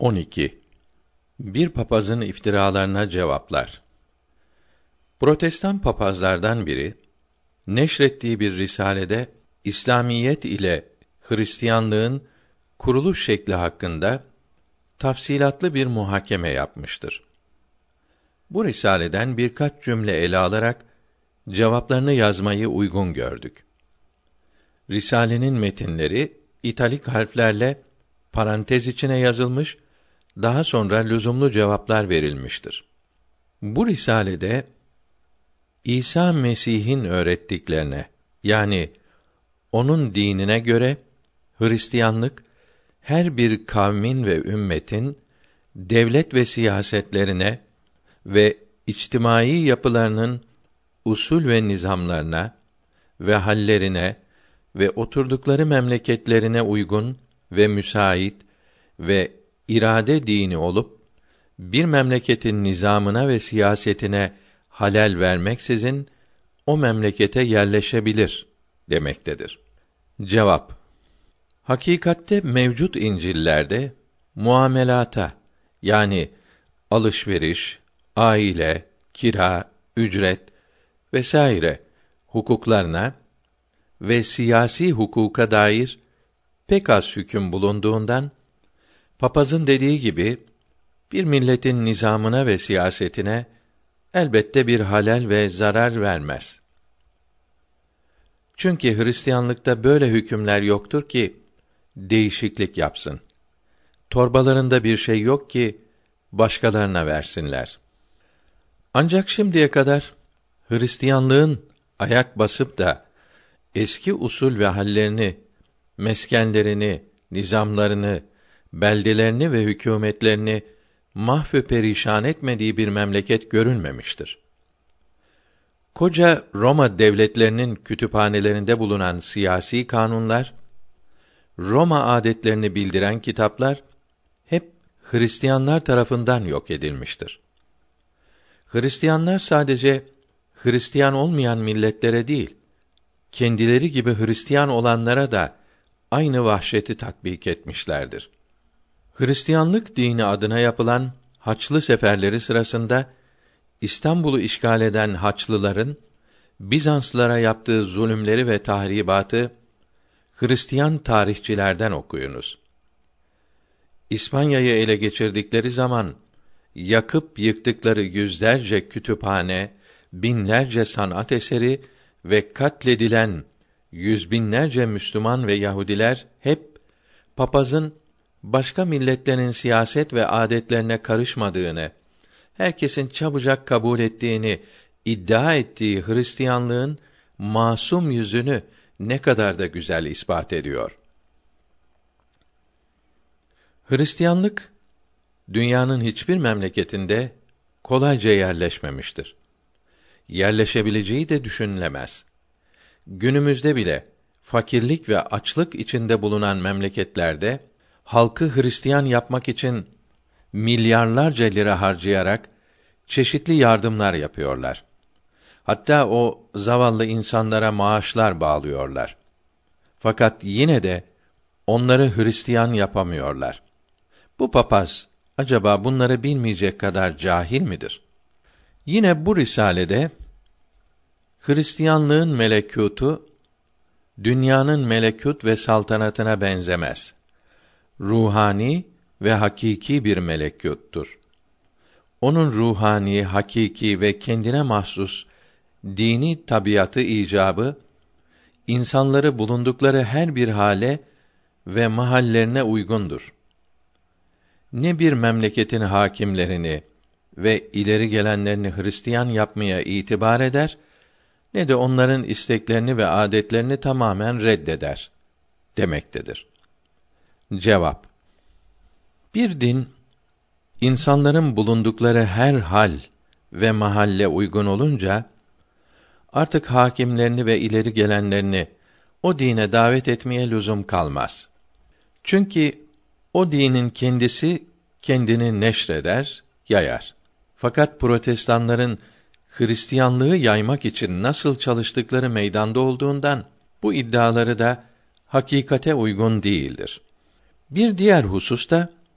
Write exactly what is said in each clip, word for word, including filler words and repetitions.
on iki. Bir papazın iftiralarına cevaplar. Protestan papazlardan biri, neşrettiği bir risalede İslamiyet ile Hristiyanlığın kuruluş şekli hakkında tafsilatlı bir muhakeme yapmıştır. Bu risaleden birkaç cümle ele alarak cevaplarını yazmayı uygun gördük. Risalenin metinleri italik harflerle parantez içine yazılmış, daha sonra lüzumlu cevaplar verilmiştir. Bu risalede İsa Mesih'in öğrettiklerine, yani onun dinine göre Hristiyanlık her bir kavmin ve ümmetin devlet ve siyasetlerine ve içtimai yapılarının usul ve nizamlarına ve hallerine ve oturdukları memleketlerine uygun ve müsait ve irade dini olup bir memleketin nizamına ve siyasetine halel vermeksizin o memlekete yerleşebilir demektedir. Cevap: Hakikatte mevcut İncil'lerde muamelata, yani alışveriş, aile, kira, ücret vesaire hukuklarına ve siyasi hukuka dair pek az hüküm bulunduğundan, papazın dediği gibi bir milletin nizamına ve siyasetine elbette bir halel ve zarar vermez. Çünkü Hristiyanlıkta böyle hükümler yoktur ki değişiklik yapsın. Torbalarında bir şey yok ki başkalarına versinler. Ancak şimdiye kadar Hristiyanlığın ayak basıp da eski usul ve hallerini, meskenlerini, nizamlarını, beldelerini ve hükûmetlerini mahvü perişan etmediği bir memleket görülmemiştir. Koca Roma devletlerinin kütüphanelerinde bulunan siyasi kanunlar, Roma adetlerini bildiren kitaplar hep Hristiyanlar tarafından yok edilmiştir. Hristiyanlar sadece Hristiyan olmayan milletlere değil, kendileri gibi Hristiyan olanlara da aynı vahşeti tatbik etmişlerdir. Hristiyanlık dini adına yapılan Haçlı seferleri sırasında İstanbul'u işgal eden Haçlıların Bizanslılara yaptığı zulümleri ve tahribatı Hristiyan tarihçilerden okuyunuz. İspanya'yı ele geçirdikleri zaman yakıp yıktıkları yüzlerce kütüphane, binlerce sanat eseri ve katledilen yüz binlerce Müslüman ve Yahudiler hep papazın başka milletlerin siyaset ve adetlerine karışmadığını, herkesin çabucak kabul ettiğini iddia ettiği Hristiyanlığın masum yüzünü ne kadar da güzel ispat ediyor. Hristiyanlık dünyanın hiçbir memleketinde kolayca yerleşmemiştir. Yerleşebileceği de düşünülemez. Günümüzde bile fakirlik ve açlık içinde bulunan memleketlerde halkı Hristiyan yapmak için milyarlarca lira harcayarak çeşitli yardımlar yapıyorlar. Hatta o zavallı insanlara maaşlar bağlıyorlar. Fakat yine de onları Hristiyan yapamıyorlar. Bu papaz acaba bunları bilmeyecek kadar cahil midir? Yine bu risalede Hristiyanlığın melekûtu dünyanın melekût ve saltanatına benzemez. Ruhani ve hakiki bir melekûttur. Onun ruhani, hakiki ve kendine mahsus dini tabiatı icabı insanları bulundukları her bir hale ve mahallerine uygundur. Ne bir memleketin hakimlerini ve ileri gelenlerini Hristiyan yapmaya itibar eder, ne de onların isteklerini ve adetlerini tamamen reddeder demektedir. Cevap: Bir din, insanların bulundukları her hal ve mahalle uygun olunca, artık hakimlerini ve ileri gelenlerini o dine davet etmeye lüzum kalmaz. Çünkü o dinin kendisi kendini neşreder, yayar. Fakat protestanların Hristiyanlığı yaymak için nasıl çalıştıkları meydanda olduğundan bu iddiaları da hakikate uygun değildir. Bir diğer husus da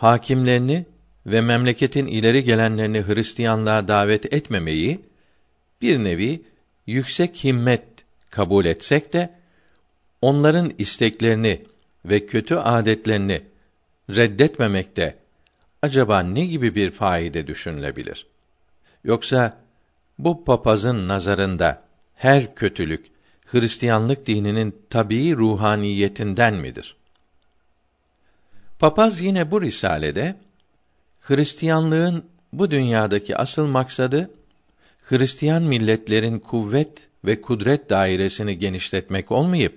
hakimlerini ve memleketin ileri gelenlerini Hristiyanlığa davet etmemeyi bir nevi yüksek himmet kabul etsek de onların isteklerini ve kötü adetlerini reddetmemekte acaba ne gibi bir faide düşünülebilir? Yoksa bu papazın nazarında her kötülük Hristiyanlık dininin tabii ruhaniyetinden midir? Papaz yine bu risalede Hristiyanlığın bu dünyadaki asıl maksadı Hristiyan milletlerin kuvvet ve kudret dairesini genişletmek olmayıp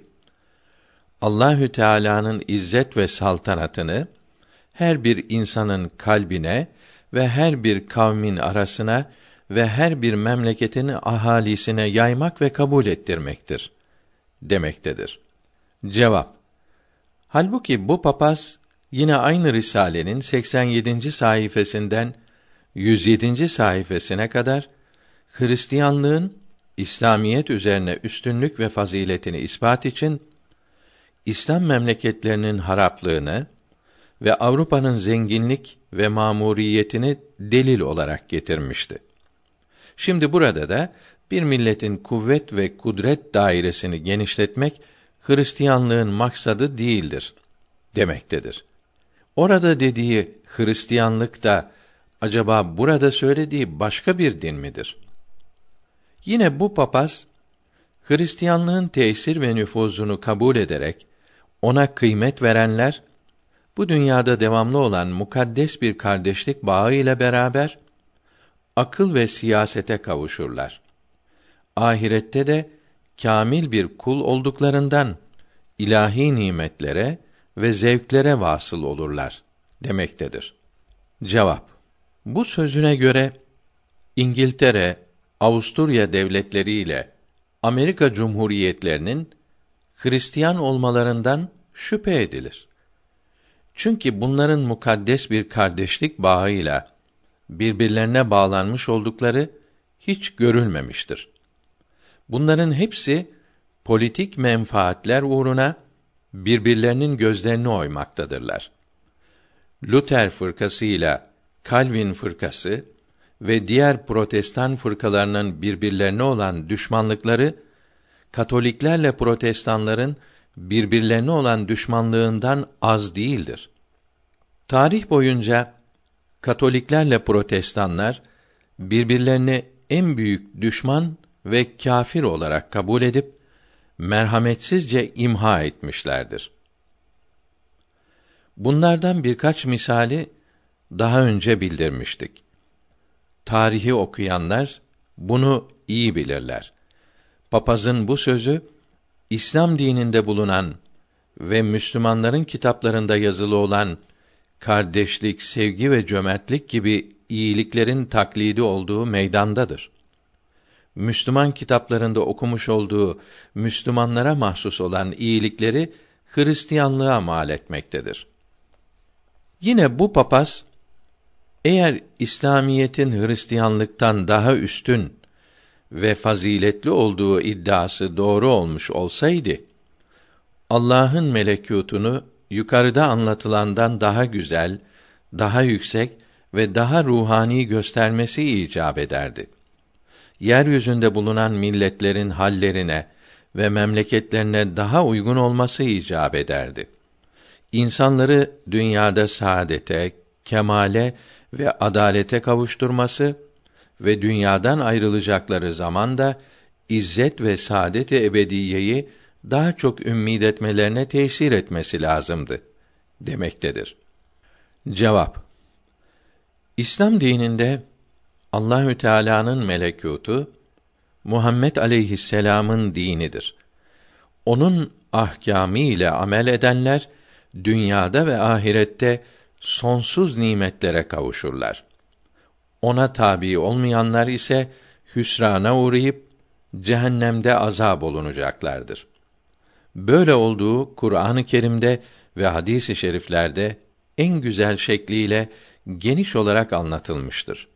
Allahü Teala'nın izzet ve saltanatını her bir insanın kalbine ve her bir kavmin arasına ve her bir memleketin ahalisine yaymak ve kabul ettirmektir demektedir. Cevap: Halbuki bu papaz yine aynı risalenin seksen yedinci sayfasından yüz yedinci sayfasına kadar Hristiyanlığın İslamiyet üzerine üstünlük ve faziletini ispat için İslam memleketlerinin haraplığını ve Avrupa'nın zenginlik ve mamuriyetini delil olarak getirmişti. Şimdi burada da bir milletin kuvvet ve kudret dairesini genişletmek Hristiyanlığın maksadı değildir demektedir. Orada dediği Hristiyanlık da acaba burada söylediği başka bir din midir? Yine bu papaz Hristiyanlığın tesir ve nüfuzunu kabul ederek ona kıymet verenler bu dünyada devamlı olan mukaddes bir kardeşlik bağı ile beraber akıl ve siyasete kavuşurlar. Ahirette de kâmil bir kul olduklarından ilahi nimetlere ve zevklere vasıl olurlar demektedir. Cevap: Bu sözüne göre İngiltere, Avusturya devletleri ile Amerika Cumhuriyetlerinin Hristiyan olmalarından şüphe edilir. Çünkü bunların mukaddes bir kardeşlik bağıyla birbirlerine bağlanmış oldukları hiç görülmemiştir. Bunların hepsi politik menfaatler uğruna birbirlerinin gözlerini oymaktadırlar. Luther fırkası ile Calvin fırkası ve diğer Protestan fırkalarının birbirlerine olan düşmanlıkları Katoliklerle Protestanların birbirlerine olan düşmanlığından az değildir. Tarih boyunca Katoliklerle Protestanlar birbirlerini en büyük düşman ve kâfir olarak kabul edip merhametsizce imha etmişlerdir. Bunlardan birkaç misali daha önce bildirmiştik. Tarihi okuyanlar bunu iyi bilirler. Papazın bu sözü İslam dininde bulunan ve Müslümanların kitaplarında yazılı olan kardeşlik, sevgi ve cömertlik gibi iyiliklerin taklidi olduğu meydandadır. Müslüman kitaplarında okumuş olduğu Müslümanlara mahsus olan iyilikleri Hristiyanlığa mal etmektedir. Yine bu papaz, eğer İslamiyetin Hristiyanlıktan daha üstün ve faziletli olduğu iddiası doğru olmuş olsaydı, Allah'ın melekûtunu yukarıda anlatılandan daha güzel, daha yüksek ve daha ruhani göstermesi icap ederdi. Yeryüzünde bulunan milletlerin hallerine ve memleketlerine daha uygun olması icap ederdi. İnsanları dünyada saadete, kemale ve adalete kavuşturması ve dünyadan ayrılacakları zaman da izzet ve saadet-i ebediyeyi daha çok ümmid etmelerine tesir etmesi lazımdı demektedir. Cevap: İslam dininde Allahü Teala'nın melekûtu Muhammed aleyhisselam'ın dinidir. Onun ahkâmı ile amel edenler dünyada ve ahirette sonsuz nimetlere kavuşurlar. Ona tabi olmayanlar ise hüsrana uğrayıp cehennemde azab olunacaklardır. Böyle olduğu Kur'an-ı Kerim'de ve hadis-i şeriflerde en güzel şekliyle geniş olarak anlatılmıştır.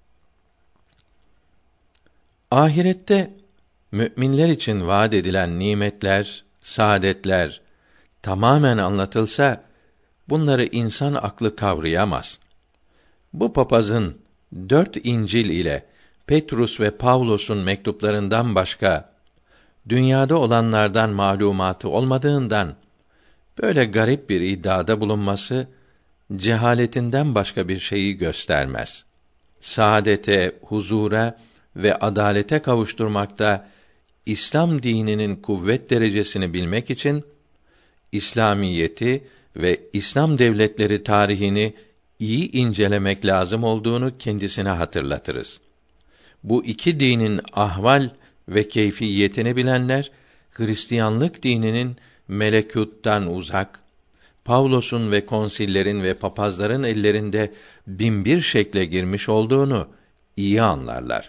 Ahirette müminler için vaad edilen nimetler, saadetler tamamen anlatılsa bunları insan aklı kavrayamaz. Bu papazın dört İncil ile Petrus ve Pavlus'un mektuplarından başka dünyada olanlardan malumatı olmadığından böyle garip bir iddiada bulunması cehaletinden başka bir şeyi göstermez. Saadete, huzura ve adalete kavuşturmakta İslam dininin kuvvet derecesini bilmek için İslamiyeti ve İslam devletleri tarihini iyi incelemek lazım olduğunu kendisine hatırlatırız. Bu iki dinin ahval ve keyfiyetini bilenler, Hristiyanlık dininin melekûttan uzak, Pavlos'un ve konsillerin ve papazların ellerinde binbir şekle girmiş olduğunu iyi anlarlar.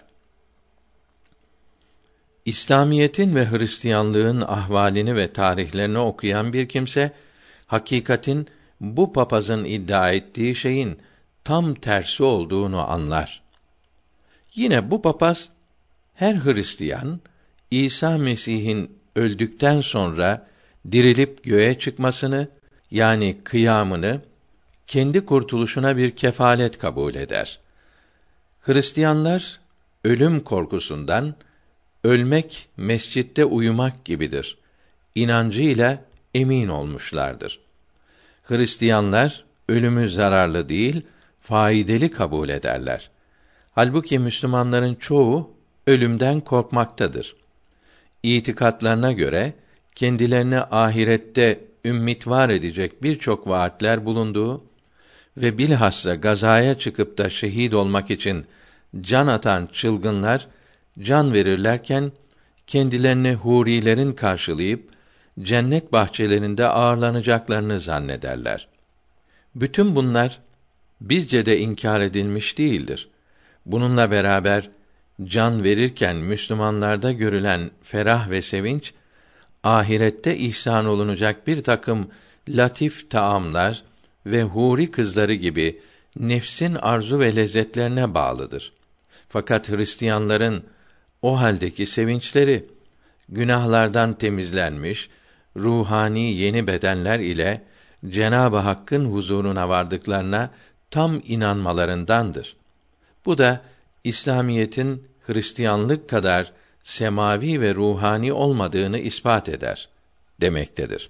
İslamiyetin ve Hristiyanlığın ahvalini ve tarihlerini okuyan bir kimse, hakikatin bu papazın iddia ettiği şeyin tam tersi olduğunu anlar. Yine bu papaz, her Hristiyan, İsa Mesih'in öldükten sonra dirilip göğe çıkmasını, yani kıyamını, kendi kurtuluşuna bir kefalet kabul eder. Hristiyanlar, ölüm korkusundan, ölmek mescitte uyumak gibidir inancıyla emin olmuşlardır. Hristiyanlar, ölümü zararlı değil, faydalı kabul ederler. Halbuki Müslümanların çoğu, ölümden korkmaktadır. İtikatlarına göre, kendilerine ahirette ümmit var edecek birçok vaatler bulunduğu ve bilhassa gazaya çıkıp da şehit olmak için can atan çılgınlar, can verirlerken, kendilerini hurilerin karşılayıp, cennet bahçelerinde ağırlanacaklarını zannederler. Bütün bunlar, bizce de inkar edilmiş değildir. Bununla beraber, can verirken Müslümanlarda görülen ferah ve sevinç, ahirette ihsan olunacak bir takım latif taamlar ve huri kızları gibi nefsin arzu ve lezzetlerine bağlıdır. Fakat Hristiyanların o haldeki sevinçleri, günahlardan temizlenmiş, ruhani yeni bedenler ile Cenab-ı Hakk'ın huzuruna vardıklarına tam inanmalarındandır. Bu da İslamiyetin Hristiyanlık kadar semavi ve ruhani olmadığını ispat eder demektedir.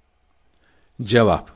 Cevap: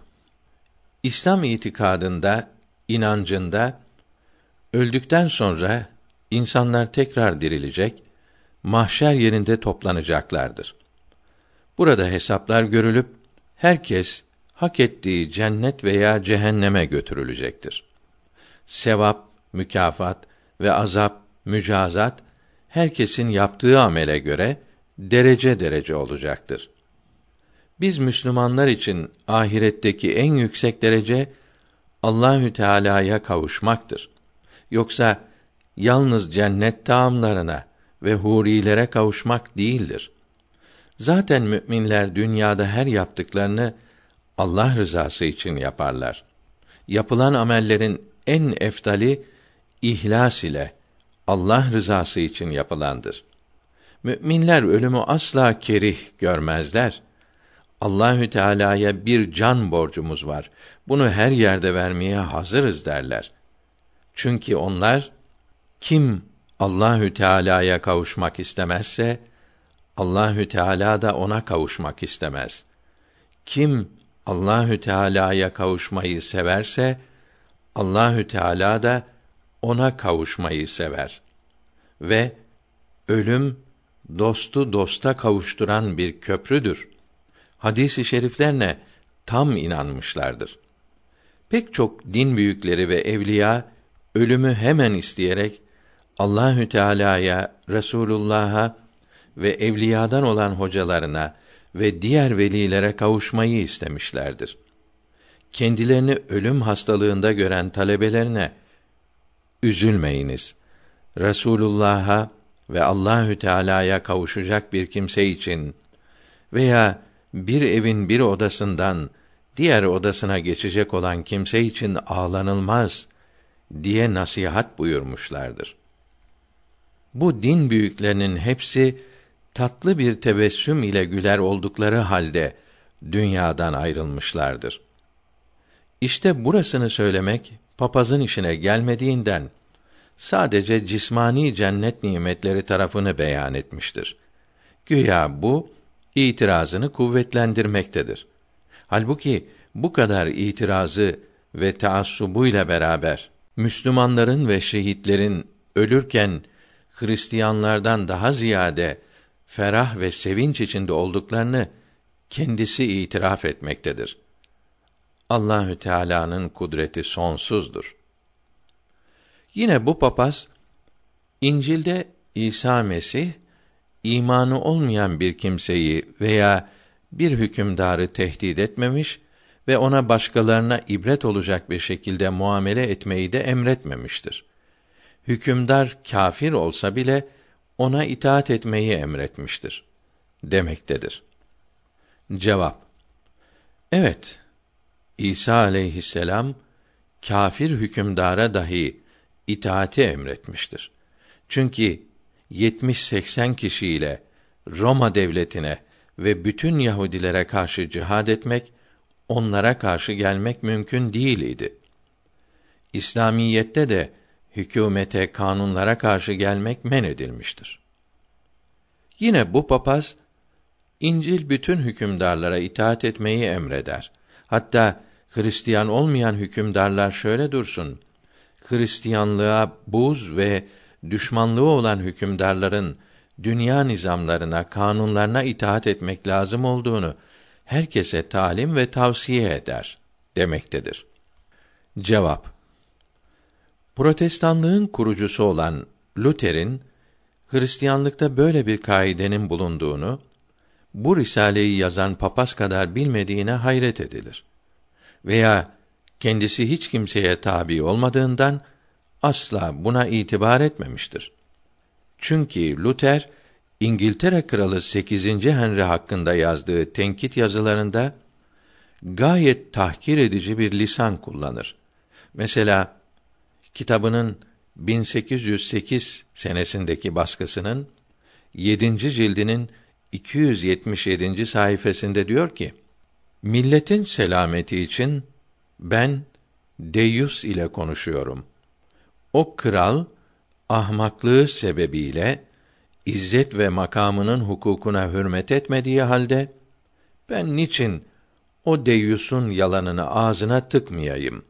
İslam itikadında, inancında öldükten sonra insanlar tekrar dirilecek, mahşer yerinde toplanacaklardır. Burada hesaplar görülüp herkes hak ettiği cennet veya cehenneme götürülecektir. Sevap, mükafat ve azap, mücazat herkesin yaptığı amele göre derece derece olacaktır. Biz Müslümanlar için ahiretteki en yüksek derece Allahü Teala'ya kavuşmaktır. Yoksa yalnız cennet taamlarına ve hurilere kavuşmak değildir. Zaten müminler dünyada her yaptıklarını Allah rızası için yaparlar. Yapılan amellerin en eftali ihlas ile Allah rızası için yapılandır. Müminler ölümü asla kerih görmezler. Allahü Teala'ya bir can borcumuz var. Bunu her yerde vermeye hazırız derler. Çünkü onlar, kim Allahü Teala'ya kavuşmak istemezse Allahü Teala da ona kavuşmak istemez. Kim Allahü Teala'ya kavuşmayı severse Allahü Teala da ona kavuşmayı sever. Ve ölüm dostu dosta kavuşturan bir köprüdür. Hadis-i şeriflerine tam inanmışlardır. Pek çok din büyükleri ve evliya ölümü hemen isteyerek Allahü Teala'ya, Resulullah'a ve evliyadan olan hocalarına ve diğer velilere kavuşmayı istemişlerdir. Kendilerini ölüm hastalığında gören talebelerine, üzülmeyiniz. Resulullah'a ve Allahü Teala'ya kavuşacak bir kimse için veya bir evin bir odasından diğer odasına geçecek olan kimse için ağlanılmaz diye nasihat buyurmuşlardır. Bu din büyüklerinin hepsi tatlı bir tebessüm ile güler oldukları halde dünyadan ayrılmışlardır. İşte burasını söylemek papazın işine gelmediğinden sadece cismani cennet nimetleri tarafını beyan etmiştir. Güya bu itirazını kuvvetlendirmektedir. Halbuki bu kadar itirazı ve taassubuyla beraber Müslümanların ve şehitlerin ölürken Hristiyanlardan daha ziyade ferah ve sevinç içinde olduklarını kendisi itiraf etmektedir. Allahü Teala'nın kudreti sonsuzdur. Yine bu papaz İncil'de İsa Mesih imanı olmayan bir kimseyi veya bir hükümdarı tehdit etmemiş ve ona başkalarına ibret olacak bir şekilde muamele etmeyi de emretmemiştir. Hükümdar kâfir olsa bile ona itaat etmeyi emretmiştir demektedir. Cevap: Evet, İsa aleyhisselam kâfir hükümdara dahi itaati emretmiştir. Çünkü yetmiş seksen kişiyle Roma devletine ve bütün Yahudilere karşı cihad etmek, onlara karşı gelmek mümkün değil idi. İslamiyette de hükümete, kanunlara karşı gelmek men edilmiştir. Yine bu papaz, İncil bütün hükümdarlara itaat etmeyi emreder. Hatta Hristiyan olmayan hükümdarlar şöyle dursun, Hristiyanlığa buz ve düşmanlığı olan hükümdarların dünya nizamlarına, kanunlarına itaat etmek lazım olduğunu herkese talim ve tavsiye eder demektedir. Cevap: Protestanlığın kurucusu olan Luther'in Hristiyanlıkta böyle bir kaidenin bulunduğunu bu risaleyi yazan papaz kadar bilmediğine hayret edilir. Veya kendisi hiç kimseye tabi olmadığından asla buna itibar etmemiştir. Çünkü Luther İngiltere kralı sekizinci Henry hakkında yazdığı tenkit yazılarında gayet tahkir edici bir lisan kullanır. Mesela kitabının bin sekiz yüz sekiz senesindeki baskısının yedinci cildinin iki yüz yetmiş yedinci sayfasında diyor ki: Milletin selameti için ben deyyus ile konuşuyorum. O kral ahmaklığı sebebiyle izzet ve makamının hukukuna hürmet etmediği halde ben niçin o deyyusun yalanını ağzına tıkmayayım?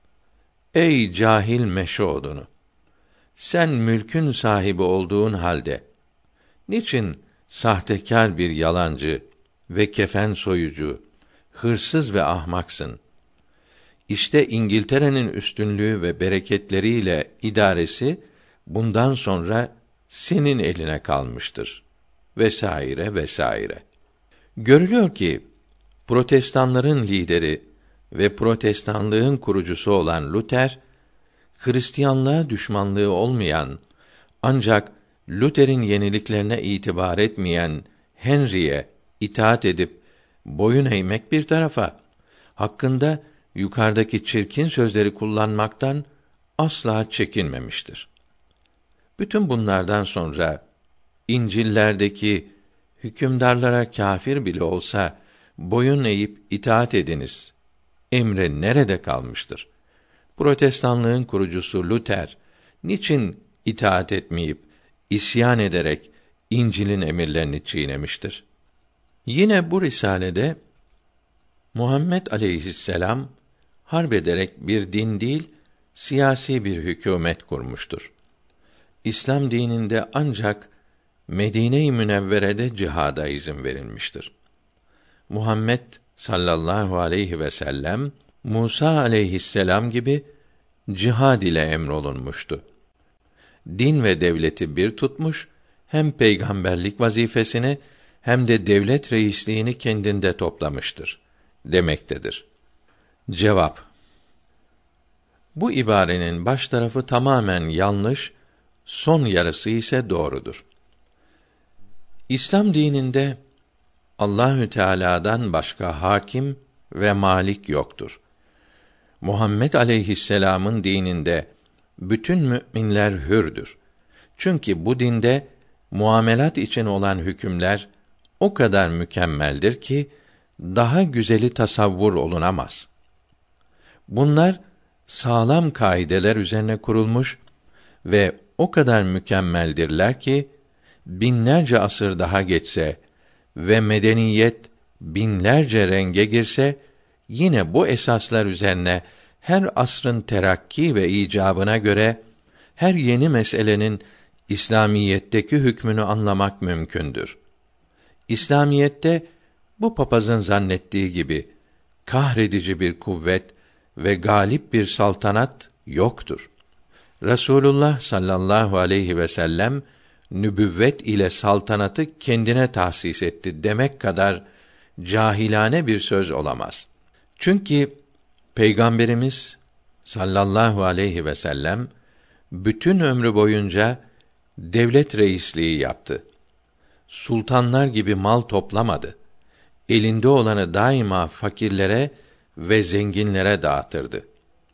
Ey cahil meşodunu! Sen mülkün sahibi olduğun halde niçin sahtekâr bir yalancı ve kefen soyucu, hırsız ve ahmaksın? İşte İngiltere'nin üstünlüğü ve bereketleriyle idaresi bundan sonra senin eline kalmıştır. Vesaire vesaire. Görülüyor ki Protestanların lideri ve Protestanlığın kurucusu olan Luther, Hristiyanlığa düşmanlığı olmayan ancak Luther'in yeniliklerine itibar etmeyen Henry'e itaat edip boyun eğmek bir tarafa, hakkında yukarıdaki çirkin sözleri kullanmaktan asla çekinmemiştir. Bütün bunlardan sonra İncil'lerdeki hükümdarlara kâfir bile olsa boyun eğip itaat ediniz emri nerede kalmıştır? Protestanlığın kurucusu Luther niçin itaat etmeyip isyan ederek İncil'in emirlerini çiğnemiştir? Yine bu risalede Muhammed aleyhisselam harp ederek bir din değil, siyasi bir hükümet kurmuştur. İslam dininde ancak Medine-i Münevvere'de cihada izin verilmiştir. Muhammed sallallahu aleyhi ve sellem Musa aleyhisselam gibi cihad ile emrolunmuştu. Din ve devleti bir tutmuş, hem peygamberlik vazifesini hem de devlet reisliğini kendinde toplamıştır demektedir. Cevap: Bu ibarenin baş tarafı tamamen yanlış, son yarısı ise doğrudur. İslam dininde Allahü Teala'dan başka hakim ve malik yoktur. Muhammed aleyhisselam'ın dininde bütün müminler hürdür. Çünkü bu dinde muamelat için olan hükümler o kadar mükemmeldir ki daha güzeli tasavvur olunamaz. Bunlar sağlam kaideler üzerine kurulmuş ve o kadar mükemmeldirler ki binlerce asır daha geçse ve medeniyet binlerce renge girse yine bu esaslar üzerine her asrın terakki ve icabına göre her yeni meselenin İslamiyetteki hükmünü anlamak mümkündür. İslamiyette bu papazın zannettiği gibi kahredici bir kuvvet ve galip bir saltanat yoktur. Resulullah sallallahu aleyhi ve sellem nübüvvet ile saltanatı kendine tahsis etti demek kadar cahilane bir söz olamaz. Çünkü Peygamberimiz sallallahu aleyhi ve sellem bütün ömrü boyunca devlet reisliği yaptı. Sultanlar gibi mal toplamadı. Elinde olanı daima fakirlere ve zenginlere dağıtırdı.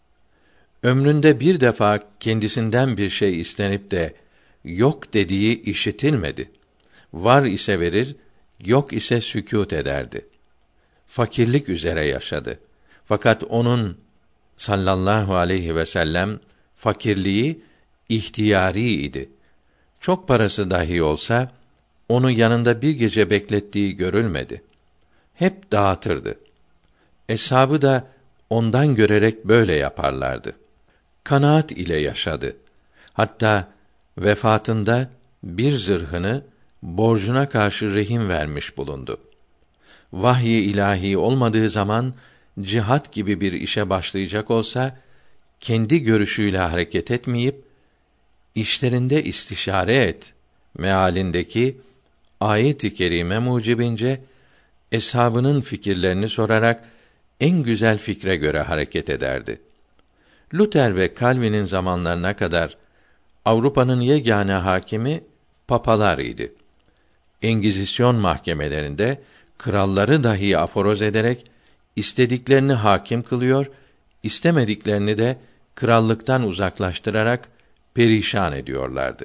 Ömründe bir defa kendisinden bir şey istenip de yok dediği işitilmedi. Var ise verir, yok ise sükût ederdi. Fakirlik üzere yaşadı. Fakat onun sallallahu aleyhi ve sellem fakirliği ihtiyari idi. Çok parası dahi olsa onu yanında bir gece beklettiği görülmedi. Hep dağıtırdı. Eshabı da ondan görerek böyle yaparlardı. Kanaat ile yaşadı. Hatta vefatında bir zırhını borcuna karşı rehin vermiş bulundu. Vahiy-i ilahi olmadığı zaman cihat gibi bir işe başlayacak olsa kendi görüşüyle hareket etmeyip işlerinde istişare et mealindeki ayet-i kerime mucibince eshabının fikirlerini sorarak en güzel fikre göre hareket ederdi. Luther ve Calvin'in zamanlarına kadar Avrupa'nın yegâne hakimi papalar idi. Engizisyon mahkemelerinde kralları dahi aforoz ederek istediklerini hakim kılıyor, istemediklerini de krallıktan uzaklaştırarak perişan ediyorlardı.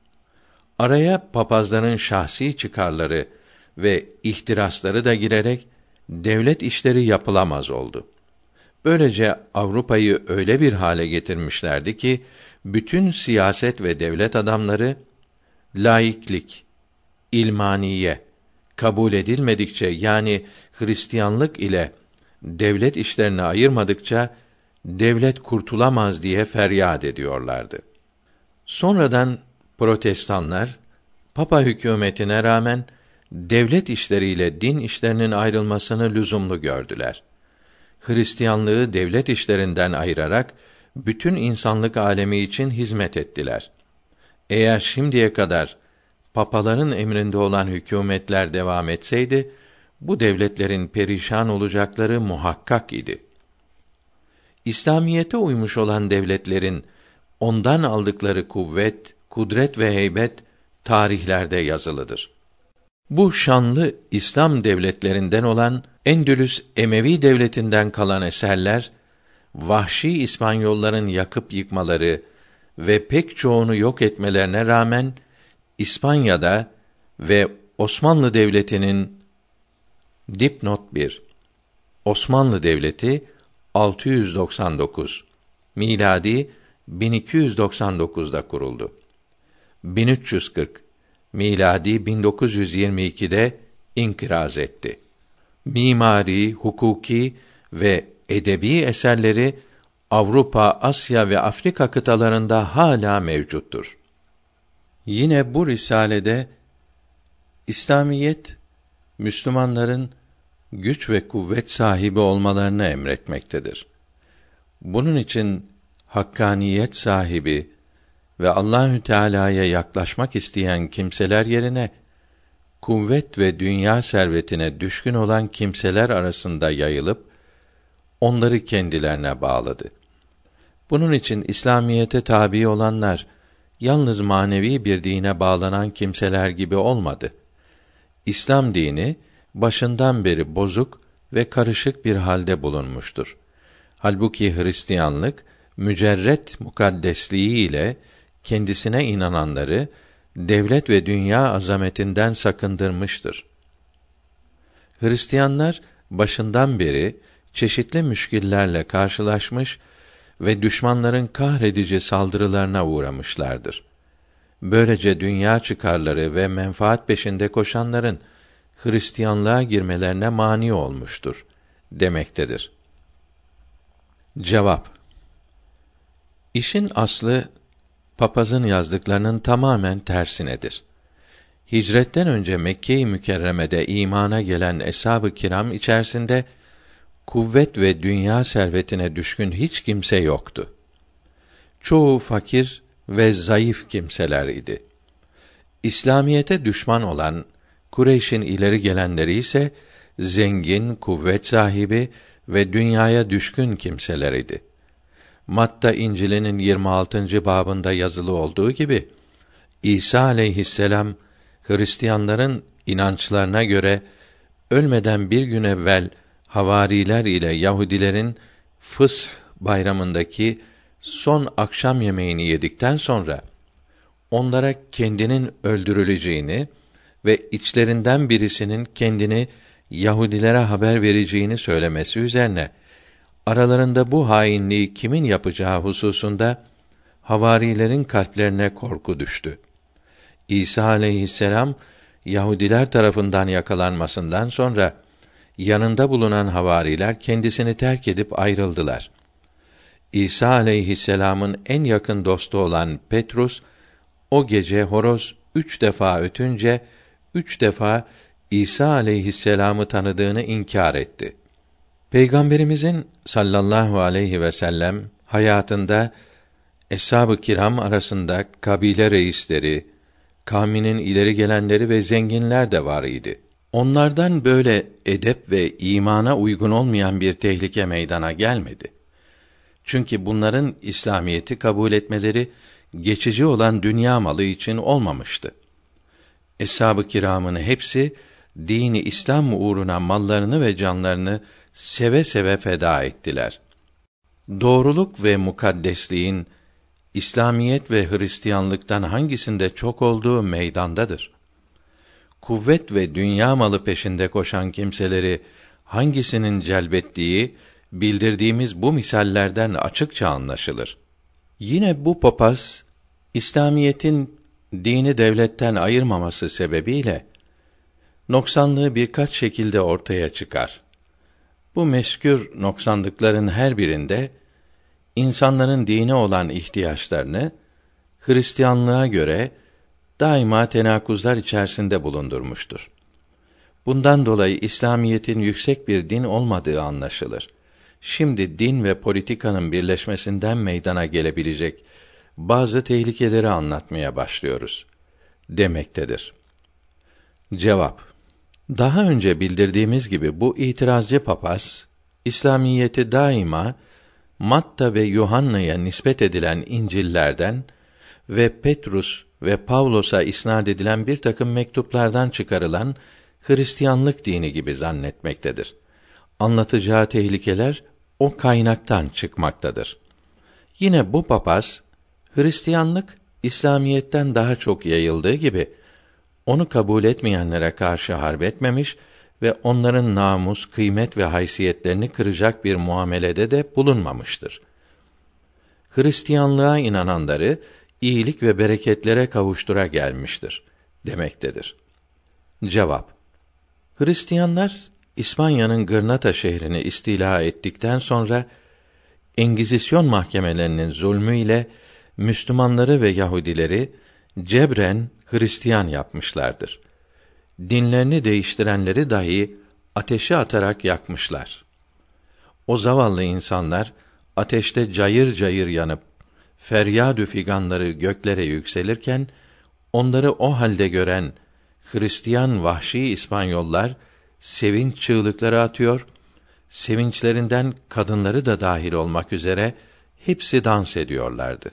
Araya papazların şahsi çıkarları ve ihtirasları da girerek devlet işleri yapılamaz oldu. Böylece Avrupa'yı öyle bir hale getirmişlerdi ki bütün siyaset ve devlet adamları laiklik, ilmaniye kabul edilmedikçe, yani Hristiyanlık ile devlet işlerini ayırmadıkça devlet kurtulamaz diye feryat ediyorlardı. Sonradan Protestanlar Papa hükümetine rağmen devlet işleriyle din işlerinin ayrılmasını lüzumlu gördüler. Hristiyanlığı devlet işlerinden ayırarak bütün insanlık alemi için hizmet ettiler. Eğer şimdiye kadar papaların emrinde olan hükümetler devam etseydi, bu devletlerin perişan olacakları muhakkak idi. İslamiyete uymuş olan devletlerin ondan aldıkları kuvvet, kudret ve heybet tarihlerde yazılıdır. Bu şanlı İslam devletlerinden olan Endülüs Emevi devletinden kalan eserler, vahşi İspanyolların yakıp yıkmaları ve pek çoğunu yok etmelerine rağmen İspanya'da ve Osmanlı Devleti'nin dipnot bir Osmanlı Devleti altı yüz doksan dokuz miladi bin iki yüz doksan dokuzda kuruldu. bin üç yüz kırk miladi bin dokuz yüz yirmi ikide inkıraz etti. Mimari, hukuki ve edebi eserleri Avrupa, Asya ve Afrika kıtalarında hala mevcuttur. Yine bu risalede İslamiyet Müslümanların güç ve kuvvet sahibi olmalarını emretmektedir. Bunun için hakkaniyet sahibi ve Allahü Teala'ya yaklaşmak isteyen kimseler yerine kuvvet ve dünya servetine düşkün olan kimseler arasında yayılıp onları kendilerine bağladı. Bunun için İslamiyete tabi olanlar yalnız manevi bir dine bağlanan kimseler gibi olmadı. İslam dini başından beri bozuk ve karışık bir halde bulunmuştur. Halbuki Hristiyanlık mücerret mukaddesliği ile kendisine inananları devlet ve dünya azametinden sakındırmıştır. Hristiyanlar başından beri çeşitli müşkillerle karşılaşmış ve düşmanların kahredici saldırılarına uğramışlardır. Böylece dünya çıkarları ve menfaat peşinde koşanların Hristiyanlığa girmelerine mani olmuştur demektedir. Cevap: İşin aslı papazın yazdıklarının tamamen tersinedir. Hicretten önce Mekke-i Mükerreme'de imana gelen eshab-ı kiram içerisinde kuvvet ve dünya servetine düşkün hiç kimse yoktu. Çoğu fakir ve zayıf kimseler idi. İslamiyete düşman olan Kureyş'in ileri gelenleri ise zengin, kuvvet sahibi ve dünyaya düşkün kimseler idi. Matta İncil'inin yirmi altıncı babında yazılı olduğu gibi İsa aleyhisselam Hristiyanların inançlarına göre ölmeden bir gün evvel havariler ile Yahudilerin Fısh bayramındaki son akşam yemeğini yedikten sonra onlara kendinin öldürüleceğini ve içlerinden birisinin kendini Yahudilere haber vereceğini söylemesi üzerine aralarında bu hainliği kimin yapacağı hususunda havarilerin kalplerine korku düştü. İsa aleyhisselam Yahudiler tarafından yakalanmasından sonra yanında bulunan havariler kendisini terk edip ayrıldılar. İsa aleyhisselamın en yakın dostu olan Petrus o gece horoz üç defa ötünce üç defa İsa aleyhisselamı tanıdığını inkar etti. Peygamberimizin sallallahu aleyhi ve sellem hayatında eshab-ı kiram arasında kabile reisleri, kavminin ileri gelenleri ve zenginler de var idi. Onlardan böyle edep ve imana uygun olmayan bir tehlike meydana gelmedi. Çünkü bunların İslamiyeti kabul etmeleri geçici olan dünya malı için olmamıştı. Eshab-ı kiramın hepsi dini İslam uğruna mallarını ve canlarını seve seve feda ettiler. Doğruluk ve mukaddesliğin İslamiyet ve Hristiyanlıktan hangisinde çok olduğu meydandadır. Kuvvet ve dünya malı peşinde koşan kimseleri hangisinin celbettiği bildirdiğimiz bu misallerden açıkça anlaşılır. Yine bu papaz İslamiyetin dini devletten ayırmaması sebebiyle noksanlığı birkaç şekilde ortaya çıkar. Bu meskür noksanlıkların her birinde insanların dine olan ihtiyaçlarını Hristiyanlığa göre daima tenakuzlar içerisinde bulundurmuştur. Bundan dolayı İslamiyetin yüksek bir din olmadığı anlaşılır. Şimdi din ve politikanın birleşmesinden meydana gelebilecek bazı tehlikeleri anlatmaya başlıyoruz demektedir. Cevap: Daha önce bildirdiğimiz gibi bu itirazcı papaz İslamiyeti daima Matta ve Yuhanna'ya nispet edilen İncil'lerden ve Petrus ve Pavlos'a isnad edilen bir takım mektuplardan çıkarılan Hristiyanlık dini gibi zannetmektedir. Anlatacağı tehlikeler o kaynaktan çıkmaktadır. Yine bu papaz Hristiyanlık İslamiyetten daha çok yayıldığı gibi onu kabul etmeyenlere karşı harp etmemiş ve onların namus, kıymet ve haysiyetlerini kıracak bir muamelede de bulunmamıştır. Hristiyanlığa inananları iyilik ve bereketlere kavuştura gelmiştir demektedir. Cevap: Hristiyanlar İspanya'nın Gırnata şehrini istila ettikten sonra Engizisyon mahkemelerinin zulmüyle Müslümanları ve Yahudileri cebren Hristiyan yapmışlardır. Dinlerini değiştirenleri dahi ateşe atarak yakmışlar. O zavallı insanlar ateşte cayır cayır yanıp feryad-ü figanları göklere yükselirken onları o halde gören Hristiyan vahşi İspanyollar sevinç çığlıkları atıyor, sevinçlerinden kadınları da dahil olmak üzere hepsi dans ediyorlardı.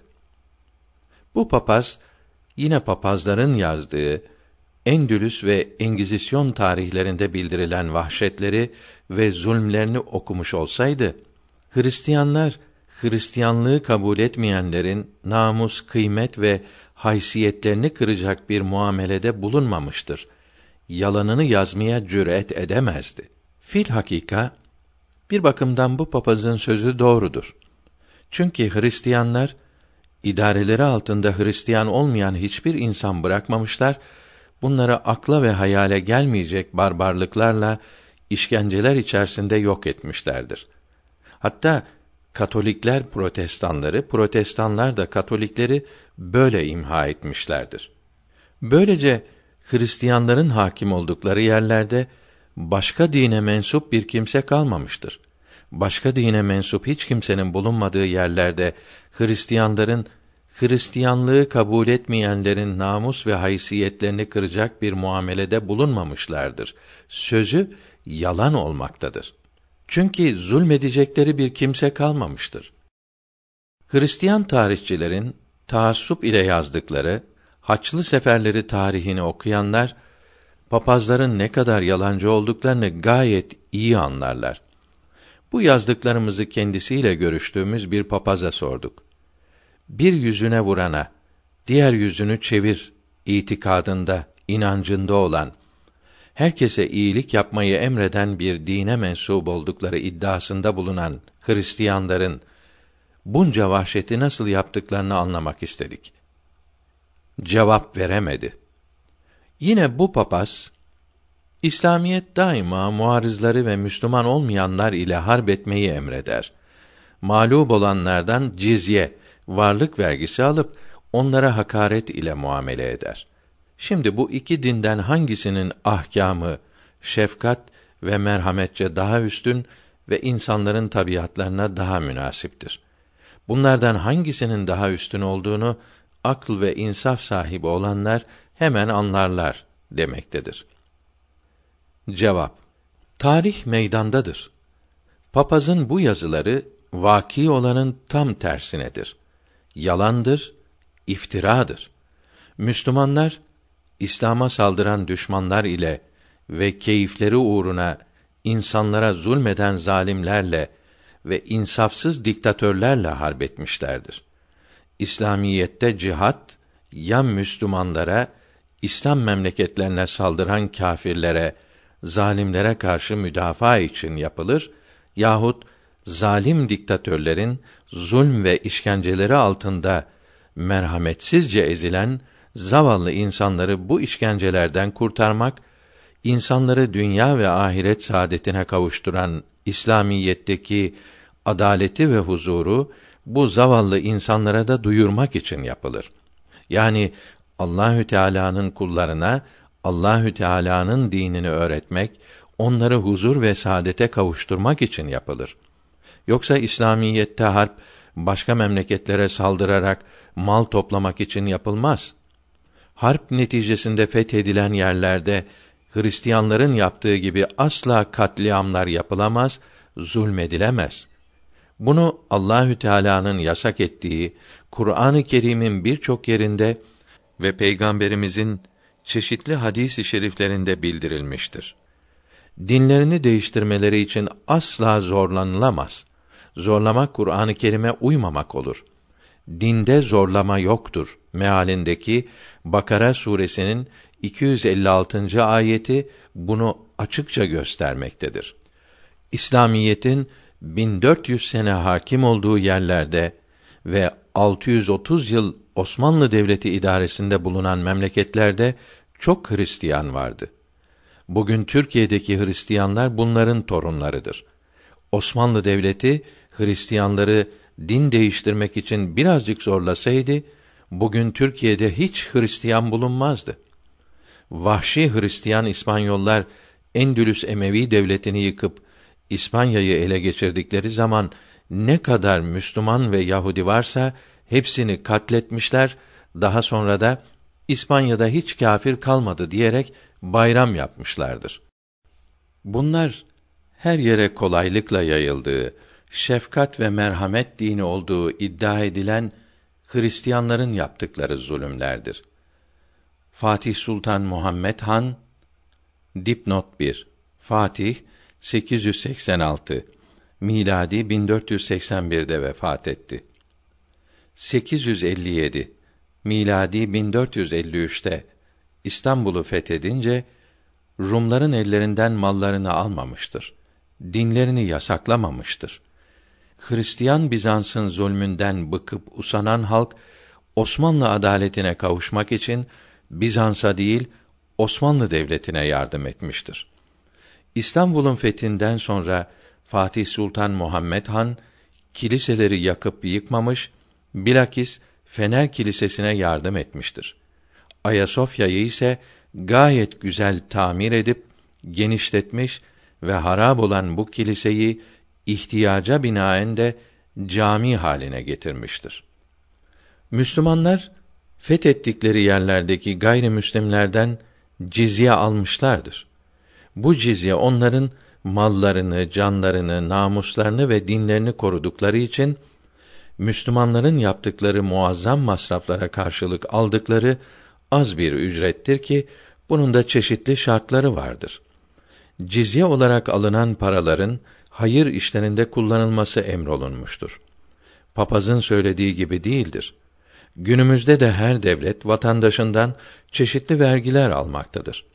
Bu papaz yine papazların yazdığı Endülüs ve Engizisyon tarihlerinde bildirilen vahşetleri ve zulmlerini okumuş olsaydı, Hristiyanlar Hristiyanlığı kabul etmeyenlerin namus, kıymet ve haysiyetlerini kıracak bir muamelede bulunmamıştır. Yalanını yazmaya cüret edemezdi. Filhakika Bir bakımdan bu papazın sözü doğrudur. Çünkü Hristiyanlar idareleri altında Hristiyan olmayan hiçbir insan bırakmamışlar, bunları akla ve hayale gelmeyecek barbarlıklarla işkenceler içerisinde yok etmişlerdir. Hatta Katolikler Protestanları, Protestanlar da Katolikleri böyle imha etmişlerdir. Böylece Hristiyanların hakim oldukları yerlerde başka dine mensup bir kimse kalmamıştır. Başka dine mensup hiç kimsenin bulunmadığı yerlerde Hristiyanların Hristiyanlığı kabul etmeyenlerin namus ve haysiyetlerini kıracak bir muamelede bulunmamışlardır. Sözü yalan olmaktadır. Çünkü zulmedecekleri bir kimse kalmamıştır. Hristiyan tarihçilerin taassup ile yazdıkları Haçlı Seferleri tarihini okuyanlar papazların ne kadar yalancı olduklarını gayet iyi anlarlar. Bu yazdıklarımızı kendisiyle görüştüğümüz bir papaza sorduk. Bir yüzüne vurana, diğer yüzünü çevir itikadında, inancında olan, herkese iyilik yapmayı emreden bir dine mensup oldukları iddiasında bulunan Hristiyanların bunca vahşeti nasıl yaptıklarını anlamak istedik. Cevap veremedi. Yine bu papaz, İslamiyet daima muarızları ve Müslüman olmayanlar ile harp etmeyi emreder. Mağlup olanlardan cizye, varlık vergisi alıp onlara hakaret ile muamele eder. Şimdi bu iki dinden hangisinin ahkâmı, şefkat ve merhametçe daha üstün ve insanların tabiatlarına daha münasiptir? Bunlardan hangisinin daha üstün olduğunu akıl ve insaf sahibi olanlar hemen anlarlar demektedir. Cevap: Tarih meydandadır. Papazın bu yazıları vaki olanın tam tersinedir. Yalandır, iftiradır. Müslümanlar İslam'a saldıran düşmanlar ile ve keyifleri uğruna insanlara zulmeden zalimlerle ve insafsız diktatörlerle harp etmişlerdir. İslamiyette cihat ya Müslümanlara, İslam memleketlerine saldıran kâfirlere, zalimlere karşı müdafaa için yapılır yahut zalim diktatörlerin zulm ve işkenceleri altında merhametsizce ezilen zavallı insanları bu işkencelerden kurtarmak, insanları dünya ve ahiret saadetine kavuşturan İslamiyetteki adaleti ve huzuru bu zavallı insanlara da duyurmak için yapılır. Yani Allahü Teala'nın kullarına Allahü Teala'nın dinini öğretmek, onları huzur ve saadete kavuşturmak için yapılır. Yoksa İslamiyette harp başka memleketlere saldırarak mal toplamak için yapılmaz. Harp neticesinde fethedilen yerlerde Hristiyanların yaptığı gibi asla katliamlar yapılamaz, zulmedilemez. Bunu Allahü Teala'nın yasak ettiği Kur'an-ı Kerim'in birçok yerinde ve Peygamberimizin çeşitli hadis-i şeriflerinde bildirilmiştir. Dinlerini değiştirmeleri için asla zorlanılamaz. Zorlamak Kur'an-ı Kerim'e uymamak olur. Dinde zorlama yoktur mealindeki Bakara suresinin iki yüz elli altıncı ayeti bunu açıkça göstermektedir. İslamiyetin bin dört yüz sene hakim olduğu yerlerde ve altı yüz otuz yıl Osmanlı Devleti idaresinde bulunan memleketlerde çok Hristiyan vardı. Bugün Türkiye'deki Hristiyanlar bunların torunlarıdır. Osmanlı Devleti Hristiyanları din değiştirmek için birazcık zorlasaydı, bugün Türkiye'de hiç Hristiyan bulunmazdı. Vahşi Hristiyan İspanyollar Endülüs Emevi devletini yıkıp İspanya'yı ele geçirdikleri zaman ne kadar Müslüman ve Yahudi varsa hepsini katletmişler. Daha sonra da İspanya'da hiç kâfir kalmadı diyerek bayram yapmışlardır. Bunlar her yere kolaylıkla yayıldığı, şefkat ve merhamet dini olduğu iddia edilen Hristiyanların yaptıkları zulümlerdir. Fatih Sultan Muhammed Han dipnot bir Fatih sekiz yüz seksen altı miladi bin dört yüz seksen bir'de vefat etti. sekiz yüz elli yedi miladi bin dört yüz elli üç'te İstanbul'u fethedince Rumların ellerinden mallarını almamıştır. dinlerini yasaklamamıştır. Hristiyan Bizans'ın zulmünden bıkıp usanan halk, Osmanlı adaletine kavuşmak için Bizans'a değil, Osmanlı Devleti'ne yardım etmiştir. İstanbul'un fethinden sonra Fatih Sultan Muhammed Han kiliseleri yakıp yıkmamış, bilakis Fener Kilisesi'ne yardım etmiştir. Ayasofya'yı ise gayet güzel tamir edip genişletmiş ve harap olan bu kiliseyi ihtiyaca binaen de cami haline getirmiştir. Müslümanlar fethettikleri yerlerdeki gayrimüslimlerden cizye almışlardır. Bu cizye onların mallarını, canlarını, namuslarını ve dinlerini korudukları için Müslümanların yaptıkları muazzam masraflara karşılık aldıkları az bir ücrettir ki bunun da çeşitli şartları vardır. Cizye olarak alınan paraların hayır işlerinde kullanılması emrolunmuştur. Papazın söylediği gibi değildir. Günümüzde de her devlet vatandaşından çeşitli vergiler almaktadır.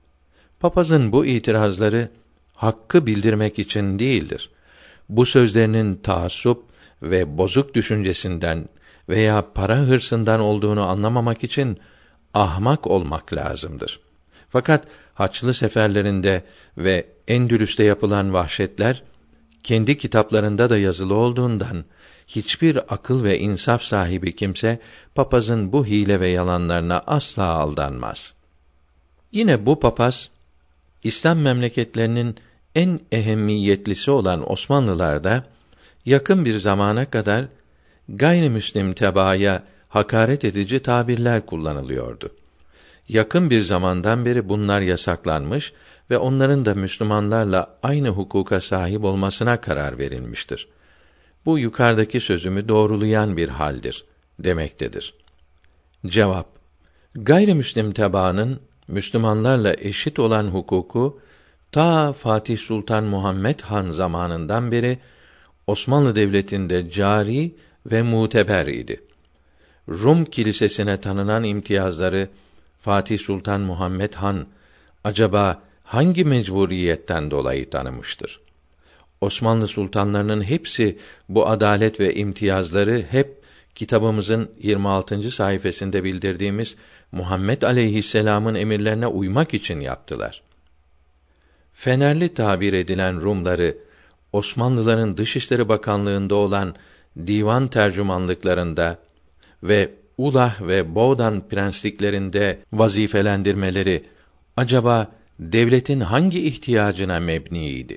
Papazın bu itirazları hakkı bildirmek için değildir. Bu sözlerinin taassup ve bozuk düşüncesinden veya para hırsından olduğunu anlamamak için ahmak olmak lazımdır. Fakat Haçlı seferlerinde ve Endülüs'te yapılan vahşetler kendi kitaplarında da yazılı olduğundan hiçbir akıl ve insaf sahibi kimse papazın bu hile ve yalanlarına asla aldanmaz. Yine bu papaz İslam memleketlerinin en ehemmiyetlisi olan Osmanlılarda yakın bir zamana kadar gayrimüslim tebaaya hakaret edici tabirler kullanılıyordu. Yakın bir zamandan beri bunlar yasaklanmış ve onların da Müslümanlarla aynı hukuka sahip olmasına karar verilmiştir. Bu yukarıdaki sözümü doğrulayan bir haldir demektedir. Cevap: Gayrimüslim tebaanın Müslümanlarla eşit olan hukuku ta Fatih Sultan Muhammed Han zamanından beri Osmanlı Devleti'nde cari ve muteber idi. Rum kilisesine tanınan imtiyazları Fatih Sultan Muhammed Han acaba hangi mecburiyetten dolayı tanımıştır? Osmanlı sultanlarının hepsi bu adalet ve imtiyazları hep kitabımızın yirmi altıncı sayfasında bildirdiğimiz Muhammed aleyhisselam'ın emirlerine uymak için yaptılar. Fenerli tabir edilen Rumları Osmanlıların Dışişleri Bakanlığında olan divan tercümanlıklarında ve Ulah ve Boğdan prensliklerinde vazifelendirmeleri acaba devletin hangi ihtiyacına mebniydi?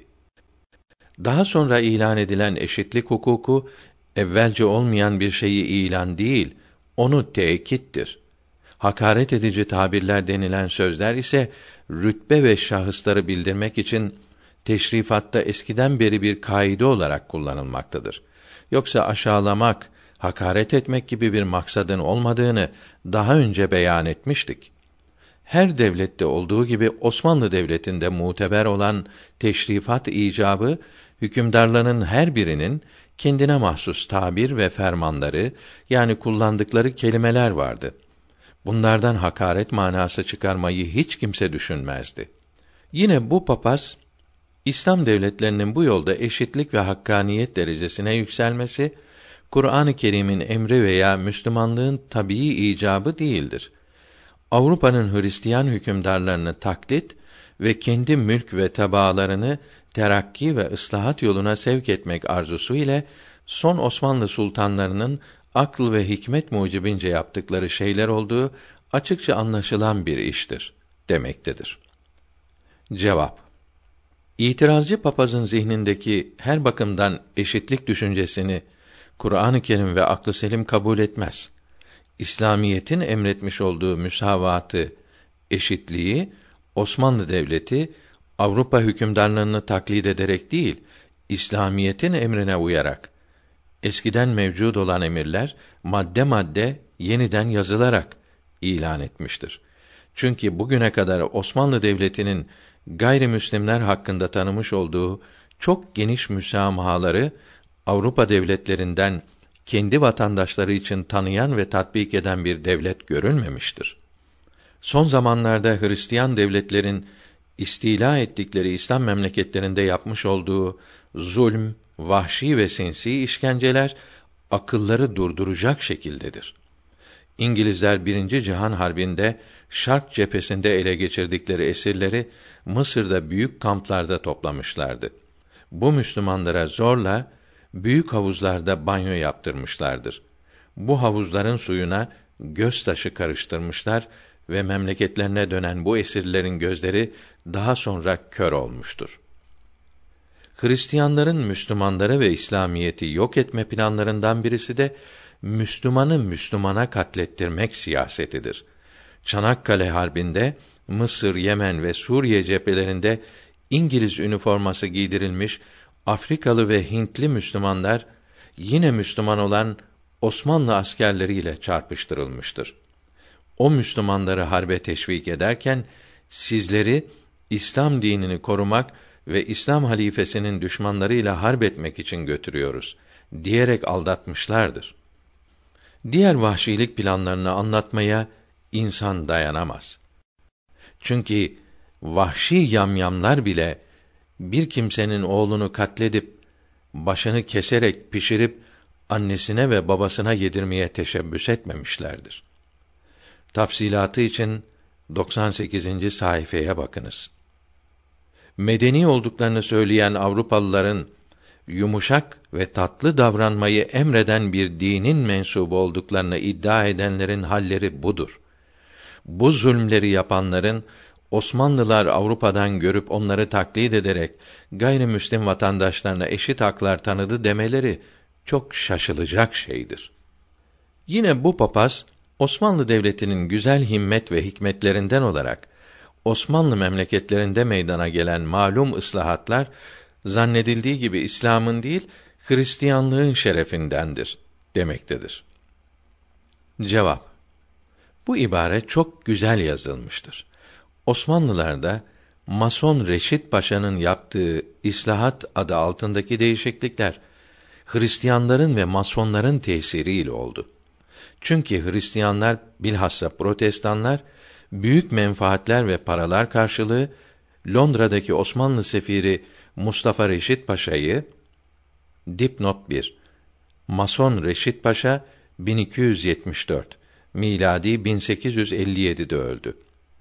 Daha sonra ilan edilen eşitlik hukuku evvelce olmayan bir şeyi ilan değil, onu tekittir. Hakaret edici tabirler denilen sözler ise rütbe ve şahısları bildirmek için teşrifatta eskiden beri bir kaide olarak kullanılmaktadır. Yoksa aşağılamak, hakaret etmek gibi bir maksadın olmadığını daha önce beyan etmiştik. Her devlette olduğu gibi Osmanlı Devleti'nde muteber olan teşrifat icabı, hükümdarların her birinin kendine mahsus tabir ve fermanları, yani kullandıkları kelimeler vardı. Bunlardan hakaret manası çıkarmayı hiç kimse düşünmezdi. Yine bu papaz, İslam devletlerinin bu yolda eşitlik ve hakkaniyet derecesine yükselmesi, Kur'an-ı Kerim'in emri veya Müslümanlığın tabii icabı değildir. Avrupa'nın Hristiyan hükümdarlarını taklit ve kendi mülk ve tebaalarını terakki ve ıslahat yoluna sevk etmek arzusu ile son Osmanlı sultanlarının akıl ve hikmet mucibince yaptıkları şeyler olduğu açıkça anlaşılan bir iştir demektedir. Cevap: İtirazcı papazın zihnindeki her bakımdan eşitlik düşüncesini Kur'an-ı Kerim ve aklı selim kabul etmez. İslamiyetin emretmiş olduğu müsavatı, eşitliği Osmanlı Devleti Avrupa hükümdarlarını taklit ederek değil, İslamiyetin emrine uyarak, eskiden mevcud olan emirler madde madde yeniden yazılarak ilan etmiştir. Çünkü bugüne kadar Osmanlı Devleti'nin gayrimüslimler hakkında tanımış olduğu çok geniş müsamahaları Avrupa devletlerinden kendi vatandaşları için tanıyan ve tatbik eden bir devlet görülmemiştir. Son zamanlarda Hristiyan devletlerin istila ettikleri İslam memleketlerinde yapmış olduğu zulm, vahşi ve sinsi işkenceler akılları durduracak şekildedir. İngilizler Birinci Cihan Harbi'nde Şark cephesinde ele geçirdikleri esirleri Mısır'da büyük kamplarda toplamışlardı. Bu Müslümanlara zorla büyük havuzlarda banyo yaptırmışlardır. Bu havuzların suyuna göztaşı karıştırmışlar ve memleketlerine dönen bu esirlerin gözleri daha sonra kör olmuştur. Hristiyanların Müslümanları ve İslamiyeti yok etme planlarından birisi de Müslümanı Müslümana katlettirmek siyasetidir. Çanakkale Harbi'nde Mısır, Yemen ve Suriye cephelerinde İngiliz üniforması giydirilmiş Afrikalı ve Hintli Müslümanlar yine Müslüman olan Osmanlı askerleriyle çarpıştırılmıştır. O Müslümanları harbe teşvik ederken sizleri İslam dinini korumak ve İslam halifesinin düşmanlarıyla harp etmek için götürüyoruz diyerek aldatmışlardır. Diğer vahşilik planlarını anlatmaya insan dayanamaz. Çünkü vahşi yamyamlar bile bir kimsenin oğlunu katledip başını keserek pişirip annesine ve babasına yedirmeye teşebbüs etmemişlerdir. Tafsilatı için doksan sekizinci sayfaya bakınız. Medeni olduklarını söyleyen Avrupalıların yumuşak ve tatlı davranmayı emreden bir dinin mensubu olduklarını iddia edenlerin halleri budur. Bu zulmleri yapanların Osmanlılar Avrupa'dan görüp onları taklit ederek gayrimüslim vatandaşlarına eşit haklar tanıdı demeleri çok şaşılacak şeydir. Yine bu papaz Osmanlı Devleti'nin güzel himmet ve hikmetlerinden olarak Osmanlı memleketlerinde meydana gelen malum ıslahatlar zannedildiği gibi İslam'ın değil Hristiyanlığın şerefindendir demektedir. Cevap: Bu ibare çok güzel yazılmıştır. Osmanlılarda Mason Reşit Paşa'nın yaptığı İslahat adı altındaki değişiklikler Hristiyanların ve Masonların tesiriyle oldu. Çünkü Hristiyanlar bilhassa Protestanlar büyük menfaatler ve paralar karşılığı Londra'daki Osmanlı sefiri Mustafa Reşit Paşa'yı dipnot bir Mason Reşit Paşa bin iki yüz yetmiş dört miladi bin sekiz yüz elli yedi'de öldü.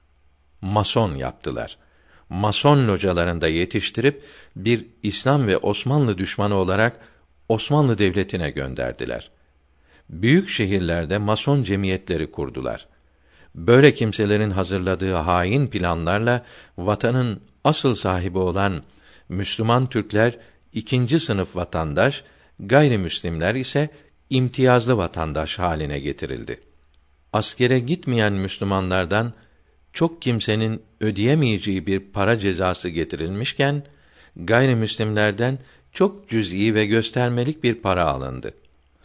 Mason yaptılar. Mason localarında yetiştirip bir İslam ve Osmanlı düşmanı olarak Osmanlı Devleti'ne gönderdiler. Büyük şehirlerde Mason cemiyetleri kurdular. Böyle kimselerin hazırladığı hain planlarla vatanın asıl sahibi olan Müslüman Türkler ikinci sınıf vatandaş, gayrimüslimler ise imtiyazlı vatandaş haline getirildi. Askere gitmeyen Müslümanlardan çok kimsenin ödeyemeyeceği bir para cezası getirilmişken, gayrimüslimlerden çok cüz'i ve göstermelik bir para alındı.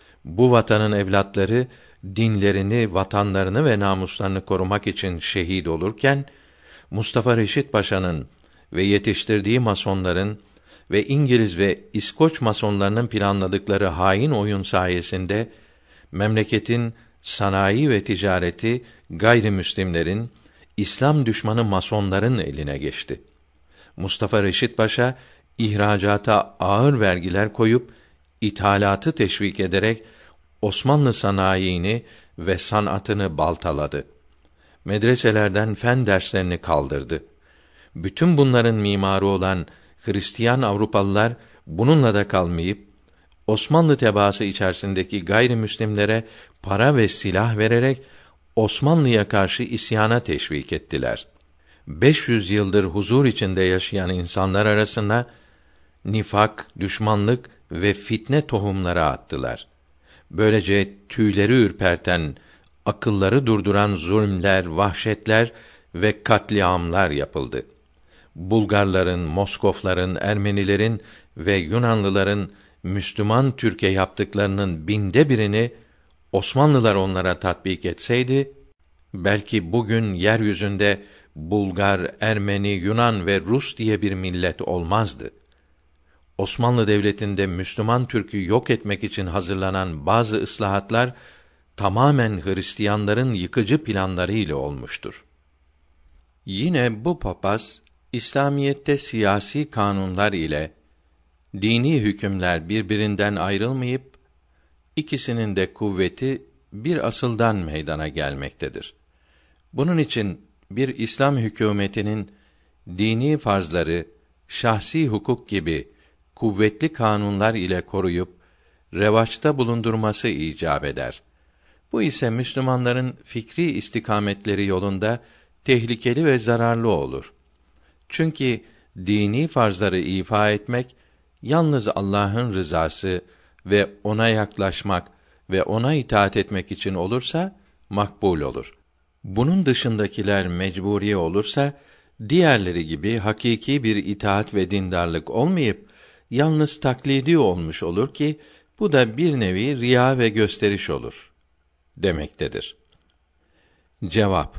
Bu vatanın evlatları dinlerini, vatanlarını ve namuslarını korumak için şehit olurken, Mustafa Reşit Paşa'nın ve yetiştirdiği masonların ve İngiliz ve İskoç masonlarının planladıkları hain oyun sayesinde memleketin sanayi ve ticareti gayrimüslimlerin, İslam düşmanı masonların eline geçti. Mustafa Reşit Paşa ihracata ağır vergiler koyup ithalatı teşvik ederek Osmanlı sanayini ve sanatını baltaladı. Medreselerden fen derslerini kaldırdı. Bütün bunların mimarı olan Hristiyan Avrupalılar bununla da kalmayıp Osmanlı tebaası içerisindeki gayrimüslimlere para ve silah vererek Osmanlı'ya karşı isyana teşvik ettiler. beş yüz yıldır huzur içinde yaşayan insanlar arasında nifak, düşmanlık ve fitne tohumları attılar. Böylece tüyleri ürperten, akılları durduran zulmler, vahşetler ve katliamlar yapıldı. Bulgarların, Moskofların, Ermenilerin ve Yunanlıların Müslüman Türk'e yaptıklarının binde birini Osmanlılar onlara tatbik etseydi, belki bugün yeryüzünde Bulgar, Ermeni, Yunan ve Rus diye bir millet olmazdı. Osmanlı Devleti'nde Müslüman Türk'ü yok etmek için hazırlanan bazı ıslahatlar tamamen Hristiyanların yıkıcı planları ile olmuştur. Yine bu papaz İslamiyette siyasi kanunlar ile dini hükümler birbirinden ayrılmayıp ikisinin de kuvveti bir asıldan meydana gelmektedir. Bunun için bir İslam hükûmetinin dini farzları şahsi hukuk gibi kuvvetli kanunlar ile koruyup revaçta bulundurması icap eder. Bu ise Müslümanların fikri istikametleri yolunda tehlikeli ve zararlı olur. Çünkü dini farzları ifa etmek yalnız Allah'ın rızası ve ona yaklaşmak ve ona itaat etmek için olursa makbul olur. Bunun dışındakiler mecburi olursa diğerleri gibi hakiki bir itaat ve dindarlık olmayıp yalnız taklidi olmuş olur ki bu da bir nevi riya ve gösteriş olur demektedir. Cevap: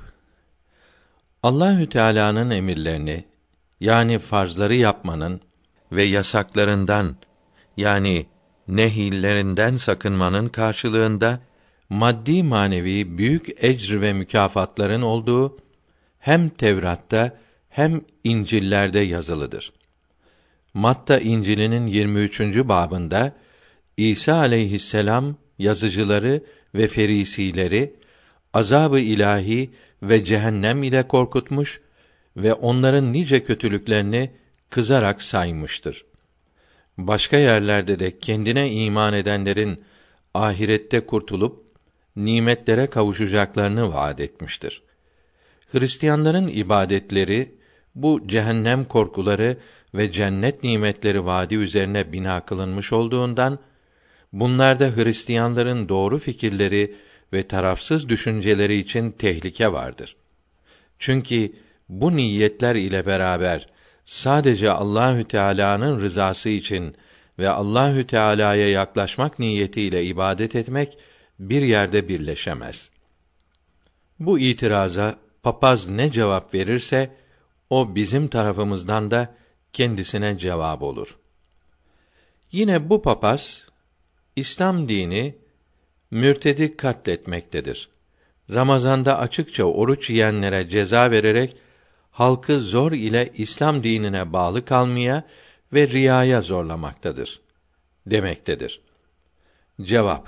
Allahü Teala'nın emirlerini yani farzları yapmanın ve yasaklarından yani nehillerinden sakınmanın karşılığında maddi manevi büyük ecr ve mükafatların olduğu hem Tevrat'ta hem İncil'lerde yazılıdır. Matta İncil'inin yirmi üçüncü babında İsa aleyhisselam yazıcıları ve ferisileri azab-ı ilahi ve cehennem ile korkutmuş ve onların nice kötülüklerini kızarak saymıştır. Başka yerlerde de kendine iman edenlerin ahirette kurtulup nimetlere kavuşacaklarını vaad etmiştir. Hristiyanların ibadetleri bu cehennem korkuları ve cennet nimetleri vaadi üzerine bina kılınmış olduğundan bunlarda Hristiyanların doğru fikirleri ve tarafsız düşünceleri için tehlike vardır. Çünkü bu niyetler ile beraber sadece Allahü Teala'nın rızası için ve Allahü Teala'ya yaklaşmak niyetiyle ibadet etmek bir yerde birleşemez. Bu itiraza papaz ne cevap verirse o bizim tarafımızdan da kendisine cevap olur. Yine bu papaz İslam dini mürtedi katletmektedir. Ramazanda açıkça oruç yiyenlere ceza vererek halkı zor ile İslam dinine bağlı kalmaya ve riyaya zorlamaktadır demektedir. Cevap: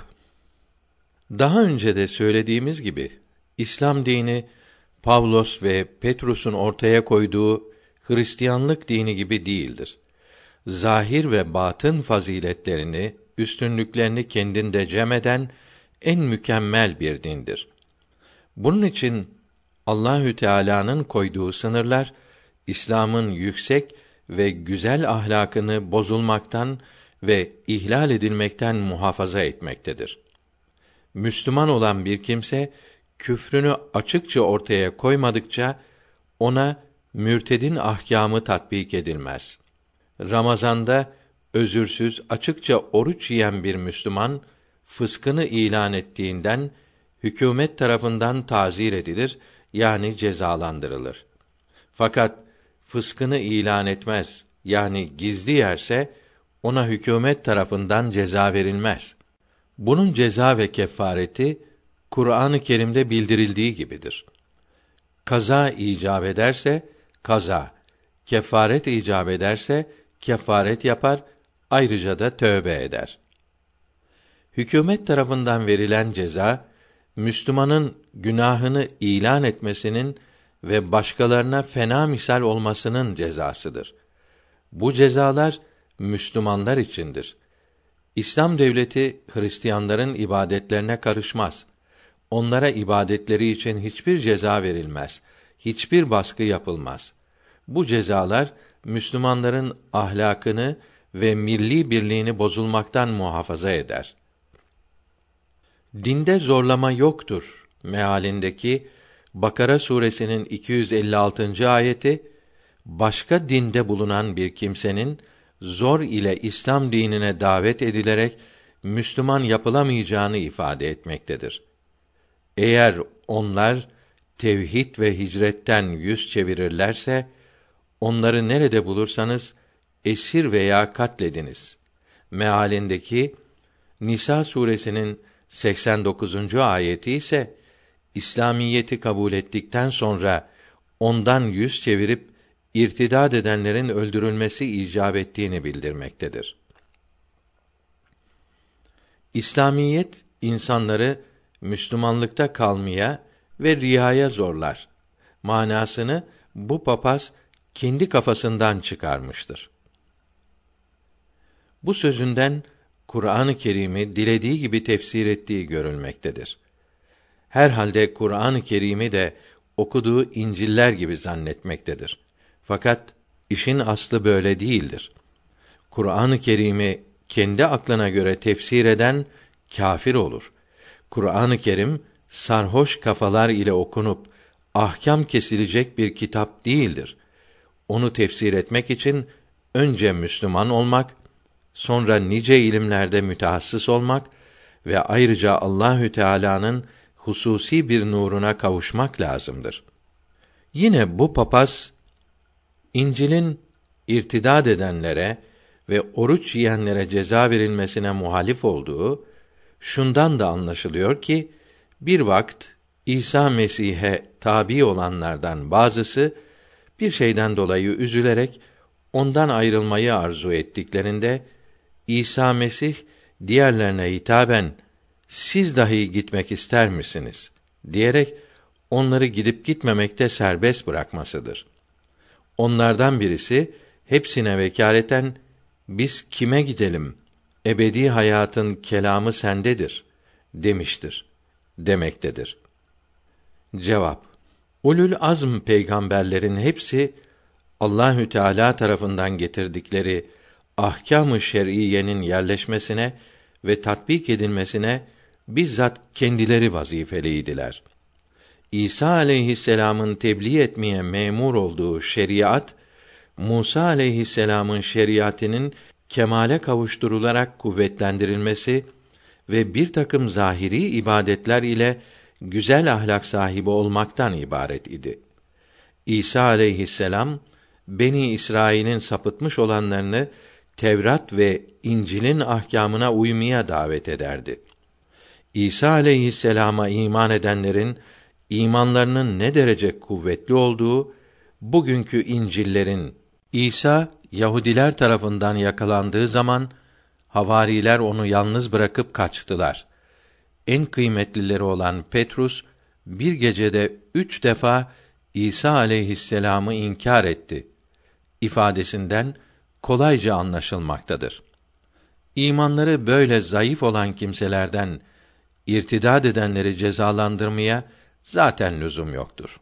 Daha önce de söylediğimiz gibi İslam dini Pavlos ve Petrus'un ortaya koyduğu Hristiyanlık dini gibi değildir. Zahir ve batın faziletlerini, üstünlüklerini kendinde cem eden en mükemmel bir dindir. Bunun için Allahü Teala'nın koyduğu sınırlar İslam'ın yüksek ve güzel ahlakını bozulmaktan ve ihlal edilmekten muhafaza etmektedir. Müslüman olan bir kimse küfrünü açıkça ortaya koymadıkça ona mürtedin ahkâmı tatbik edilmez. Ramazanda özürsüz açıkça oruç yiyen bir Müslüman fıskını ilan ettiğinden hükümet tarafından tazir edilir, yani cezalandırılır. Fakat fıskını ilan etmez, yani gizli yerse ona hükümet tarafından ceza verilmez. Bunun ceza ve kefareti Kur'an-ı Kerim'de bildirildiği gibidir. Kaza icap ederse kaza, kefaret icap ederse kefaret yapar, ayrıca da tövbe eder. Hükümet tarafından verilen ceza Müslümanın günahını ilan etmesinin ve başkalarına fena misal olmasının cezasıdır. Bu cezalar Müslümanlar içindir. İslam devleti Hristiyanların ibadetlerine karışmaz. Onlara ibadetleri için hiçbir ceza verilmez, hiçbir baskı yapılmaz. Bu cezalar Müslümanların ahlakını ve milli birliğini bozulmaktan muhafaza eder. Dinde zorlama yoktur mealindeki Bakara suresinin iki yüz elli altıncı ayeti başka dinde bulunan bir kimsenin zor ile İslam dinine davet edilerek Müslüman yapılamayacağını ifade etmektedir. Eğer onlar tevhid ve hicretten yüz çevirirlerse onları nerede bulursanız esir veya katlediniz mealindeki Nisa suresinin seksen dokuzuncu ayeti ise İslamiyeti kabul ettikten sonra ondan yüz çevirip irtidad edenlerin öldürülmesi icap ettiğini bildirmektedir. İslamiyet insanları Müslümanlıkta kalmaya ve riyaya zorlar manasını bu papaz kendi kafasından çıkarmıştır. Bu sözünden Kur'an-ı Kerim'i dilediği gibi tefsir ettiği görülmektedir. Herhalde Kur'an-ı Kerim'i de okuduğu İncil'ler gibi zannetmektedir. Fakat işin aslı böyle değildir. Kur'an-ı Kerim'i kendi aklına göre tefsir eden kâfir olur. Kur'an-ı Kerim sarhoş kafalar ile okunup ahkam kesilecek bir kitap değildir. Onu tefsir etmek için önce Müslüman olmak, sonra nice ilimlerde mütehassıs olmak ve ayrıca Allahü Teala'nın hususi bir nuruna kavuşmak lazımdır. Yine bu papaz İncil'in irtidad edenlere ve oruç yiyenlere ceza verilmesine muhalif olduğu şundan da anlaşılıyor ki bir vakt İsa Mesih'e tabi olanlardan bazısı bir şeyden dolayı üzülerek ondan ayrılmayı arzu ettiklerinde İsa Mesih diğerlerine hitaben siz dahi gitmek ister misiniz diyerek onları gidip gitmemekte serbest bırakmasıdır. Onlardan birisi hepsine vekaleten biz kime gidelim? Ebedi hayatın kelamı sendedir demiştir demektedir. Cevap: Ulul azm peygamberlerin hepsi Allahü Teala tarafından getirdikleri ahkâm-ı şer'iyenin yerleşmesine ve tatbik edilmesine bizzat kendileri vazifeliydiler. İsa aleyhisselam'ın tebliğ etmeye memur olduğu şeriat, Musa aleyhisselam'ın şeriatının kemale kavuşturularak kuvvetlendirilmesi ve bir takım zahiri ibadetler ile güzel ahlak sahibi olmaktan ibaret idi. İsa aleyhisselam Beni İsrail'in sapıtmış olanlarını Tevrat ve İncil'in ahkâmına uymaya davet ederdi. İsa aleyhisselama iman edenlerin imanlarının ne derece kuvvetli olduğu bugünkü İncil'lerin İsa Yahudiler tarafından yakalandığı zaman havariler onu yalnız bırakıp kaçtılar. En kıymetlileri olan Petrus bir gecede üç defa İsa aleyhisselam'ı inkar etti ifadesinden kolayca anlaşılmaktadır. İmanları böyle zayıf olan kimselerden irtidad edenleri cezalandırmaya zaten lüzum yoktur.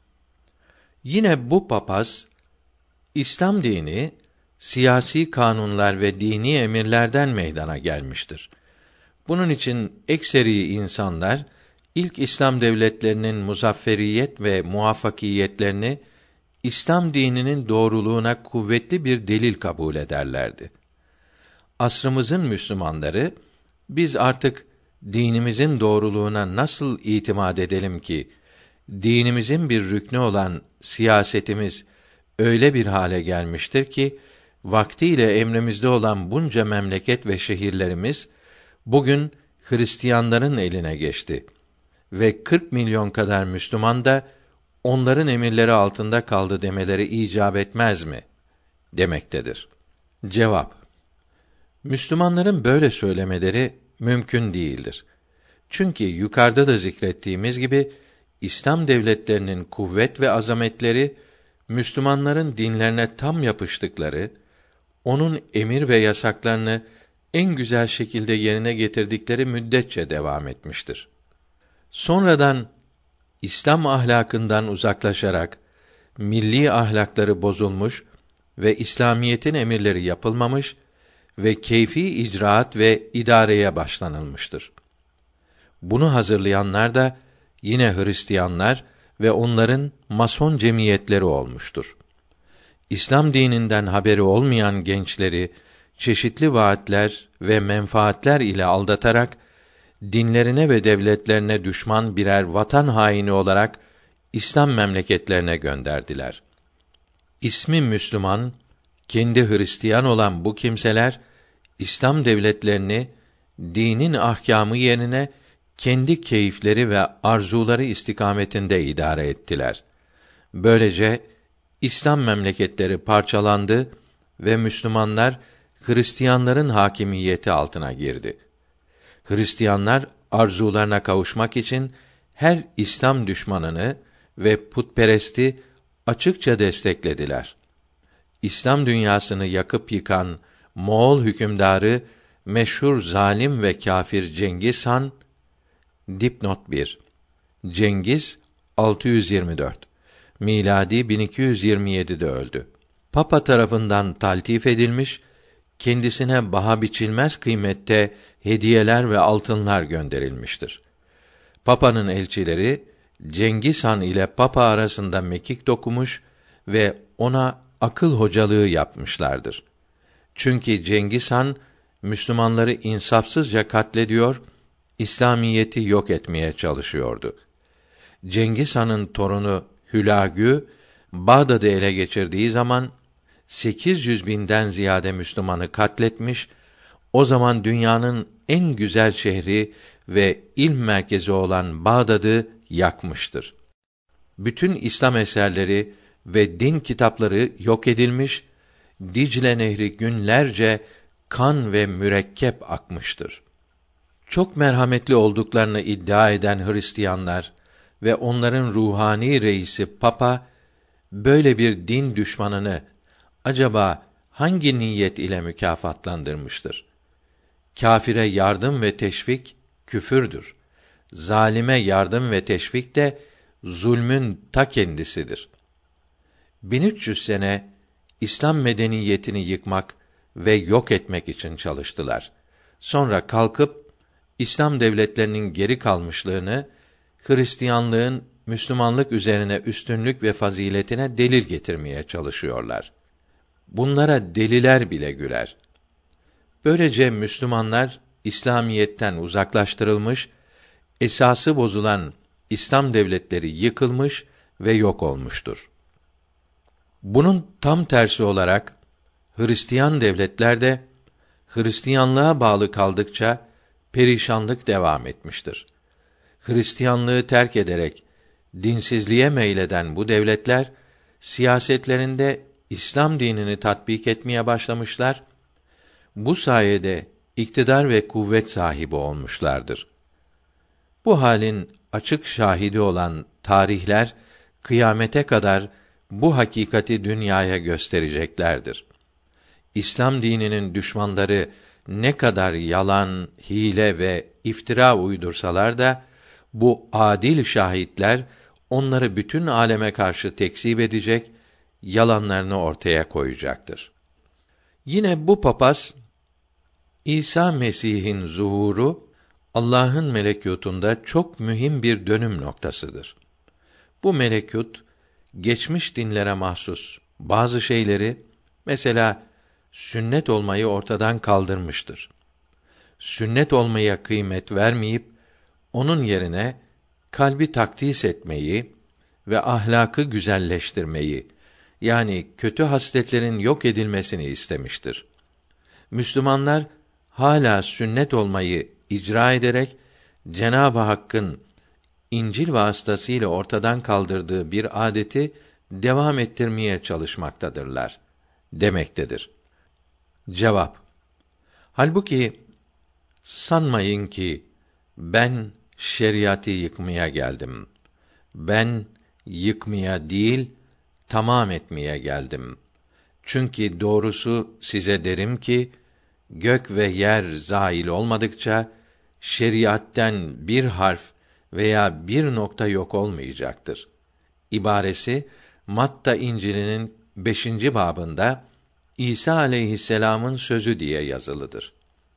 Yine bu papaz İslam dini siyasi kanunlar ve dini emirlerden meydana gelmiştir. Bunun için ekseri insanlar ilk İslam devletlerinin muzafferiyet ve muvaffakiyetlerini İslam dininin doğruluğuna kuvvetli bir delil kabul ederlerdi. Asrımızın Müslümanları biz artık dinimizin doğruluğuna nasıl itimat edelim ki dinimizin bir rüknü olan siyasetimiz öyle bir hale gelmiştir ki vaktiyle emrimizde olan bunca memleket ve şehirlerimiz bugün Hristiyanların eline geçti ve kırk milyon kadar Müslüman da onların emirleri altında kaldı demeleri icap etmez mi demektedir. Cevap: Müslümanların böyle söylemeleri mümkün değildir. Çünkü yukarıda da zikrettiğimiz gibi İslam devletlerinin kuvvet ve azametleri Müslümanların dinlerine tam yapıştıkları, onun emir ve yasaklarını en güzel şekilde yerine getirdikleri müddetçe devam etmiştir. Sonradan İslam ahlakından uzaklaşarak milli ahlakları bozulmuş ve İslamiyetin emirleri yapılmamış ve keyfi icraat ve idareye başlanılmıştır. Bunu hazırlayanlar da yine Hristiyanlar ve onların mason cemiyetleri olmuştur. İslam dininden haberi olmayan gençleri çeşitli vaatler ve menfaatler ile aldatarak dinlerine ve devletlerine düşman birer vatan haini olarak İslam memleketlerine gönderdiler. İsmi Müslüman, kendi Hristiyan olan bu kimseler İslam devletlerini dinin ahkâmı yerine kendi keyifleri ve arzuları istikametinde idare ettiler. Böylece İslam memleketleri parçalandı ve Müslümanlar Hristiyanların hakimiyeti altına girdi. Hristiyanlar arzularına kavuşmak için her İslam düşmanını ve putperesti açıkça desteklediler. İslam dünyasını yakıp yıkan Moğol hükümdarı meşhur zalim ve kâfir Cengiz Han. Dipnot bir. Cengiz altı yüz yirmi dört miladi bin iki yüz yirmi yedi'de öldü. Papa tarafından taltif edilmiş, kendisine baha biçilmez kıymette hediyeler ve altınlar gönderilmiştir. Papa'nın elçileri Cengiz Han ile Papa arasında mekik dokumuş ve ona akıl hocalığı yapmışlardır. Çünkü Cengiz Han Müslümanları insafsızca katlediyor, İslamiyeti yok etmeye çalışıyordu. Cengiz Han'ın torunu Hülagü Bağdat'ı ele geçirdiği zaman sekiz yüz binden ziyade Müslümanı katletmiş, o zaman dünyanın en güzel şehri ve ilm merkezi olan Bağdat'ı yakmıştır. Bütün İslam eserleri ve din kitapları yok edilmiş, Dicle Nehri günlerce kan ve mürekkep akmıştır. Çok merhametli olduklarını iddia eden Hristiyanlar ve onların ruhani reisi Papa, böyle bir din düşmanını acaba hangi niyet ile mükafatlandırmıştır? Kâfire yardım ve teşvik küfürdür. Zalime yardım ve teşvik de zulmün ta kendisidir. bin üç yüz sene İslam medeniyetini yıkmak ve yok etmek için çalıştılar. Sonra kalkıp İslam devletlerinin geri kalmışlığını, Hristiyanlığın Müslümanlık üzerine üstünlük ve faziletine delil getirmeye çalışıyorlar. Bunlara deliler bile güler. Böylece Müslümanlar İslamiyetten uzaklaştırılmış, esası bozulan İslam devletleri yıkılmış ve yok olmuştur. Bunun tam tersi olarak Hristiyan devletler de Hristiyanlığa bağlı kaldıkça perişanlık devam etmiştir. Hristiyanlığı terk ederek dinsizliğe meyleden bu devletler siyasetlerinde İslam dinini tatbik etmeye başlamışlar. Bu sayede iktidar ve kuvvet sahibi olmuşlardır. Bu halin açık şahidi olan tarihler kıyamete kadar bu hakikati dünyaya göstereceklerdir. İslam dininin düşmanları ne kadar yalan, hile ve iftira uydursalar da bu adil şahitler onları bütün aleme karşı tekzip edecek, yalanlarını ortaya koyacaktır. Yine bu papaz İsa Mesih'in zuhuru Allah'ın melekûtunda çok mühim bir dönüm noktasıdır. Bu melekût geçmiş dinlere mahsus bazı şeyleri, mesela sünnet olmayı ortadan kaldırmıştır. Sünnet olmaya kıymet vermeyip onun yerine kalbi takdis etmeyi ve ahlakı güzelleştirmeyi, yani kötü hasletlerin yok edilmesini istemiştir. Müslümanlar hala sünnet olmayı icra ederek Cenab-ı Hakk'ın İncil vasıtasıyla ortadan kaldırdığı bir adeti devam ettirmeye çalışmaktadırlar demektedir. Cevap: Halbuki sanmayın ki ben şeriatı yıkmaya geldim. Ben yıkmaya değil, tamam etmeye geldim. Çünkü doğrusu size derim ki, gök ve yer zail olmadıkça, şeriatten bir harf veya bir nokta yok olmayacaktır. İbaresi, Matta İncil'inin beşinci babında, İsa aleyhisselam'ın sözü diye yazılıdır.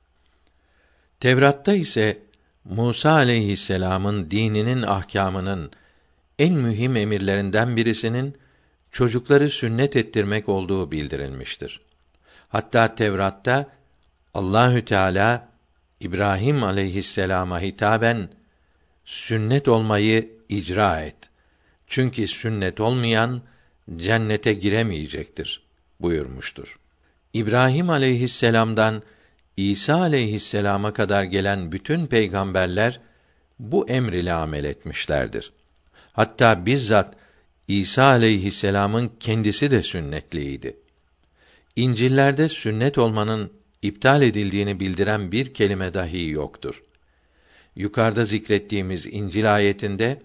Tevrat'ta ise, Musa aleyhisselam'ın dininin ahkâmının en mühim emirlerinden birisinin çocukları sünnet ettirmek olduğu bildirilmiştir. Hatta Tevrat'ta Allahü Teala İbrahim aleyhisselama hitaben sünnet olmayı icra et. Çünkü sünnet olmayan cennete giremeyecektir buyurmuştur. İbrahim aleyhisselam'dan İsa aleyhisselama kadar gelen bütün peygamberler bu emr ile amel etmişlerdir. Hatta bizzat İsa aleyhisselam'ın kendisi de sünnetliydi. İncil'lerde sünnet olmanın iptal edildiğini bildiren bir kelime dahi yoktur. Yukarıda zikrettiğimiz İncil ayetinde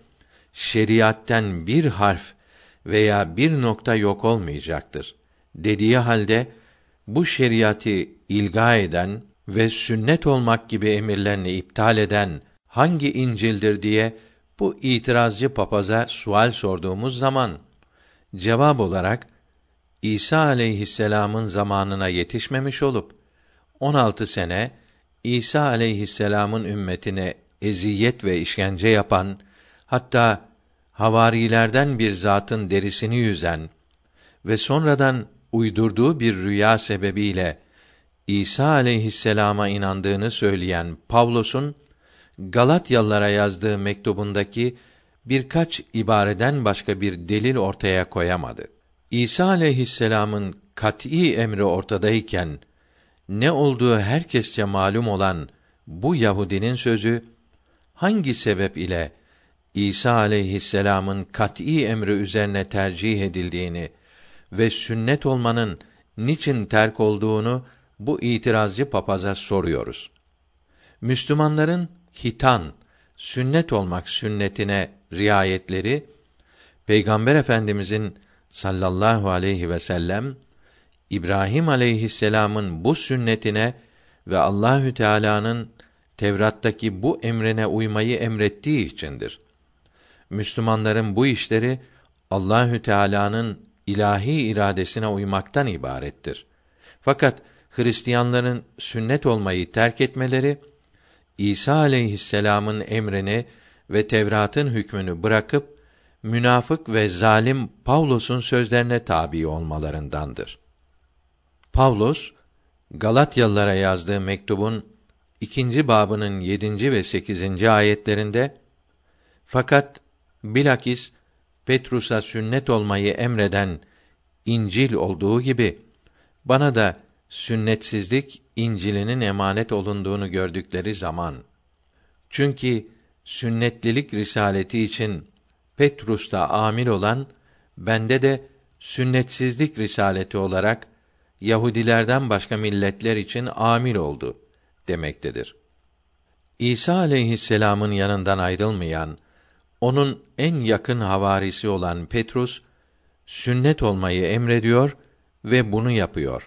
şeriatten bir harf veya bir nokta yok olmayacaktır dediği halde bu şeriatı ilga eden ve sünnet olmak gibi emirlerini iptal eden hangi İncil'dir diye bu itirazcı papaza sual sorduğumuz zaman cevap olarak İsa aleyhisselam'ın zamanına yetişmemiş olup on altı sene İsa aleyhisselam'ın ümmetine eziyet ve işkence yapan, hatta havarilerden bir zatın derisini yüzen ve sonradan uydurduğu bir rüya sebebiyle İsa aleyhisselama inandığını söyleyen Pavlos'un Galatyalılara yazdığı mektubundaki birkaç ibareden başka bir delil ortaya koyamadı. İsa aleyhisselam'ın kat'î emri ortadayken ne olduğu herkesçe malum olan bu Yahudinin sözü hangi sebep ile İsa aleyhisselam'ın kat'î emri üzerine tercih edildiğini ve sünnet olmanın niçin terk olduğunu bu itirazcı papaza soruyoruz. Müslümanların hitan, sünnet olmak sünnetine riayetleri, Peygamber Efendimizin sallallahu aleyhi ve sellem İbrahim aleyhisselam'ın bu sünnetine ve Allahü Teala'nın Tevrat'taki bu emrine uymayı emrettiği içindir. Müslümanların bu işleri Allahü Teala'nın ilahi iradesine uymaktan ibarettir. Fakat Hristiyanların sünnet olmayı terk etmeleri, İsa aleyhisselam'ın emrini ve Tevrat'ın hükmünü bırakıp münafık ve zalim Pavlos'un sözlerine tabi olmalarındandır. Pavlos Galatyalılara yazdığı mektubun ikinci babının yedinci ve sekizinci ayetlerinde fakat bilakis Petrus'a sünnet olmayı emreden İncil olduğu gibi bana da sünnetsizlik İncil'inin emanet olunduğunu gördükleri zaman, çünkü sünnetlilik risaleti için Petrus'ta amil olan, bende de sünnetsizlik risaleti olarak Yahudilerden başka milletler için amil oldu demektedir. İsa aleyhisselam'ın yanından ayrılmayan, onun en yakın havarisi olan Petrus, sünnet olmayı emrediyor ve bunu yapıyor.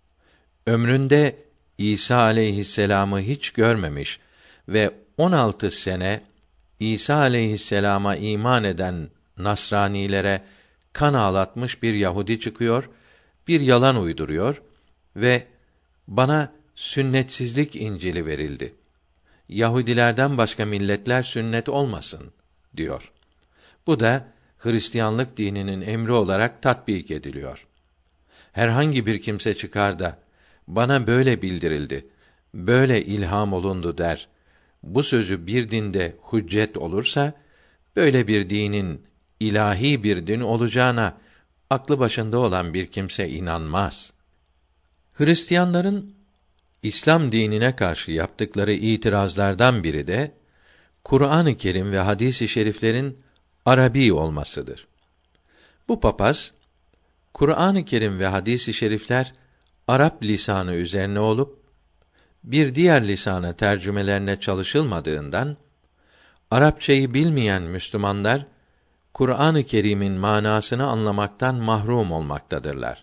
Ömründe İsa aleyhisselam'ı hiç görmemiş ve on altı sene İsa aleyhisselama iman eden Nasranilere kan ağlatmış bir Yahudi çıkıyor, bir yalan uyduruyor ve bana sünnetsizlik İncil'i verildi. Yahudilerden başka milletler sünnet olmasın diyor. Bu da Hristiyanlık dininin emri olarak tatbik ediliyor. Herhangi bir kimse çıkar da bana böyle bildirildi, böyle ilham olundu der. Bu sözü bir dinde hüccet olursa, böyle bir dinin ilahi bir din olacağına aklı başında olan bir kimse inanmaz. Hristiyanların İslam dinine karşı yaptıkları itirazlardan biri de Kur'an-ı Kerim ve hadis-i şeriflerin Arabi olmasıdır. Bu papaz Kur'an-ı Kerim ve hadis-i şerifler Arap lisanı üzerine olup bir diğer lisana tercümelerine çalışılmadığından Arapçayı bilmeyen Müslümanlar Kur'an-ı Kerim'in manasını anlamaktan mahrum olmaktadırlar.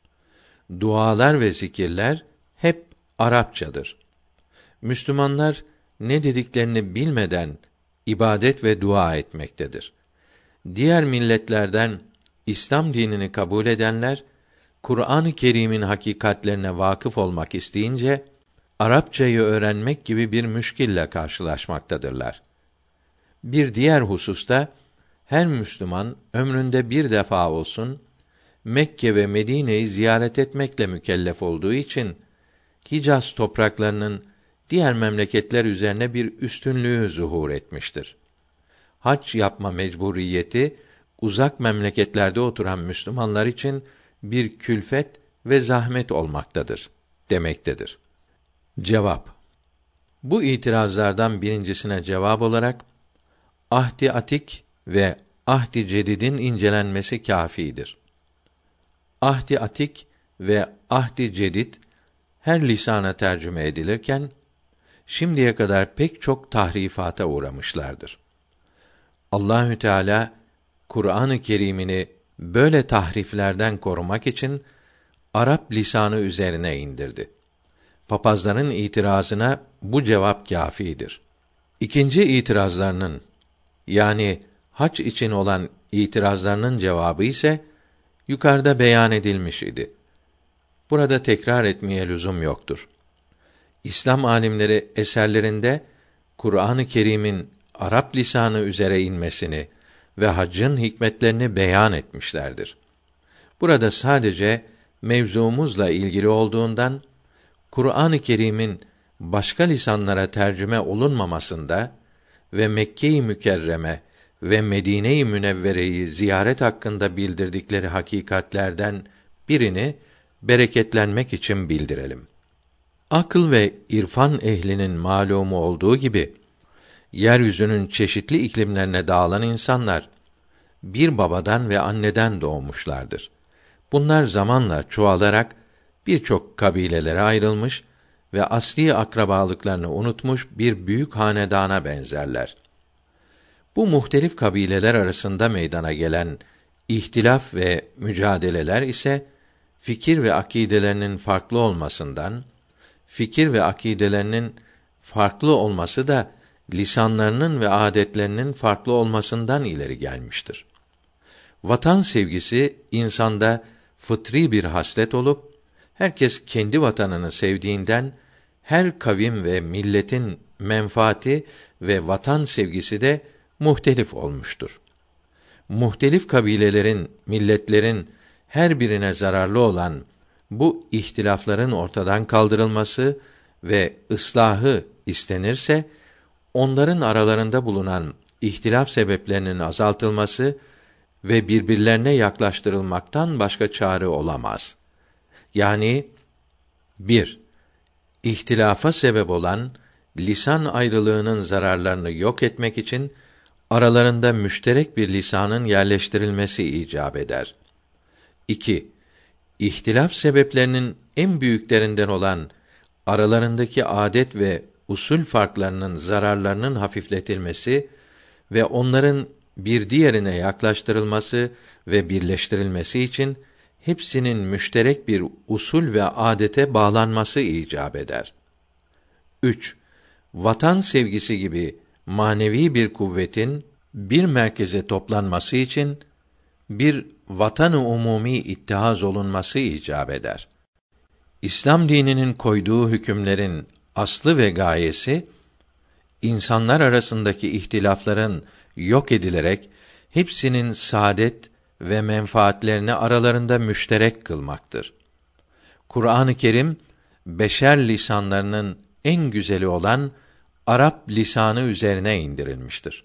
Dualar ve zikirler hep Arapçadır. Müslümanlar ne dediklerini bilmeden ibadet ve dua etmektedir. Diğer milletlerden İslam dinini kabul edenler Kur'an-ı Kerim'in hakikatlerine vakıf olmak isteyince Arapçayı öğrenmek gibi bir müşkille karşılaşmaktadırlar. Bir diğer hususta her Müslüman ömründe bir defa olsun Mekke ve Medine'yi ziyaret etmekle mükellef olduğu için Hicaz topraklarının diğer memleketler üzerine bir üstünlüğü zuhur etmiştir. Hac yapma mecburiyeti uzak memleketlerde oturan Müslümanlar için bir külfet ve zahmet olmaktadır demektedir. Cevap: Bu itirazlardan birincisine cevap olarak Ahd-i Atik ve ahd-i cedidin incelenmesi kâfidir. Ahd-i atik ve ahd-i cedid her lisana tercüme edilirken şimdiye kadar pek çok tahrifata uğramışlardır. Allahü Teala Kur'an-ı Kerim'ini böyle tahriflerden korumak için Arap lisanı üzerine indirdi. Papazların itirazına bu cevap kâfidir. İkinci itirazlarının, yani hac için olan itirazlarının cevabı ise yukarıda beyan edilmiş idi. Burada tekrar etmeye lüzum yoktur. İslam alimleri eserlerinde Kur'an-ı Kerim'in Arap lisanı üzere inmesini ve haccın hikmetlerini beyan etmişlerdir. Burada sadece mevzumuzla ilgili olduğundan Kur'an-ı Kerim'in başka lisanlara tercüme olunmamasında ve Mekke-i Mükerreme ve Medine-i Münevvere'yi ziyaret hakkında bildirdikleri hakikatlerden birini bereketlenmek için bildirelim. Akıl ve irfan ehlinin malumu olduğu gibi yeryüzünün çeşitli iklimlerine dağılan insanlar bir babadan ve anneden doğmuşlardır. Bunlar zamanla çoğalarak birçok kabilelere ayrılmış ve asli akrabalıklarını unutmuş bir büyük hanedana benzerler. Bu muhtelif kabileler arasında meydana gelen ihtilaf ve mücadeleler ise fikir ve akidelerinin farklı olmasından, fikir ve akidelerinin farklı olması da lisanlarının ve adetlerinin farklı olmasından ileri gelmiştir. Vatan sevgisi insanda fıtri bir haslet olup herkes kendi vatanını sevdiğinden her kavim ve milletin menfaati ve vatan sevgisi de muhtelif olmuştur. Muhtelif kabilelerin, milletlerin her birine zararlı olan bu ihtilafların ortadan kaldırılması ve ıslahı istenirse onların aralarında bulunan ihtilaf sebeplerinin azaltılması ve birbirlerine yaklaştırılmaktan başka çare olamaz. Yani bir İhtilafa sebep olan lisan ayrılığının zararlarını yok etmek için aralarında müşterek bir lisanın yerleştirilmesi icap eder. İki İhtilaf sebeplerinin en büyüklerinden olan aralarındaki adet ve usul farklarının zararlarının hafifletilmesi ve onların bir diğerine yaklaştırılması ve birleştirilmesi için hepsinin müşterek bir usul ve adete bağlanması icap eder. Üç Vatan sevgisi gibi manevi bir kuvvetin bir merkeze toplanması için bir vatan-ı umumi ittihaz olunması icap eder. İslam dininin koyduğu hükümlerin aslı ve gayesi insanlar arasındaki ihtilafların yok edilerek hepsinin saadet ve menfaatlerini aralarında müşterek kılmaktır. Kur'an-ı Kerim beşer lisanlarının en güzeli olan Arap lisanı üzerine indirilmiştir.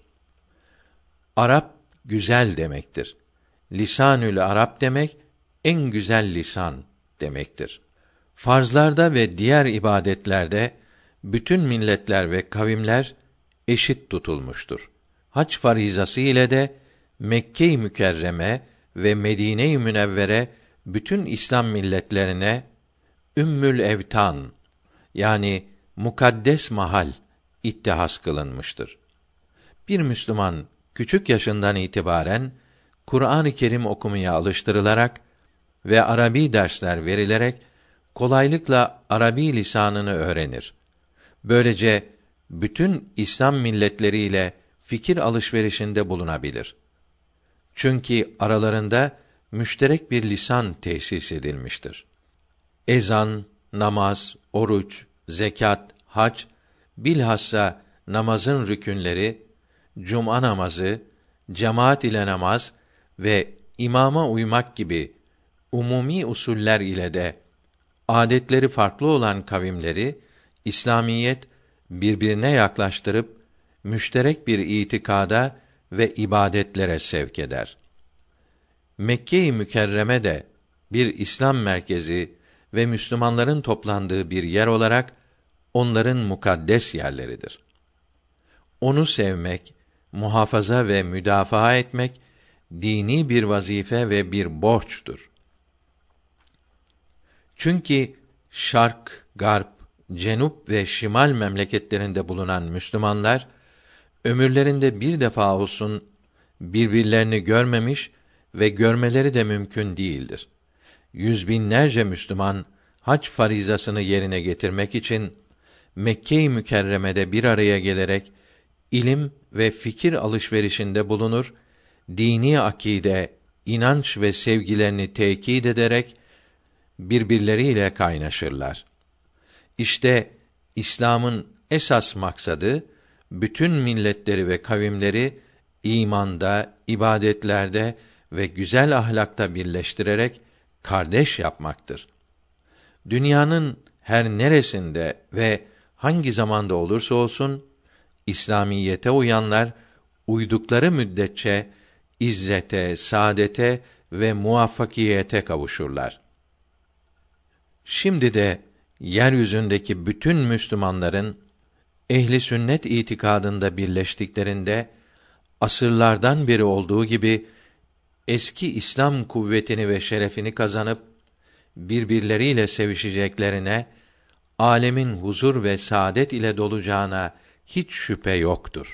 Arap güzel demektir. Lisanül Arap demek en güzel lisan demektir. Farzlarda ve diğer ibadetlerde bütün milletler ve kavimler eşit tutulmuştur. Hac farizası ile de Mekke-i Mükerreme ve Medine-i Münevvere bütün İslam milletlerine Ümmül Evtan, yani mukaddes mahal ittihas kılınmıştır. Bir Müslüman küçük yaşından itibaren Kur'an-ı Kerim okumaya alıştırılarak ve Arabi dersler verilerek kolaylıkla Arabi lisanını öğrenir. Böylece bütün İslam milletleriyle fikir alışverişinde bulunabilir. Çünkü aralarında müşterek bir lisan tesis edilmiştir. Ezan, namaz, oruç, zekat, hac, bilhassa namazın rükünleri, cuma namazı, cemaat ile namaz ve imama uymak gibi umumi usuller ile de adetleri farklı olan kavimleri İslamiyet birbirine yaklaştırıp müşterek bir itikada ve ibadetlere sevk eder. Mekke-i Mükerreme de bir İslam merkezi ve Müslümanların toplandığı bir yer olarak onların mukaddes yerleridir. Onu sevmek, muhafaza ve müdafaa etmek dini bir vazife ve bir borçtur. Çünkü şark, garp, cenup ve şimal memleketlerinde bulunan Müslümanlar ömürlerinde bir defa olsun birbirlerini görmemiş ve görmeleri de mümkün değildir. Yüz binlerce Müslüman hac farizasını yerine getirmek için Mekke-i Mükerreme'de bir araya gelerek ilim ve fikir alışverişinde bulunur, dini akide, inanç ve sevgilerini tekit ederek birbirleriyle kaynaşırlar. İşte İslam'ın esas maksadı bütün milletleri ve kavimleri imanda, ibadetlerde ve güzel ahlakta birleştirerek kardeş yapmaktır. Dünyanın her neresinde ve hangi zamanda olursa olsun İslamiyete uyanlar uydukları müddetçe izzete, saadete ve muvaffakiyete kavuşurlar. Şimdi de yeryüzündeki bütün Müslümanların ehli sünnet itikadında birleştiklerinde asırlardan beri olduğu gibi eski İslam kuvvetini ve şerefini kazanıp birbirleriyle sevişeceklerine, âlemin huzur ve saadet ile dolacağına hiç şüphe yoktur.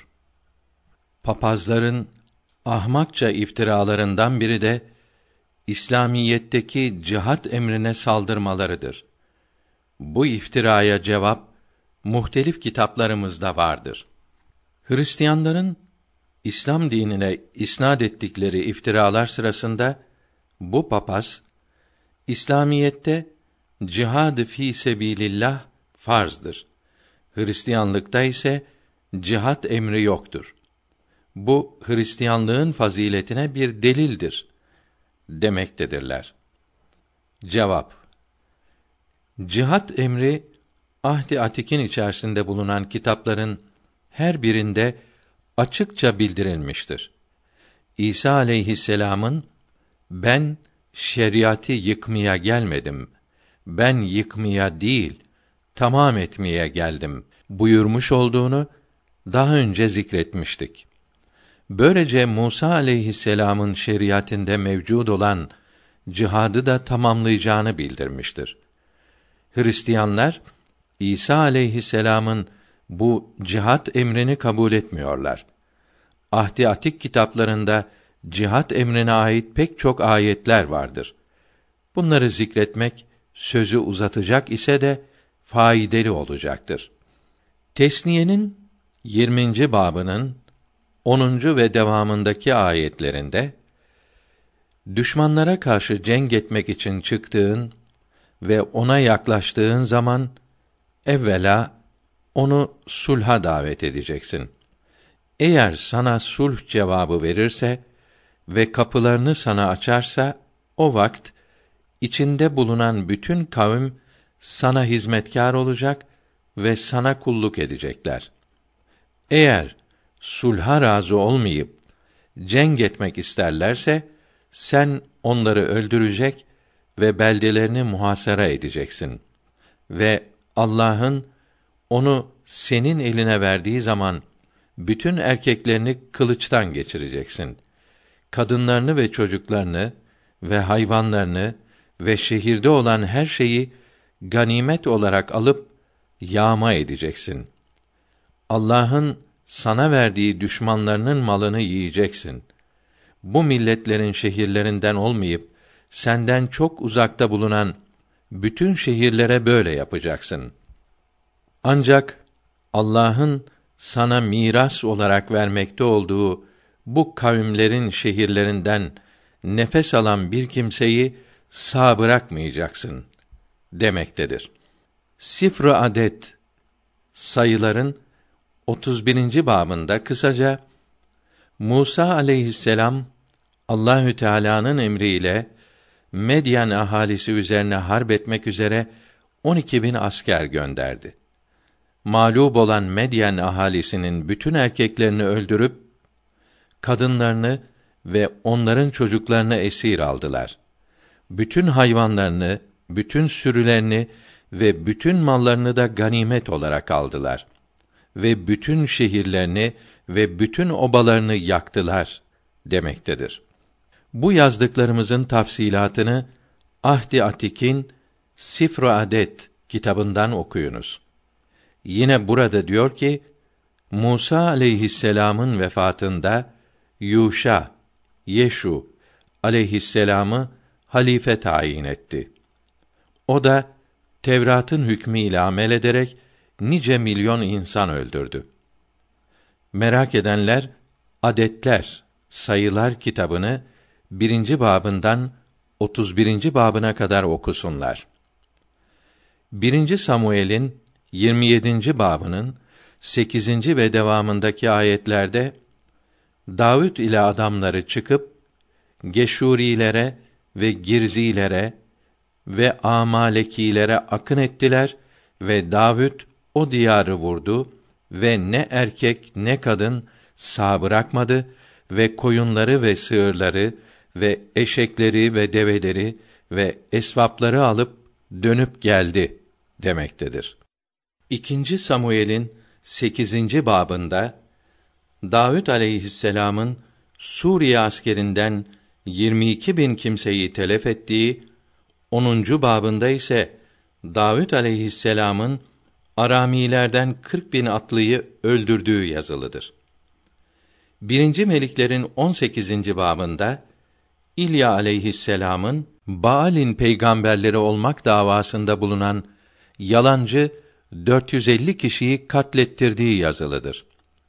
Papazların ahmakça iftiralarından biri de İslamiyetteki cihat emrine saldırmalarıdır. Bu iftiraya cevap muhtelif kitaplarımızda vardır. Hristiyanların İslam dinine isnad ettikleri iftiralar sırasında bu papaz İslamiyette cihad-ı fî sebilillah farzdır. Hristiyanlıkta ise cihat emri yoktur. Bu Hristiyanlığın faziletine bir delildir demektedirler. Cevap: Cihat emri Ahd-i Atik'in içerisinde bulunan kitapların her birinde açıkça bildirilmiştir. İsa aleyhisselam'ın ben şeriatı yıkmaya gelmedim, ben yıkmaya değil, tamam etmeye geldim buyurmuş olduğunu daha önce zikretmiştik. Böylece Musa aleyhisselam'ın şeriatinde mevcud olan cihadı da tamamlayacağını bildirmiştir. Hristiyanlar İsa aleyhisselam'ın bu cihat emrini kabul etmiyorlar. Ahd-i Atik kitaplarında cihat emrine ait pek çok ayetler vardır. Bunları zikretmek sözü uzatacak ise de faydalı olacaktır. Tesniye'nin yirminci babının onuncu ve devamındaki ayetlerinde düşmanlara karşı cenk etmek için çıktığın ve ona yaklaştığın zaman evvela onu sulha davet edeceksin. Eğer sana sulh cevabı verirse ve kapılarını sana açarsa o vakt içinde bulunan bütün kavim sana hizmetkâr olacak ve sana kulluk edecekler. Eğer sulha razı olmayıp cenk etmek isterlerse sen onları öldürecek ve beldelerini muhasara edeceksin ve Allah'ın onu senin eline verdiği zaman bütün erkeklerini kılıçtan geçireceksin. Kadınlarını ve çocuklarını ve hayvanlarını ve şehirde olan her şeyi ganimet olarak alıp yağma edeceksin. Allah'ın sana verdiği düşmanlarının malını yiyeceksin. Bu milletlerin şehirlerinden olmayıp senden çok uzakta bulunan bütün şehirlere böyle yapacaksın. Ancak Allah'ın sana miras olarak vermekte olduğu bu kavimlerin şehirlerinden nefes alan bir kimseyi sağ bırakmayacaksın demektedir. Sifr-ı adet sayıların otuz birinci babında kısaca Musa aleyhisselam Allahü Teala'nın emriyle Medyen ahalisi üzerine harp etmek üzere on iki bin asker gönderdi. Mağlup olan Medyen ahalisinin bütün erkeklerini öldürüp kadınlarını ve onların çocuklarını esir aldılar. Bütün hayvanlarını, bütün sürülerini ve bütün mallarını da ganimet olarak aldılar ve bütün şehirlerini ve bütün obalarını yaktılar demektedir. Bu yazdıklarımızın tafsilatını Ahd-i Atik'in Sifr-i Adet kitabından okuyunuz. Yine burada diyor ki, Musa aleyhisselam'ın vefatında Yuşa, Yeşu aleyhisselam'ı halife tayin etti. O da Tevrat'ın hükmüyle amel ederek nice milyon insan öldürdü. Merak edenler Adetler, Sayılar kitabını birinci babından otuz birinci babına kadar okusunlar. Birinci Samuel'in yirmi yedinci babının sekizinci ve devamındaki ayetlerde Davud ile adamları çıkıp Geşurilere ve Girzilere ve Amalekilere akın ettiler ve Davud o diyarı vurdu ve ne erkek ne kadın sağ bırakmadı ve koyunları ve sığırları ve eşekleri ve develeri ve esvapları alıp dönüp geldi demektedir. İkinci Samuel'in sekizinci babında Davud aleyhisselam'ın Suriye askerinden yirmi iki bin kimseyi telef ettiği, onuncu babında ise Davud aleyhisselam'ın Aramilerden kırk bin atlıyı öldürdüğü yazılıdır. Birinci Meliklerin on sekizinci babında İlya aleyhisselam'ın Baal'in peygamberleri olmak davasında bulunan yalancı dört yüz elli kişiyi katlettirdiği yazılıdır.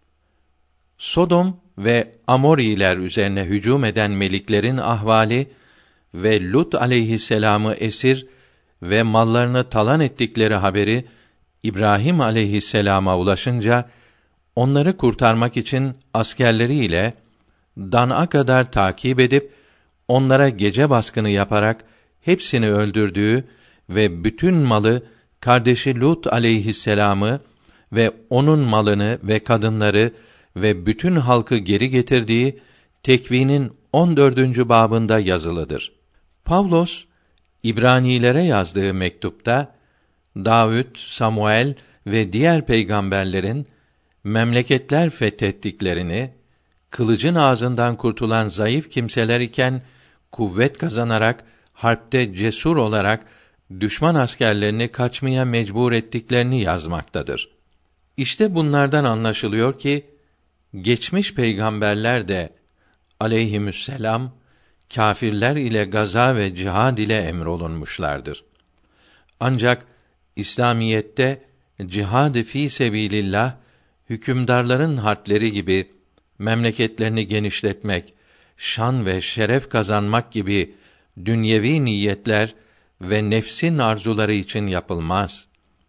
Sodom ve Amoriler üzerine hücum eden meliklerin ahvali ve Lut aleyhisselam'ı esir ve mallarını talan ettikleri haberi İbrahim aleyhisselama ulaşınca, onları kurtarmak için askerleriyle Dan'a kadar takip edip onlara gece baskını yaparak hepsini öldürdüğü ve bütün malı kardeşi Lut aleyhisselam'ı ve onun malını ve kadınları ve bütün halkı geri getirdiği Tekvîn'in on dördüncü babında yazılıdır. Pavlos İbranilere yazdığı mektupta Davud, Samuel ve diğer peygamberlerin memleketler fethettiklerini, kılıcın ağzından kurtulan zayıf kimseler iken kuvvet kazanarak harpte cesur olarak düşman askerlerini kaçmaya mecbur ettiklerini yazmaktadır. İşte bunlardan anlaşılıyor ki geçmiş peygamberler de aleyhisselam kâfirler ile gaza ve cihad ile emrolunmuşlardır. Ancak İslamiyette cihad-ı fî sebilillah hükümdarların harpleri gibi memleketlerini genişletmek, şan ve şeref kazanmak gibi dünyevi niyetler ve nefsin arzuları için yapılmaz.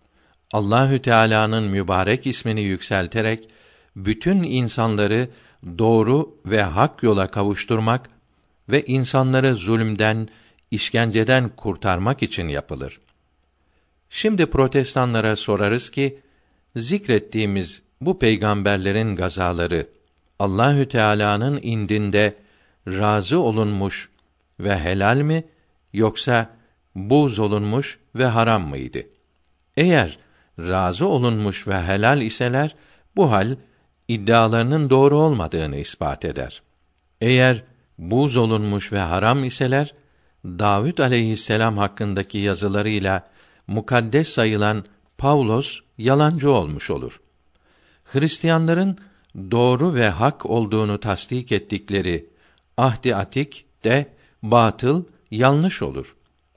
Allahü Teala'nın mübarek ismini yükselterek bütün insanları doğru ve hak yola kavuşturmak ve insanları zulümden, işkenceden kurtarmak için yapılır. Şimdi protestanlara sorarız ki, zikrettiğimiz bu peygamberlerin gazaları Allahü Teala'nın indinde razı olunmuş ve helal mi, yoksa buğz olunmuş ve haram mıydı? Eğer razı olunmuş ve helal iseler, bu hal iddialarının doğru olmadığını ispat eder. Eğer buğz olunmuş ve haram iseler, Davud aleyhisselam hakkındaki yazılarıyla mukaddes sayılan Pavlos yalancı olmuş olur. Hristiyanların doğru ve hak olduğunu tasdik ettikleri Ahd-i Atik de batıl, yanlış olur.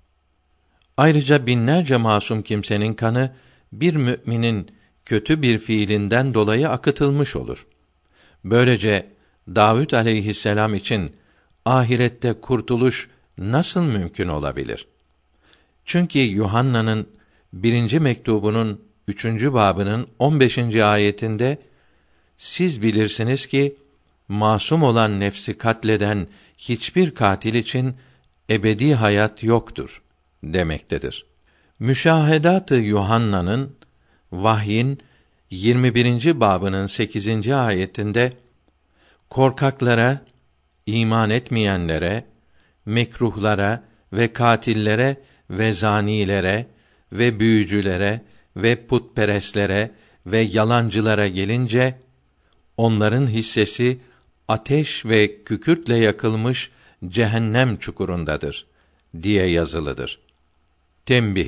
Ayrıca binlerce masum kimsenin kanı bir müminin kötü bir fiilinden dolayı akıtılmış olur. Böylece Davud aleyhisselam için ahirette kurtuluş nasıl mümkün olabilir? Çünkü Yuhanna'nın birinci mektubunun üçüncü babının on beşinci ayetinde siz bilirsiniz ki masum olan nefsi katleden hiçbir katil için ebedi hayat yoktur demektedir. Müşahedat-ı Yuhanna'nın vahyin yirmi birinci babının sekizinci ayetinde korkaklara, iman etmeyenlere, mekruhlara ve katillere ve zanilere ve büyücülere ve putperestlere ve yalancılara gelince onların hissesi ateş ve kükürtle yakılmış cehennem çukurundadır diye yazılıdır. Tembih.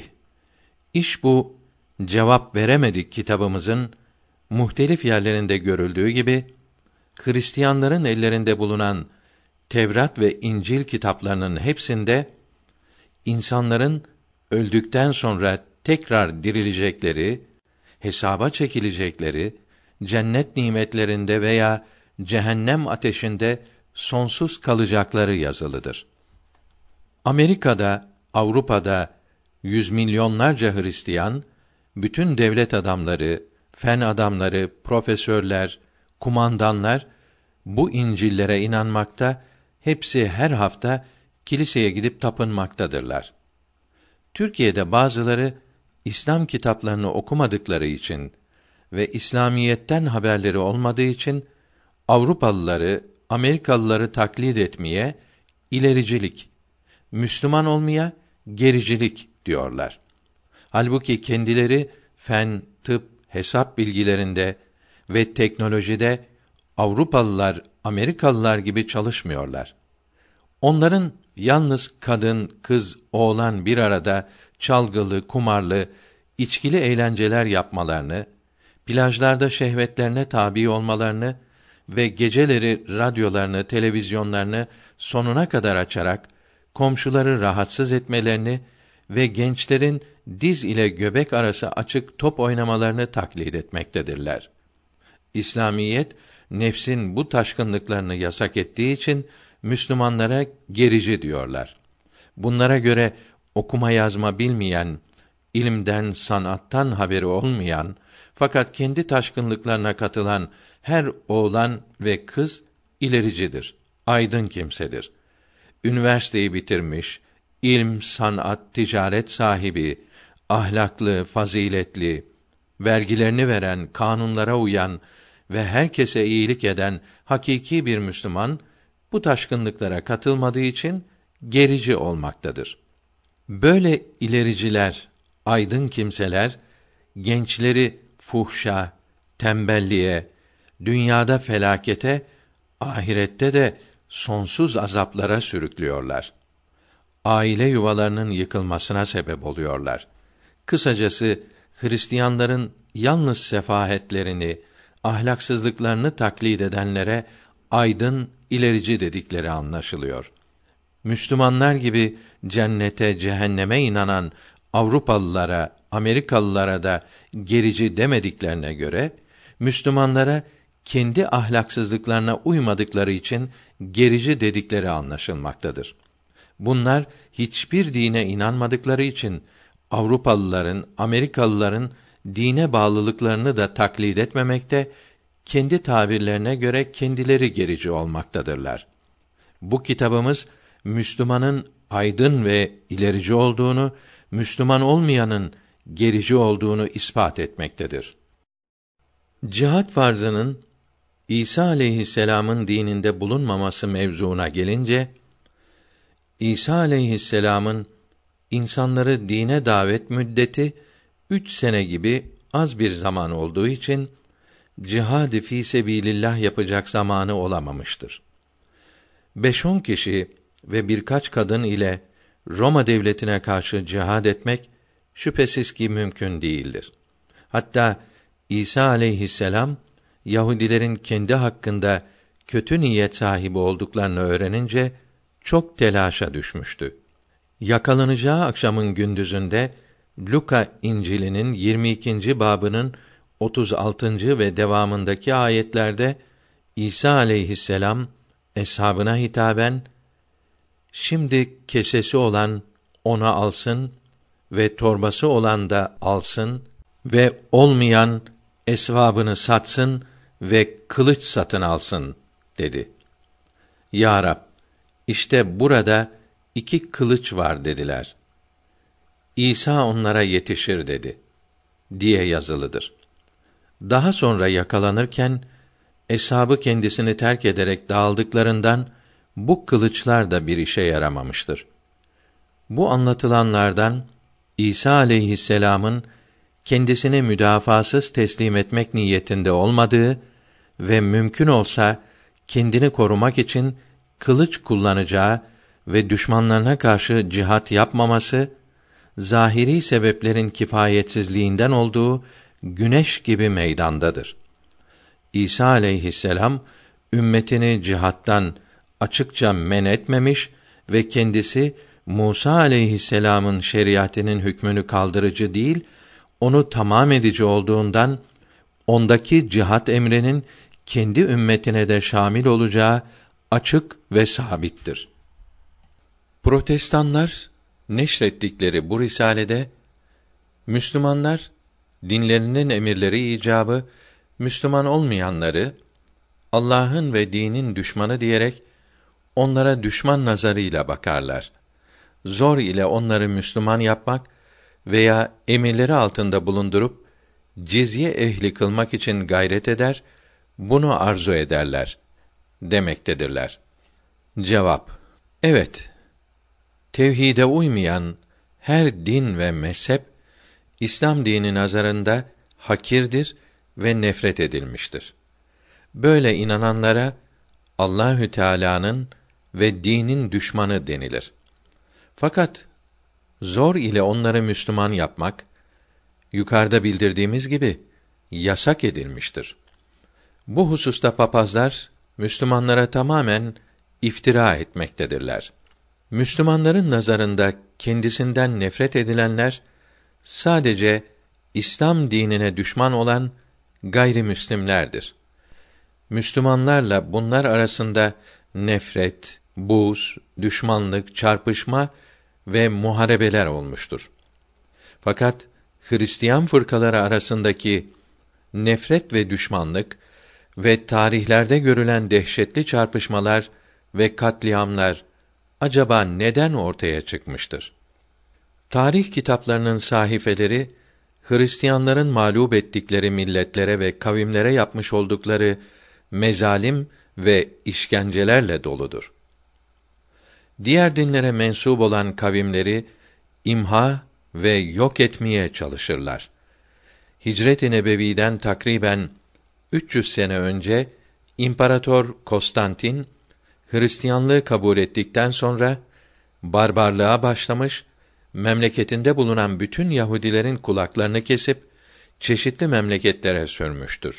İş bu cevap veremedik kitabımızın muhtelif yerlerinde görüldüğü gibi Hristiyanların ellerinde bulunan Tevrat ve İncil kitaplarının hepsinde insanların öldükten sonra tekrar dirilecekleri, hesaba çekilecekleri, cennet nimetlerinde veya cehennem ateşinde sonsuz kalacakları yazılıdır. Amerika'da, Avrupa'da yüz milyonlarca Hristiyan, bütün devlet adamları, fen adamları, profesörler, kumandanlar bu İncil'lere inanmakta, hepsi her hafta kiliseye gidip tapınmaktadırlar. Türkiye'de bazıları İslam kitaplarını okumadıkları için ve İslamiyetten haberleri olmadığı için Avrupalıları, Amerikalıları taklit etmeye ilericilik, Müslüman olmaya gericilik diyorlar. Halbuki kendileri fen, tıp, hesap bilgilerinde ve teknolojide Avrupalılar, Amerikalılar gibi çalışmıyorlar. Onların yalnız kadın, kız, oğlan bir arada çalgılı, kumarlı, içkili eğlenceler yapmalarını, plajlarda şehvetlerine tabi olmalarını ve geceleri radyolarını, televizyonlarını sonuna kadar açarak komşuları rahatsız etmelerini ve gençlerin diz ile göbek arası açık top oynamalarını taklit etmektedirler. İslamiyet nefsin bu taşkınlıklarını yasak ettiği için Müslümanlara gerici diyorlar. Bunlara göre okuma yazma bilmeyen, ilimden, sanattan haberi olmayan fakat kendi taşkınlıklarına katılan her oğlan ve kız ilericidir, aydın kimsedir. Üniversiteyi bitirmiş, ilm, sanat, ticaret sahibi, ahlaklı, faziletli, vergilerini veren, kanunlara uyan ve herkese iyilik eden hakiki bir Müslüman, bu taşkınlıklara katılmadığı için gerici olmaktadır. Böyle ilericiler, aydın kimseler, gençleri fuhşa, tembelliğe, dünyada felakete, ahirette de sonsuz azaplara sürüklüyorlar. Aile yuvalarının yıkılmasına sebep oluyorlar. Kısacası Hristiyanların yalnız sefahetlerini, ahlaksızlıklarını taklit edenlere aydın, ilerici dedikleri anlaşılıyor. Müslümanlar gibi cennete, cehenneme inanan Avrupalılara, Amerikalılara da gerici demediklerine göre Müslümanlara kendi ahlaksızlıklarına uymadıkları için gerici dedikleri anlaşılmaktadır. Bunlar hiçbir dine inanmadıkları için Avrupalıların, Amerikalıların dine bağlılıklarını da taklit etmemekte, kendi tabirlerine göre kendileri gerici olmaktadırlar. Bu kitabımız Müslümanın aydın ve ilerici olduğunu, Müslüman olmayanın gerici olduğunu ispat etmektedir. Cihat farzının İsa aleyhisselam'ın dininde bulunmaması mevzuuna gelince, İsa aleyhisselam'ın insanları dine davet müddeti üç sene gibi az bir zaman olduğu için cihad-ı fî sebîlillah yapacak zamanı olamamıştır. Beş on kişi ve birkaç kadın ile Roma devletine karşı cihad etmek şüphesiz ki mümkün değildir. Hatta İsa aleyhisselam Yahudilerin kendi hakkında kötü niyet sahibi olduklarını öğrenince çok telaşa düşmüştü. Yakalanacağı akşamın gündüzünde Luka İncil'inin yirmi ikinci babının otuz altıncı ve devamındaki ayetlerde İsa aleyhisselam eshabına hitaben, şimdi kesesi olan ona alsın ve torbası olan da alsın ve olmayan esvabını satsın ve kılıç satın alsın dedi. Ya Rab, işte burada iki kılıç var dediler. İsa onlara yetişir dedi diye yazılıdır. Daha sonra yakalanırken eshabı kendisini terk ederek dağıldıklarından bu kılıçlar da bir işe yaramamıştır. Bu anlatılanlardan İsa aleyhisselam'ın kendisini müdafasız teslim etmek niyetinde olmadığı ve mümkün olsa kendini korumak için kılıç kullanacağı ve düşmanlarına karşı cihat yapmaması, zahiri sebeplerin kifayetsizliğinden olduğu güneş gibi meydandadır. İsa aleyhisselam ümmetini cihattan açıkça men etmemiş ve kendisi Musa aleyhisselamın şeriatının hükmünü kaldırıcı değil, onu tamam edici olduğundan ondaki cihat emrinin kendi ümmetine de şamil olacağı açık ve sabittir. Protestanlar neşrettikleri bu risalede Müslümanlar dinlerinin emirleri icabı Müslüman olmayanları Allah'ın ve dinin düşmanı diyerek onlara düşman nazarıyla bakarlar. Zor ile onları Müslüman yapmak veya emirleri altında bulundurup cizye ehli kılmak için gayret eder, bunu arzu ederler demektedirler. Cevap: Evet. Tevhide uymayan her din ve mezhep İslam dini nazarında hakirdir ve nefret edilmiştir. Böyle inananlara Allahü Teala'nın ve dinin düşmanı denilir. Fakat zor ile onları Müslüman yapmak yukarıda bildirdiğimiz gibi yasak edilmiştir. Bu hususta papazlar Müslümanlara tamamen iftira etmektedirler. Müslümanların nazarında kendisinden nefret edilenler sadece İslam dinine düşman olan gayrimüslimlerdir. Müslümanlarla bunlar arasında nefret, buğz, düşmanlık, çarpışma ve muharebeler olmuştur. Fakat Hristiyan fırkaları arasındaki nefret ve düşmanlık ve tarihlerde görülen dehşetli çarpışmalar ve katliamlar acaba neden ortaya çıkmıştır? Tarih kitaplarının sahifeleri Hristiyanların mağlup ettikleri milletlere ve kavimlere yapmış oldukları mezalim ve işkencelerle doludur. Diğer dinlere mensup olan kavimleri imha ve yok etmeye çalışırlar. Hicret-i Nebevi'den takriben üç yüz sene önce İmparator Konstantin Hristiyanlığı kabul ettikten sonra barbarlığa başlamış, memleketinde bulunan bütün Yahudilerin kulaklarını kesip çeşitli memleketlere sürmüştür.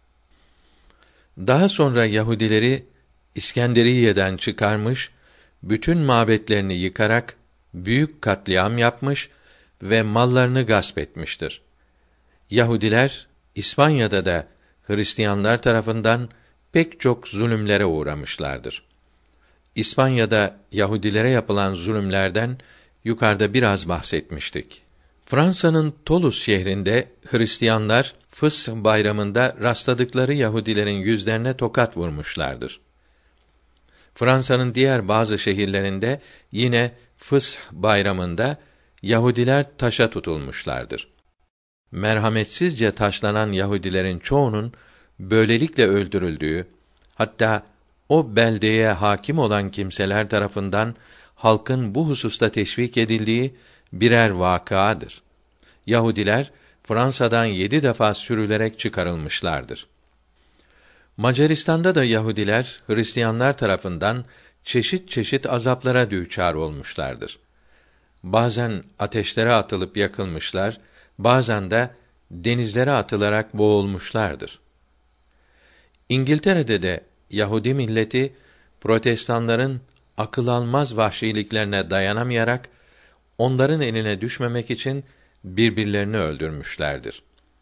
Daha sonra Yahudileri İskenderiye'den çıkarmış, bütün mabetlerini yıkarak büyük katliam yapmış ve mallarını gasp etmiştir. Yahudiler İspanya'da da Hristiyanlar tarafından pek çok zulümlere uğramışlardır. İspanya'da Yahudilere yapılan zulümlerden yukarıda biraz bahsetmiştik. Fransa'nın Toulouse şehrinde Hristiyanlar Fıs bayramında rastladıkları Yahudilerin yüzlerine tokat vurmuşlardır. Fransa'nın diğer bazı şehirlerinde yine Fıs bayramında Yahudiler taşa tutulmuşlardır. Merhametsizce taşlanan Yahudilerin çoğunun böylelikle öldürüldüğü, hatta o beldeye hakim olan kimseler tarafından halkın bu hususta teşvik edildiği birer vakâdır. Yahudiler Fransa'dan yedi defa sürülerek çıkarılmışlardır. Macaristan'da da Yahudiler Hristiyanlar tarafından çeşit çeşit azaplara düçar olmuşlardır. Bazen ateşlere atılıp yakılmışlar, bazen de denizlere atılarak boğulmuşlardır. İngiltere'de de Yahudi milleti Protestanların akıl almaz vahşiliklerine dayanamayarak onların eline düşmemek için birbirlerini öldürmüşlerdir.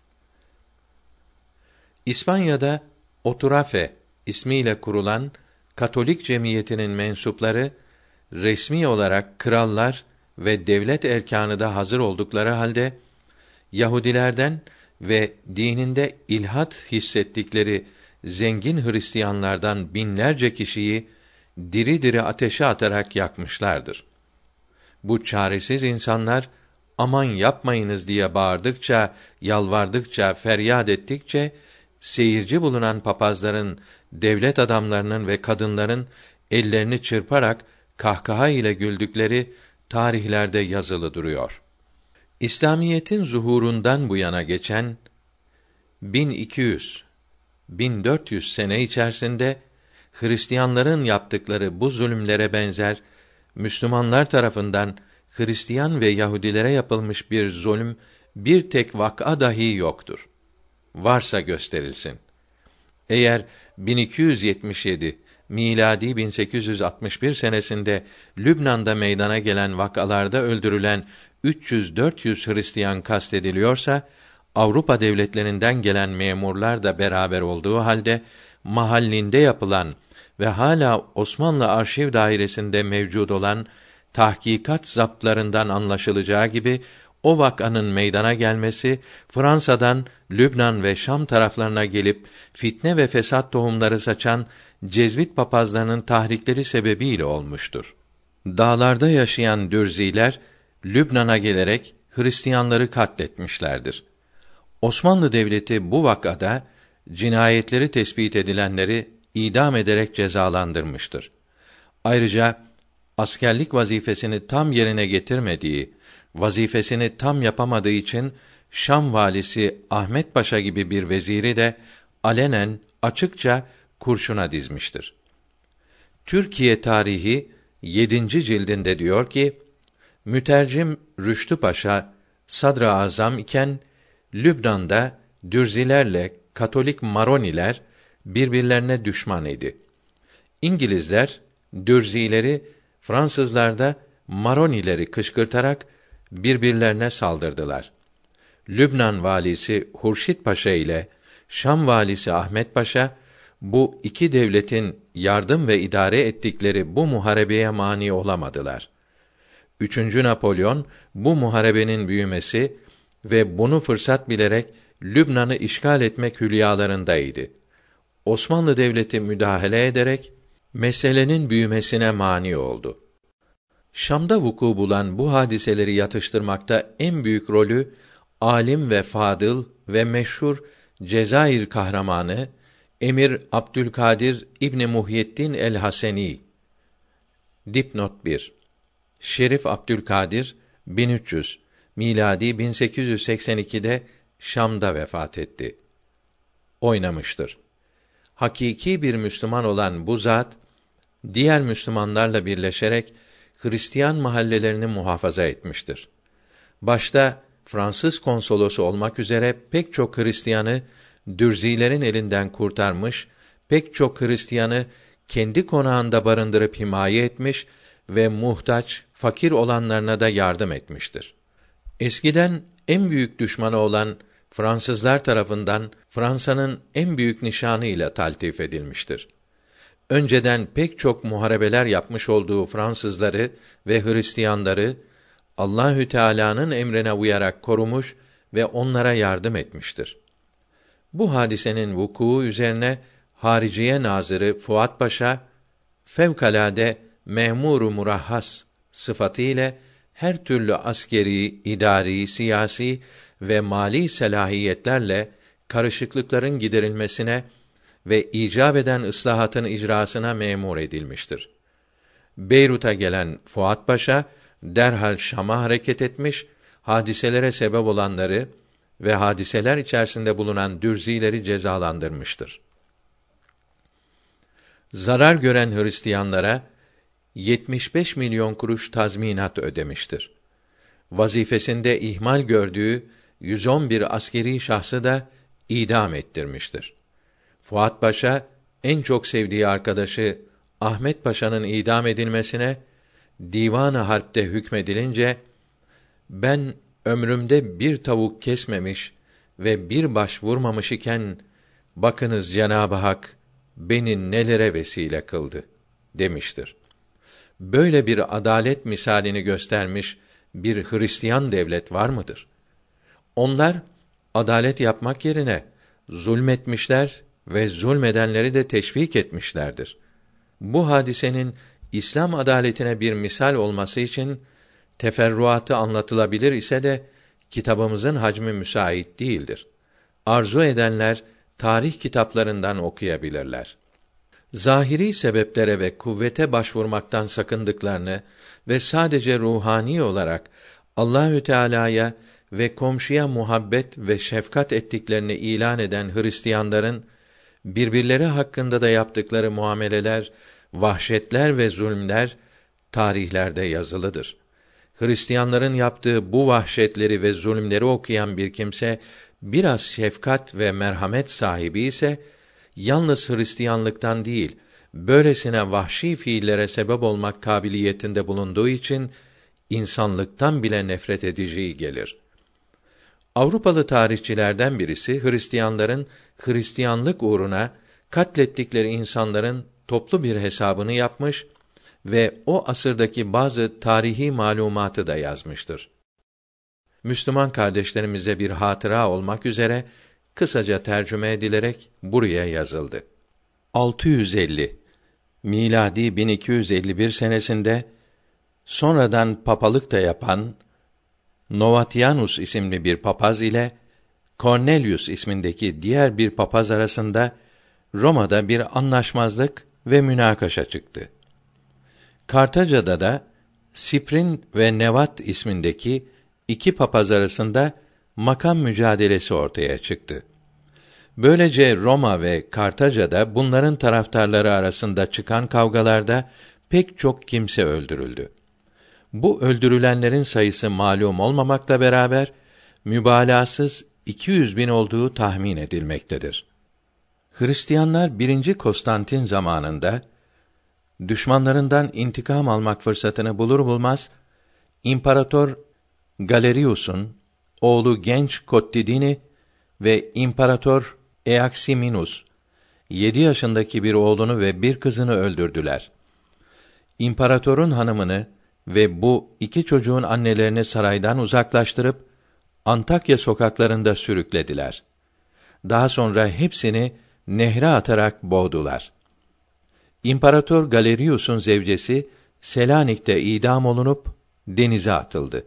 İspanya'da Oturafe ismiyle kurulan Katolik cemiyetinin mensupları resmi olarak krallar ve devlet erkanı da hazır oldukları halde Yahudilerden ve dininde ilhat hissettikleri zengin Hristiyanlardan binlerce kişiyi diri diri ateşe atarak yakmışlardır. Bu çaresiz insanlar aman yapmayınız diye bağırdıkça, yalvardıkça, feryat ettikçe seyirci bulunan papazların, devlet adamlarının ve kadınların ellerini çırparak kahkaha ile güldükleri tarihlerde yazılı duruyor. İslamiyetin zuhurundan bu yana geçen bin iki yüz bin dört yüz sene içerisinde Hristiyanların yaptıkları bu zulümlere benzer Müslümanlar tarafından Hristiyan ve Yahudilere yapılmış bir zulüm bir tek vak'a dahi yoktur. Varsa gösterilsin. Eğer bin iki yüz yetmiş yedi miladi bin sekiz yüz altmış bir senesinde Lübnan'da meydana gelen vakalarda öldürülen üç yüz dört yüz Hristiyan kastediliyorsa, Avrupa devletlerinden gelen memurlar da beraber olduğu halde mahallinde yapılan ve hala Osmanlı Arşiv Dairesi'nde mevcud olan tahkikat zaptlarından anlaşılacağı gibi o vakanın meydana gelmesi Fransa'dan Lübnan ve Şam taraflarına gelip fitne ve fesat tohumları saçan Cezvit papazlarının tahrikleri sebebiyle olmuştur. Dağlarda yaşayan Dürziler Lübnan'a gelerek Hristiyanları katletmişlerdir. Osmanlı Devleti bu vakada cinayetleri tespit edilenleri idam ederek cezalandırmıştır. Ayrıca askerlik vazifesini tam yerine getirmediği, vazifesini tam yapamadığı için Şam valisi Ahmet Paşa gibi bir veziri de alenen açıkça kurşuna dizmiştir. Türkiye Tarihi yedinci cildinde diyor ki, mütercim Rüştü Paşa Sadr-ı Azam iken Lübnan'da Dürzilerle Katolik Maroniler birbirlerine düşman idi. İngilizler Dürzileri, Fransızlar da Maronileri kışkırtarak birbirlerine saldırdılar. Lübnan valisi Hurşit Paşa ile Şam valisi Ahmet Paşa bu iki devletin yardım ve idare ettikleri bu muharebeye mani olamadılar. Üçüncü Napolyon bu muharebenin büyümesi ve bunu fırsat bilerek Lübnan'ı işgal etmek hülyalarındaydı. Osmanlı Devleti müdahale ederek meselenin büyümesine mani oldu. Şam'da vuku bulan bu hadiseleri yatıştırmakta en büyük rolü alim ve fadıl ve meşhur Cezayir kahramanı Emir Abdülkadir İbni Muhyiddin el-Haseni. Dipnot bir. Şerif Abdülkadir bin üç yüz miladi bin sekiz yüz seksen iki'de Şam'da vefat etti. Oynamıştır. Hakiki bir Müslüman olan bu zat, diğer Müslümanlarla birleşerek Hristiyan mahallelerini muhafaza etmiştir. Başta Fransız konsolosu olmak üzere pek çok Hristiyanı Dürzilerin elinden kurtarmış, pek çok Hristiyanı kendi konağında barındırıp himaye etmiş ve muhtaç, fakir olanlarına da yardım etmiştir. Eskiden en büyük düşmanı olan Fransızlar tarafından Fransa'nın en büyük nişanı ile taltif edilmiştir. Önceden pek çok muharebeler yapmış olduğu Fransızları ve Hristiyanları Allahü Teala'nın emrine uyarak korumuş ve onlara yardım etmiştir. Bu hadisenin vukuu üzerine Hariciye Nazırı Fuat Paşa fevkalade memur-u murahhas sıfatıyla her türlü askeri, idari, siyasi ve mali selahiyetlerle karışıklıkların giderilmesine ve icap eden ıslahatın icrasına memur edilmiştir. Beyrut'a gelen Fuat Paşa derhal Şam'a hareket etmiş, hadiselere sebep olanları ve hadiseler içerisinde bulunan Dürzileri cezalandırmıştır. Zarar gören Hristiyanlara yetmiş beş milyon kuruş tazminat ödemiştir. Vazifesinde ihmal gördüğü yüz on bir askeri şahsı da idam ettirmiştir. Fuat Paşa en çok sevdiği arkadaşı Ahmet Paşa'nın idam edilmesine Divan-ı Harp'te hükmedilince, ben ömrümde bir tavuk kesmemiş ve bir baş vurmamış iken bakınız Cenab-ı Hak beni nelere vesile kıldı demiştir. Böyle bir adalet misalini göstermiş bir Hristiyan devlet var mıdır? Onlar adalet yapmak yerine zulmetmişler ve zulmedenleri de teşvik etmişlerdir. Bu hadisenin İslam adaletine bir misal olması için teferruatı anlatılabilir ise de kitabımızın hacmi müsait değildir. Arzu edenler tarih kitaplarından okuyabilirler. Zahiri sebeplere ve kuvvete başvurmaktan sakındıklarını ve sadece ruhani olarak Allahü Teala'ya ve komşuya muhabbet ve şefkat ettiklerini ilan eden Hristiyanların birbirleri hakkında da yaptıkları muameleler, vahşetler ve zulümler tarihlerde yazılıdır. Hristiyanların yaptığı bu vahşetleri ve zulümleri okuyan bir kimse biraz şefkat ve merhamet sahibi ise yalnız Hristiyanlıktan değil, böylesine vahşi fiillere sebep olmak kabiliyetinde bulunduğu için insanlıktan bile nefret edeceği gelir. Avrupalı tarihçilerden birisi Hristiyanların Hristiyanlık uğruna katlettikleri insanların toplu bir hesabını yapmış ve o asırdaki bazı tarihi malumatı da yazmıştır. Müslüman kardeşlerimize bir hatıra olmak üzere kısaca tercüme edilerek buraya yazıldı. altı yüz elli miladi bin iki yüz elli bir senesinde sonradan papalık da yapan Novatianus isimli bir papaz ile Cornelius ismindeki diğer bir papaz arasında Roma'da bir anlaşmazlık ve münakaşa çıktı. Kartaca'da da Siprin ve Nevat ismindeki iki papaz arasında makam mücadelesi ortaya çıktı. Böylece Roma ve Kartaca'da bunların taraftarları arasında çıkan kavgalarda pek çok kimse öldürüldü. Bu öldürülenlerin sayısı malum olmamakla beraber mübalağasız iki yüz bin olduğu tahmin edilmektedir. Hristiyanlar birinci Konstantin zamanında düşmanlarından intikam almak fırsatını bulur bulmaz İmparator Galerius'un oğlu genç Kottidini ve İmparator Eaximinus yedi yaşındaki bir oğlunu ve bir kızını öldürdüler. İmparatorun hanımını ve bu iki çocuğun annelerini saraydan uzaklaştırıp Antakya sokaklarında sürüklediler. Daha sonra hepsini nehre atarak boğdular. İmparator Galerius'un zevcesi Selanik'te idam olunup denize atıldı.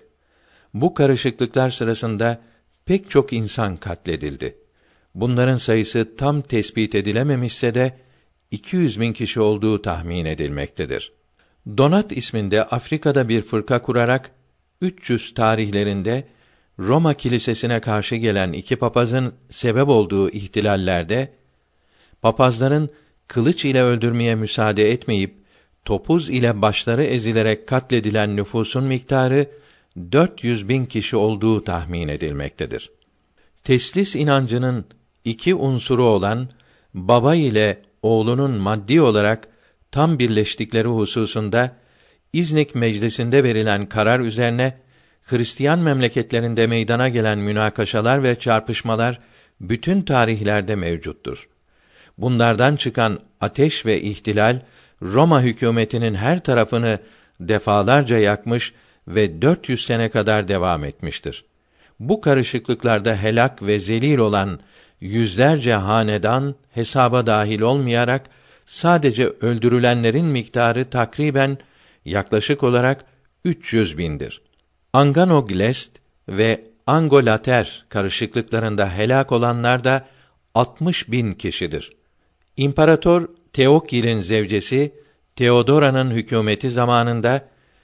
Bu karışıklıklar sırasında pek çok insan katledildi. Bunların sayısı tam tespit edilememişse de iki yüz bin kişi olduğu tahmin edilmektedir. Donat isminde Afrika'da bir fırka kurarak üç yüz tarihlerinde Roma kilisesine karşı gelen iki papazın sebep olduğu ihtilallerde papazların kılıç ile öldürmeye müsaade etmeyip topuz ile başları ezilerek katledilen nüfusun miktarı dört yüz bin kişi olduğu tahmin edilmektedir. Teslis inancının iki unsuru olan baba ile oğlunun maddi olarak tam birleştikleri hususunda İznik Meclisi'nde verilen karar üzerine Hristiyan memleketlerinde meydana gelen münakaşalar ve çarpışmalar bütün tarihlerde mevcuttur. Bunlardan çıkan ateş ve ihtilal Roma hükümetinin her tarafını defalarca yakmış ve dört yüz sene kadar devam etmiştir. Bu karışıklıklarda helak ve zelil olan yüzlerce hanedan hesaba dahil olmayarak sadece öldürülenlerin miktarı takriben yaklaşık olarak üç yüz bindir. Anganoglest ve Angolater karışıklıklarında helak olanlar da altmış bin kişidir. İmparator Teokil'in zevcesi Theodora'nın hükümeti zamanında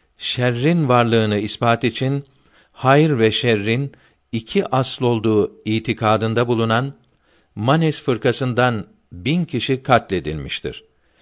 şerrin varlığını ispat için hayır ve şerrin iki asıl olduğu itikadında bulunan Manes fırkasından bin kişi katledilmiştir.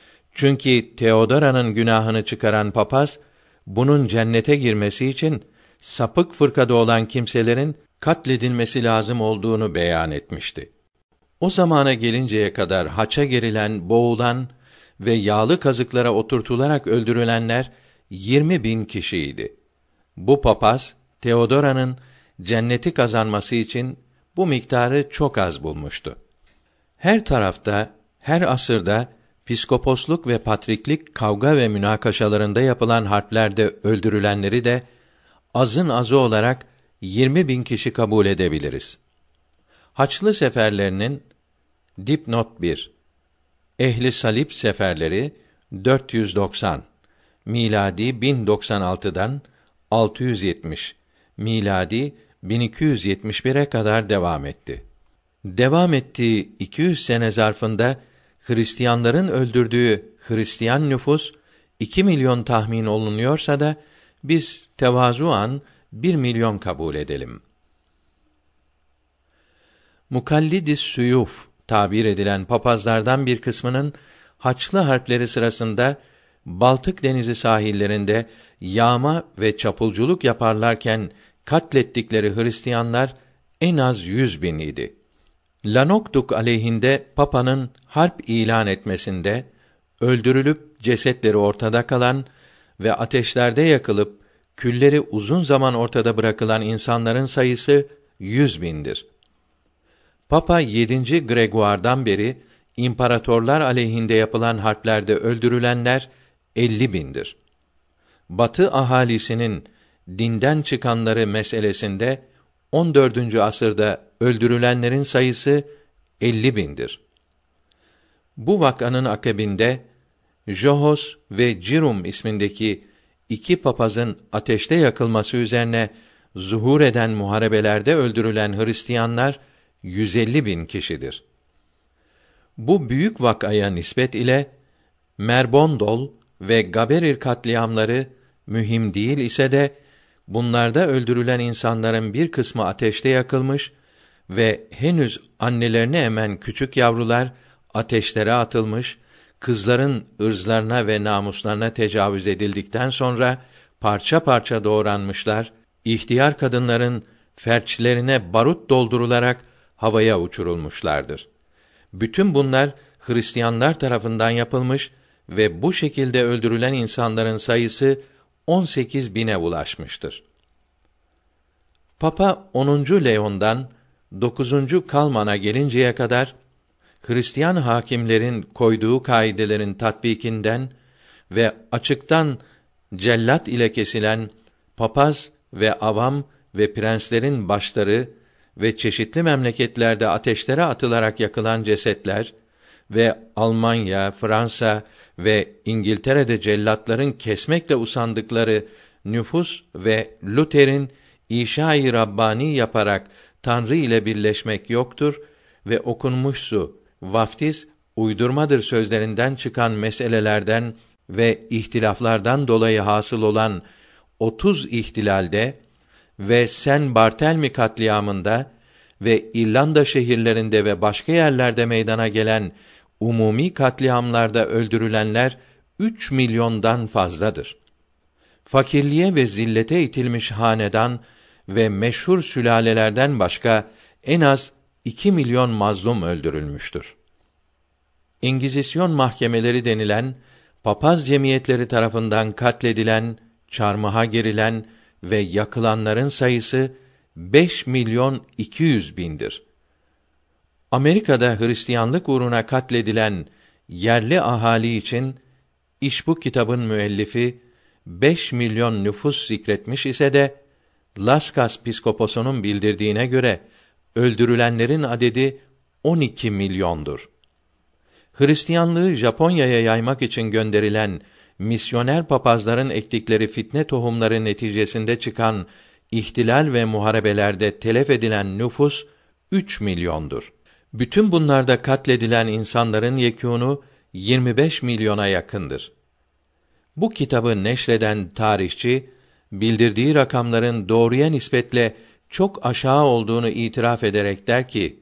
Çünkü Theodora'nın günahını çıkaran papaz, bunun cennete girmesi için sapık fırkada olan kimselerin katledilmesi lazım olduğunu beyan etmişti. O zamana gelinceye kadar haça gerilen, boğulan ve yağlı kazıklara oturtularak öldürülenler yirmi bin kişiydi. Bu papaz, Theodora'nın cenneti kazanması için bu miktarı çok az bulmuştu. Her tarafta, her asırda piskoposluk ve patriklik kavga ve münakaşalarında yapılan harplerde öldürülenleri de azın azı olarak yirmi bin kişi kabul edebiliriz. Haçlı seferlerinin dipnot bir Ehli Salip seferleri dört yüz doksan miladi bin doksan altıdan altı yüz yetmiş miladi bin iki yüz yetmiş bire kadar devam etti. Devam ettiği iki yüz sene zarfında Hristiyanların öldürdüğü Hristiyan nüfus iki milyon tahmin olunuyorsa da biz tevazuan bir milyon kabul edelim. Mukallidis Suyuf tabir edilen papazlardan bir kısmının Haçlı harpleri sırasında Baltık Denizi sahillerinde yağma ve çapulculuk yaparlarken katlettikleri Hristiyanlar en az yüz bin idi. Lanokduk aleyhinde Papa'nın harp ilan etmesinde öldürülüp cesetleri ortada kalan ve ateşlerde yakılıp külleri uzun zaman ortada bırakılan insanların sayısı yüz bindir. Papa yedinci Gregoire'dan beri imparatorlar aleyhinde yapılan harplerde öldürülenler elli bindir. Batı ahalisinin dinden çıkanları meselesinde on dördüncü asırda öldürülenlerin sayısı elli bindir. Bu vakanın akabinde Johos ve Cirum ismindeki iki papazın ateşte yakılması üzerine zuhur eden muharebelerde öldürülen Hristiyanlar yüz elli bin kişidir. Bu büyük vakaya nispet ile Merbondol ve Gaberir katliamları mühim değil ise de bunlarda öldürülen insanların bir kısmı ateşte yakılmış ve henüz annelerini emen küçük yavrular ateşlere atılmış, kızların ırzlarına ve namuslarına tecavüz edildikten sonra parça parça doğranmışlar, ihtiyar kadınların ferçlerine barut doldurularak havaya uçurulmuşlardır. Bütün bunlar Hristiyanlar tarafından yapılmış ve bu şekilde öldürülen insanların sayısı on sekiz bine ulaşmıştır. Papa onuncu Leon'dan dokuzuncu Kalman'a gelinceye kadar Hristiyan hakimlerin koyduğu kaidelerin tatbikinden ve açıktan cellat ile kesilen papaz ve avam ve prenslerin başları ve çeşitli memleketlerde ateşlere atılarak yakılan cesetler ve Almanya, Fransa ve İngiltere'de cellatların kesmekle usandıkları nüfus ve Luther'in İşa-i Rabbani yaparak Tanrı ile birleşmek yoktur ve okunmuş su, vaftiz uydurmadır sözlerinden çıkan meselelerden ve ihtilaflardan dolayı hasıl olan otuz ihtilalde ve Sen Bartelmi katliamında ve İrlanda şehirlerinde ve başka yerlerde meydana gelen umumi katliamlarda öldürülenler üç milyondan fazladır. Fakirliğe ve zillete itilmiş hanedan ve meşhur sülalelerden başka en az iki milyon mazlum öldürülmüştür. İngizisyon mahkemeleri denilen papaz cemiyetleri tarafından katledilen, çarmıha gerilen ve yakılanların sayısı beş milyon iki yüz bindir. Amerika'da Hristiyanlık uğruna katledilen yerli ahali için iş bu kitabın müellifi beş milyon nüfus zikretmiş ise de Laskas piskoposunun bildirdiğine göre öldürülenlerin adedi on iki milyondur. Hristiyanlığı Japonya'ya yaymak için gönderilen misyoner papazların ektikleri fitne tohumları neticesinde çıkan ihtilal ve muharebelerde telef edilen nüfus üç milyondur. Bütün bunlarda katledilen insanların yekûnu yirmi beş milyona yakındır. Bu kitabı neşreden tarihçi, bildirdiği rakamların doğruya nispetle çok aşağı olduğunu itiraf ederek der ki,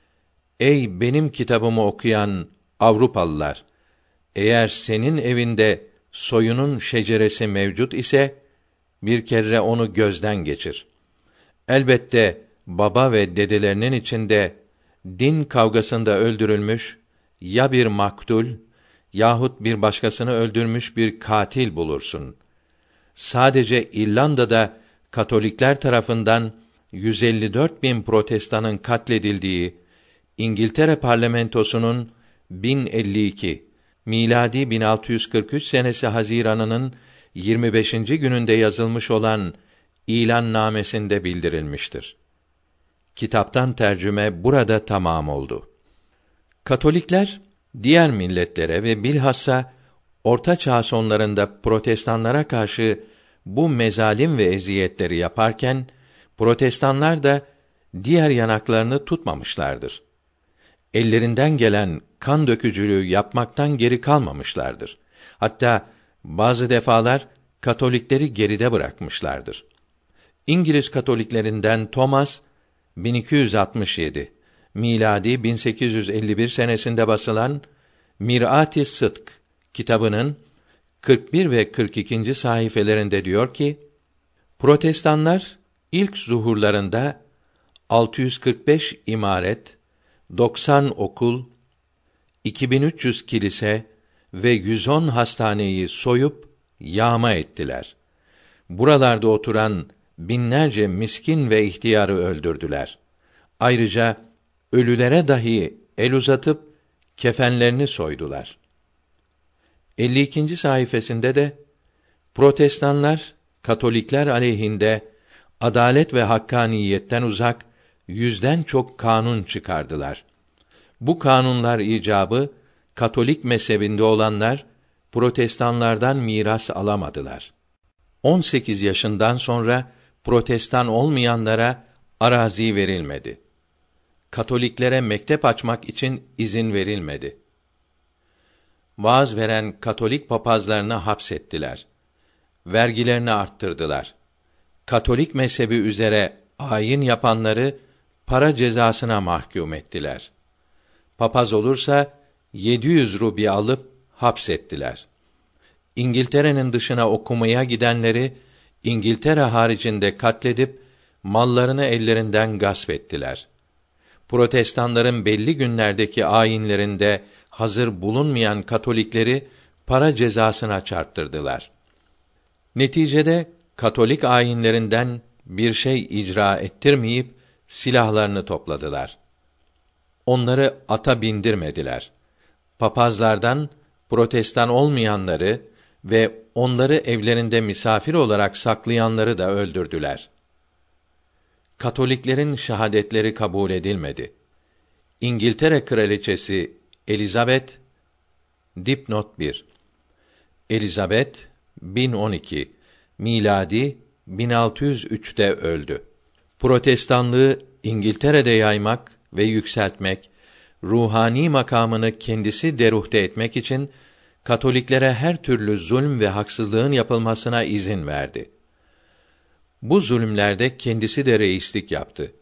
ey benim kitabımı okuyan Avrupalılar! Eğer senin evinde soyunun şeceresi mevcut ise, bir kere onu gözden geçir. Elbette baba ve dedelerinin içinde din kavgasında öldürülmüş ya bir maktul yahut bir başkasını öldürmüş bir katil bulursun. Sadece İrlanda'da Katolikler tarafından yüz elli dört bin protestanın katledildiği, İngiltere parlamentosunun bin elli iki miladi bin altı yüz kırk üç senesi Haziran'ının yirmi beşinci gününde yazılmış olan ilannamesinde bildirilmiştir. Kitaptan tercüme burada tamam oldu. Katolikler diğer milletlere ve bilhassa Orta Çağ sonlarında protestanlara karşı bu mezalim ve eziyetleri yaparken protestanlar da diğer yanaklarını tutmamışlardır. Ellerinden gelen kan dökücülüğü yapmaktan geri kalmamışlardır. Hatta bazı defalar Katolikleri geride bırakmışlardır. İngiliz Katoliklerinden Thomas bin iki yüz altmış yedi miladi bin sekiz yüz elli bir senesinde basılan Mir'at-ı Sıdk kitabının kırk bir ve kırk ikinci sayfelerinde diyor ki, Protestanlar ilk zuhurlarında altı yüz kırk beş imaret, doksan okul, iki bin üç yüz kilise ve yüz on hastaneyi soyup yağma ettiler. Buralarda oturan binlerce miskin ve ihtiyarı öldürdüler. Ayrıca ölülere dahi el uzatıp kefenlerini soydular. elli ikinci sayfasında de Protestanlar Katolikler aleyhinde adalet ve hakkaniyetten uzak yüzden çok kanun çıkardılar. Bu kanunlar icabı Katolik mezhebinde olanlar Protestanlardan miras alamadılar. on sekiz yaşından sonra Protestan olmayanlara arazi verilmedi. Katoliklere mektep açmak için izin verilmedi. Vaaz veren Katolik papazlarını hapsettiler. Vergilerini arttırdılar. Katolik mezhebi üzere ayin yapanları para cezasına mahkum ettiler. Papaz olursa yedi yüz rubi alıp hapsettiler. İngiltere'nin dışına okumaya gidenleri İngiltere haricinde katledip mallarını ellerinden gasp ettiler. Protestanların belli günlerdeki ayinlerinde hazır bulunmayan Katolikleri para cezasına çarptırdılar. Neticede Katolik ayinlerinden bir şey icra ettirmeyip silahlarını topladılar. Onları ata bindirmediler. Papazlardan Protestan olmayanları ve onları evlerinde misafir olarak saklayanları da öldürdüler. Katoliklerin şahadetleri kabul edilmedi. İngiltere kraliçesi Elizabeth, dipnot bir. Elizabeth bin on iki miladi bin altı yüz üçte öldü. Protestanlığı İngiltere'de yaymak ve yükseltmek, ruhani makamını kendisi deruhte etmek için Katoliklere her türlü zulm ve haksızlığın yapılmasına izin verdi. Bu zulümlerde kendisi de reislik yaptı.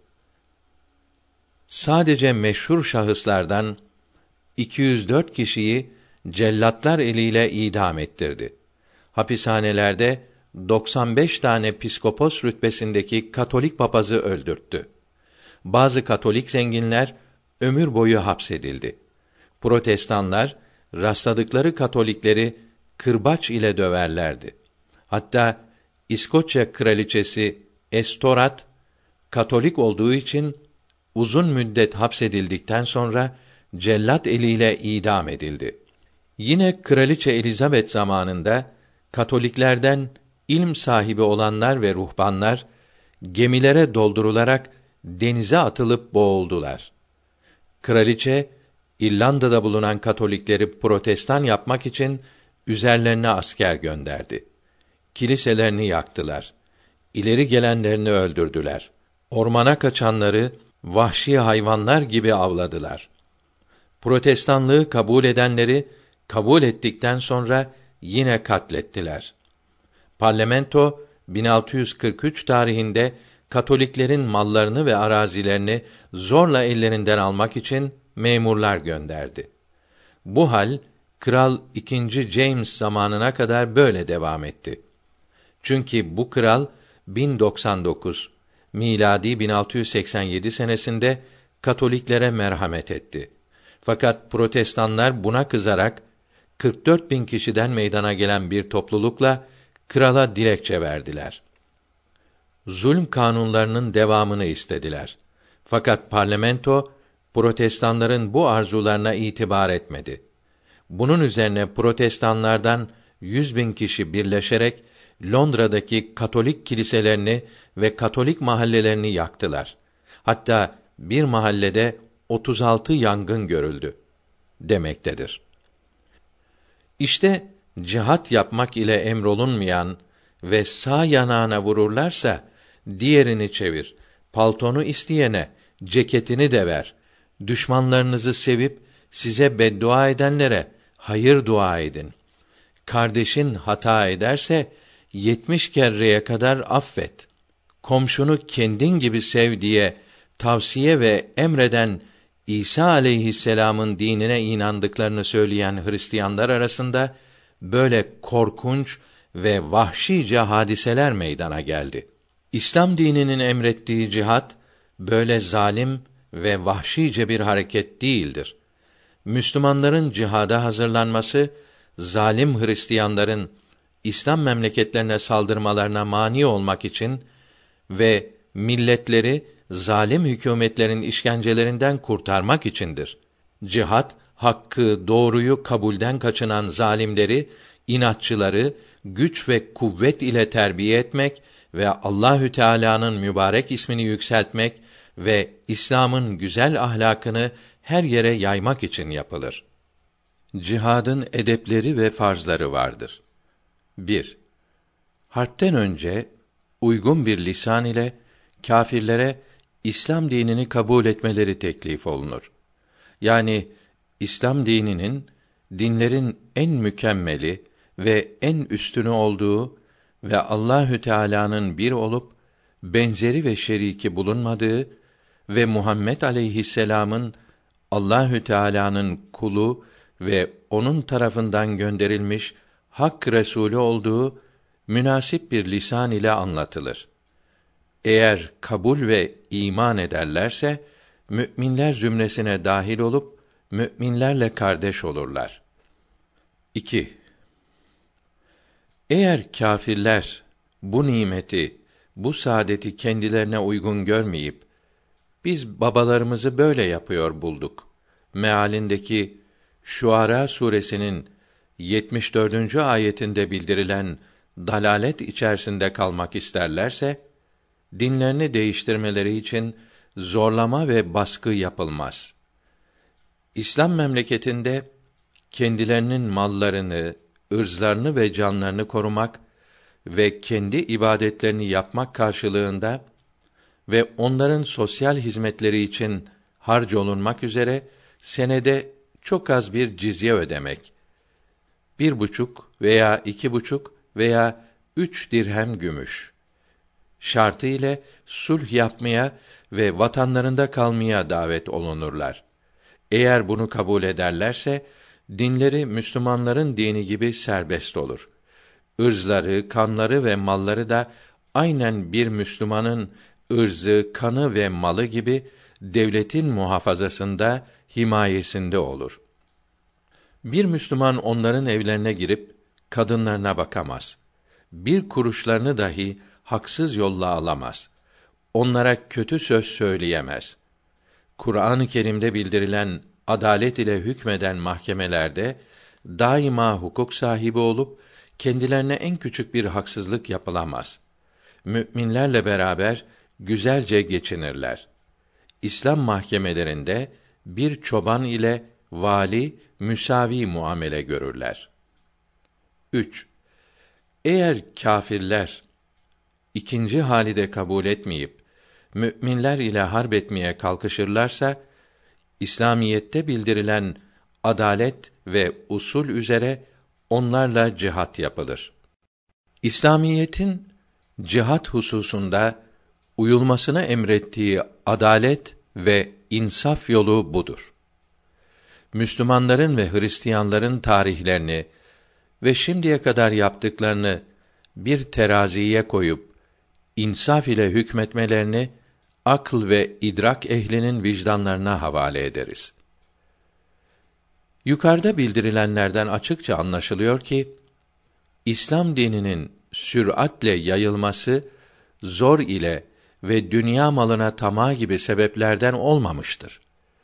Sadece meşhur şahıslardan iki yüz dört kişiyi cellatlar eliyle idam ettirdi. Hapishanelerde doksan beş tane piskopos rütbesindeki Katolik papazı öldürttü. Bazı Katolik zenginler ömür boyu hapsedildi. Protestanlar rastladıkları Katolikleri kırbaç ile döverlerdi. Hatta İskoçya kraliçesi Estorat Katolik olduğu için uzun müddet hapsedildikten sonra cellat eliyle idam edildi. Yine Kraliçe Elizabeth zamanında Katoliklerden ilm sahibi olanlar ve ruhbanlar gemilere doldurularak denize atılıp boğuldular. Kraliçe İrlanda'da bulunan Katolikleri Protestan yapmak için üzerlerine asker gönderdi. Kiliselerini yaktılar. İleri gelenlerini öldürdüler. Ormana kaçanları vahşi hayvanlar gibi avladılar. Protestanlığı kabul edenleri kabul ettikten sonra yine katlettiler. Parlamento bin altı yüz kırk üç tarihinde Katoliklerin mallarını ve arazilerini zorla ellerinden almak için memurlar gönderdi. Bu hal Kral ikinci. James zamanına kadar böyle devam etti. Çünkü bu kral bin doksan dokuz miladi bin altı yüz seksen yedi senesinde Katoliklere merhamet etti. Fakat Protestanlar buna kızarak kırk dört bin kişiden meydana gelen bir toplulukla krala dilekçe verdiler. Zulm kanunlarının devamını istediler. Fakat parlamento Protestanların bu arzularına itibar etmedi. Bunun üzerine Protestanlardan yüz bin kişi birleşerek Londra'daki Katolik kiliselerini ve Katolik mahallelerini yaktılar. Hatta bir mahallede otuz altı yangın görüldü demektedir. İşte cihat yapmak ile emrolunmayan ve sağ yanağına vururlarsa diğerini çevir, paltonu isteyene ceketini de ver. Düşmanlarınızı sevip size beddua edenlere hayır dua edin. Kardeşin hata ederse yetmiş kerreye kadar affet. Komşunu kendin gibi sev diye tavsiye ve emreden İsa aleyhisselam'ın dinine inandıklarını söyleyen Hristiyanlar arasında böyle korkunç ve vahşice hadiseler meydana geldi. İslam dininin emrettiği cihat böyle zalim ve vahşice bir hareket değildir. Müslümanların cihada hazırlanması, zalim Hristiyanların İslam memleketlerine saldırmalarına mani olmak için ve milletleri zalim hükûmetlerin işkencelerinden kurtarmak içindir. Cihat, hakkı, doğruyu kabulden kaçınan zalimleri, inatçıları güç ve kuvvet ile terbiye etmek ve Allahü Teala'nın mübarek ismini yükseltmek ve İslam'ın güzel ahlakını her yere yaymak için yapılır. Cihadın edepleri ve farzları vardır. bir. Harpten önce uygun bir lisan ile kâfirlere İslam dinini kabul etmeleri teklif olunur. Yani İslam dininin dinlerin en mükemmeli ve en üstünü olduğu ve Allahü Teala'nın bir olup benzeri ve şeriki bulunmadığı ve Muhammed aleyhisselam'ın Allahü Teala'nın kulu ve onun tarafından gönderilmiş hak Resulü olduğu münasip bir lisan ile anlatılır. Eğer kabul ve iman ederlerse müminler zümresine dahil olup müminlerle kardeş olurlar. iki. Eğer kâfirler bu nimeti, bu saadeti kendilerine uygun görmeyip biz babalarımızı böyle yapıyor bulduk mealindeki Şuara suresinin yetmiş dördüncü ayetinde bildirilen dalalet içerisinde kalmak isterlerse dinlerini değiştirmeleri için zorlama ve baskı yapılmaz. İslam memleketinde kendilerinin mallarını, ırzlarını ve canlarını korumak ve kendi ibadetlerini yapmak karşılığında ve onların sosyal hizmetleri için harc olunmak üzere senede çok az bir cizye ödemek, bir buçuk veya iki buçuk veya üç dirhem gümüş şartı ile sulh yapmaya ve vatanlarında kalmaya davet olunurlar. Eğer bunu kabul ederlerse dinleri Müslümanların dini gibi serbest olur. Irzları, kanları ve malları da aynen bir Müslümanın ırzı, kanı ve malı gibi devletin muhafazasında, himayesinde olur. Bir Müslüman onların evlerine girip kadınlarına bakamaz. Bir kuruşlarını dahi haksız yolla alamaz. Onlara kötü söz söyleyemez. Kur'an-ı Kerim'de bildirilen adalet ile hükmeden mahkemelerde daima hukuk sahibi olup kendilerine en küçük bir haksızlık yapılamaz. Müminlerle beraber güzelce geçinirler. İslam mahkemelerinde bir çoban ile vali müsavi muamele görürler. üç. Eğer kâfirler ikinci hali de kabul etmeyip müminler ile harp etmeye kalkışırlarsa İslamiyette bildirilen adalet ve usul üzere onlarla cihat yapılır. İslamiyetin cihat hususunda uyulmasını emrettiği adalet ve insaf yolu budur. Müslümanların ve Hristiyanların tarihlerini ve şimdiye kadar yaptıklarını bir teraziye koyup insaf ile hükmetmelerini akıl ve idrak ehlinin vicdanlarına havale ederiz. Yukarıda bildirilenlerden açıkça anlaşılıyor ki İslam dininin süratle yayılması zor ile ve dünya malına tamah gibi sebeplerden olmamıştır.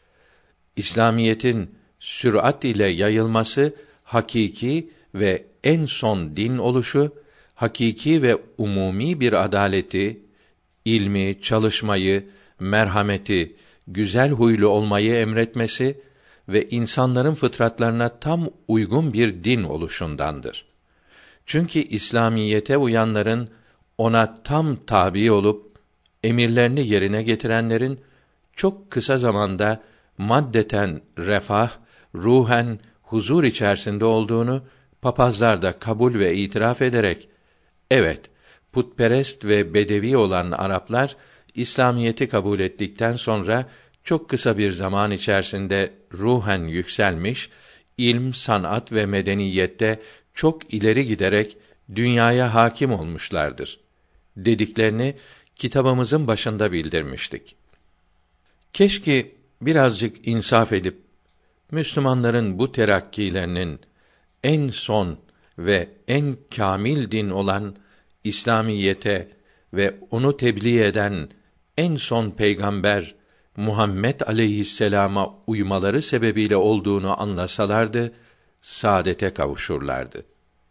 İslamiyetin sürat ile yayılması hakiki ve en son din oluşu, hakiki ve umumi bir adaleti, ilmi, çalışmayı, merhameti, güzel huylu olmayı emretmesi ve insanların fıtratlarına tam uygun bir din oluşundandır. Çünkü İslamiyete uyanların ona tam tabi olup emirlerini yerine getirenlerin çok kısa zamanda maddeten refah, ruhen huzur içerisinde olduğunu papazlar da kabul ve itiraf ederek, evet, putperest ve bedevi olan Araplar İslamiyeti kabul ettikten sonra çok kısa bir zaman içerisinde ruhen yükselmiş, ilm, sanat ve medeniyette çok ileri giderek dünyaya hakim olmuşlardır dediklerini kitabımızın başında bildirmiştik. Keşke birazcık insaf edip Müslümanların bu terakkilerinin en son ve en kâmil din olan İslamiyete ve onu tebliğ eden en son peygamber Muhammed aleyhisselama uymaları sebebiyle olduğunu anlasalardı, saadete kavuşurlardı.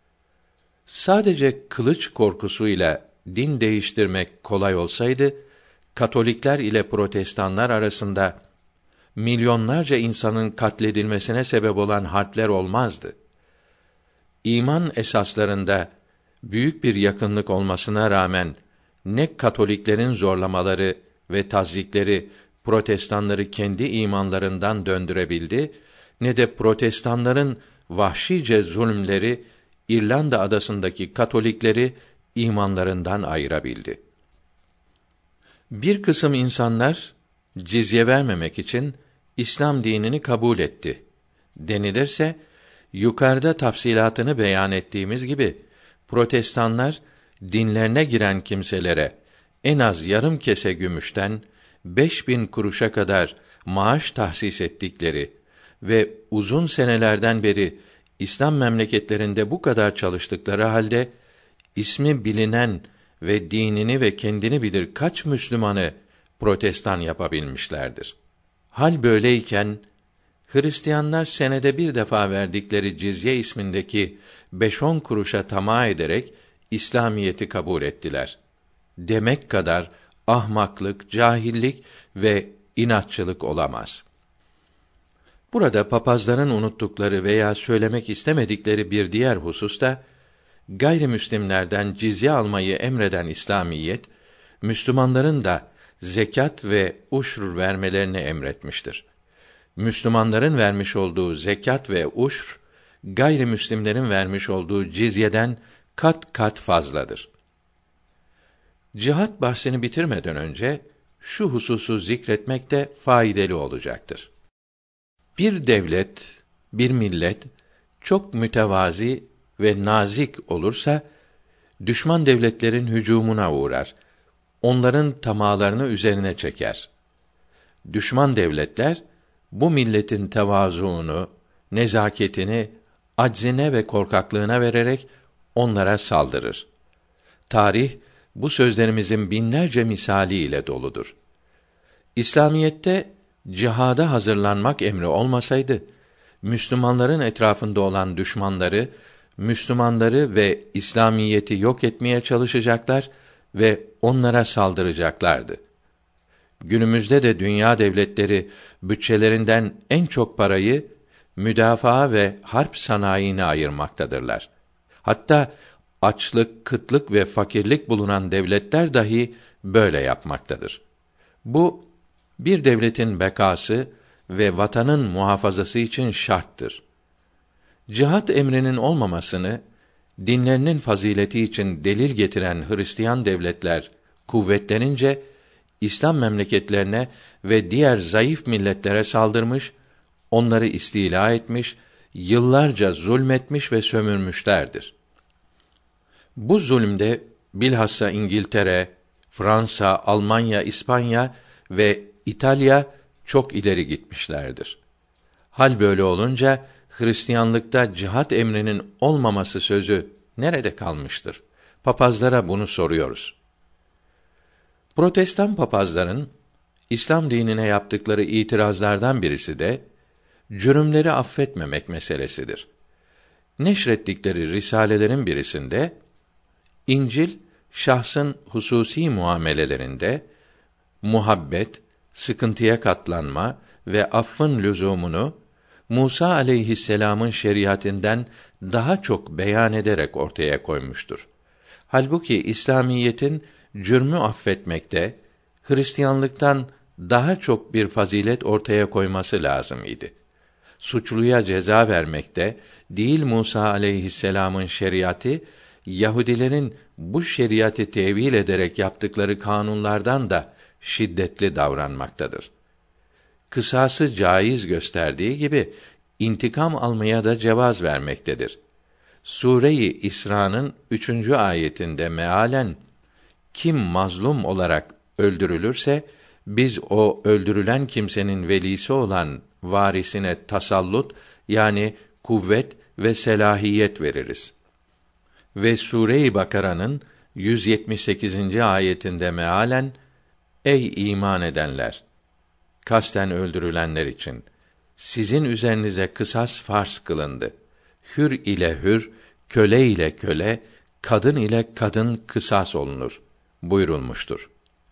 Sadece kılıç korkusuyla din değiştirmek kolay olsaydı, Katolikler ile Protestanlar arasında milyonlarca insanın katledilmesine sebep olan harpler olmazdı. İman esaslarında büyük bir yakınlık olmasına rağmen ne Katoliklerin zorlamaları ve tazyikleri Protestanları kendi imanlarından döndürebildi, ne de Protestanların vahşice zulümleri İrlanda adasındaki Katolikleri imanlarından ayırabildi. Bir kısım insanlar cizye vermemek için İslam dinini kabul etti denilirse, yukarıda tafsilatını beyan ettiğimiz gibi Protestanlar dinlerine giren kimselere en az yarım kese gümüşten beş bin kuruşa kadar maaş tahsis ettikleri ve uzun senelerden beri İslam memleketlerinde bu kadar çalıştıkları halde ismi bilinen ve dinini ve kendini bilir kaç Müslümanı Protestan yapabilmişlerdir. Hal böyleyken Hristiyanlar senede bir defa verdikleri cizye ismindeki beş on kuruşa tamah ederek İslamiyeti kabul ettiler demek kadar ahmaklık, cahillik ve inatçılık olamaz. Burada papazların unuttukları veya söylemek istemedikleri bir diğer husus da, gayrimüslimlerden cizye almayı emreden İslamiyet, Müslümanların da zekat ve uşr vermelerini emretmiştir. Müslümanların vermiş olduğu zekat ve uşr, gayrimüslimlerin vermiş olduğu cizyeden kat kat fazladır. Cihat bahsini bitirmeden önce şu hususu zikretmek de faydalı olacaktır. Bir devlet, bir millet çok mütevazi ve nazik olursa düşman devletlerin hücumuna uğrar. Onların tamahlarını üzerine çeker. Düşman devletler bu milletin tevazuunu, nezaketini aczine ve korkaklığına vererek onlara saldırır. Tarih bu sözlerimizin binlerce misali ile doludur. İslamiyette cihada hazırlanmak emri olmasaydı, Müslümanların etrafında olan düşmanları, Müslümanları ve İslamiyeti yok etmeye çalışacaklar ve onlara saldıracaklardı. Günümüzde de dünya devletleri bütçelerinden en çok parayı müdafaa ve harp sanayine ayırmaktadırlar. Hatta açlık, kıtlık ve fakirlik bulunan devletler dahi böyle yapmaktadır. Bu bir devletin bekası ve vatanın muhafazası için şarttır. Cihat emrinin olmamasını dinlerinin fazileti için delil getiren Hristiyan devletler kuvvetlenince İslam memleketlerine ve diğer zayıf milletlere saldırmış, onları istila etmiş, yıllarca zulmetmiş ve sömürmüşlerdir. Bu zulümde bilhassa İngiltere, Fransa, Almanya, İspanya ve İtalya çok ileri gitmişlerdir. Hal böyle olunca Hristiyanlıkta cihat emrinin olmaması sözü nerede kalmıştır? Papazlara bunu soruyoruz. Protestan papazların İslam dinine yaptıkları itirazlardan birisi de cürümleri affetmemek meselesidir. Neşrettikleri risalelerin birisinde İncil şahsın hususi muamelelerinde muhabbet, sıkıntıya katlanma ve affın lüzumunu Musa aleyhisselam'ın şeriatinden daha çok beyan ederek ortaya koymuştur. Halbuki İslamiyetin cürmü affetmekte, Hristiyanlıktan daha çok bir fazilet ortaya koyması lazım idi. Suçluya ceza vermekte değil Musa aleyhisselam'ın şeriatı, Yahudilerin bu şeriatı tevil ederek yaptıkları kanunlardan da şiddetli davranmaktadır. kısası caiz gösterdiği gibi intikam almaya da cevaz vermektedir. Sure-i İsra'nın üçüncü ayetinde mealen kim mazlum olarak öldürülürse biz o öldürülen kimsenin velisi olan varisine tasallut yani kuvvet ve selahiyet veririz. Ve Sure-i Bakara'nın yüz yetmiş sekizinci ayetinde mealen ey iman edenler kasten öldürülenler için sizin üzerinize kısas farz kılındı. Hür ile hür, köle ile köle, kadın ile kadın kısas olunur buyurulmuştur.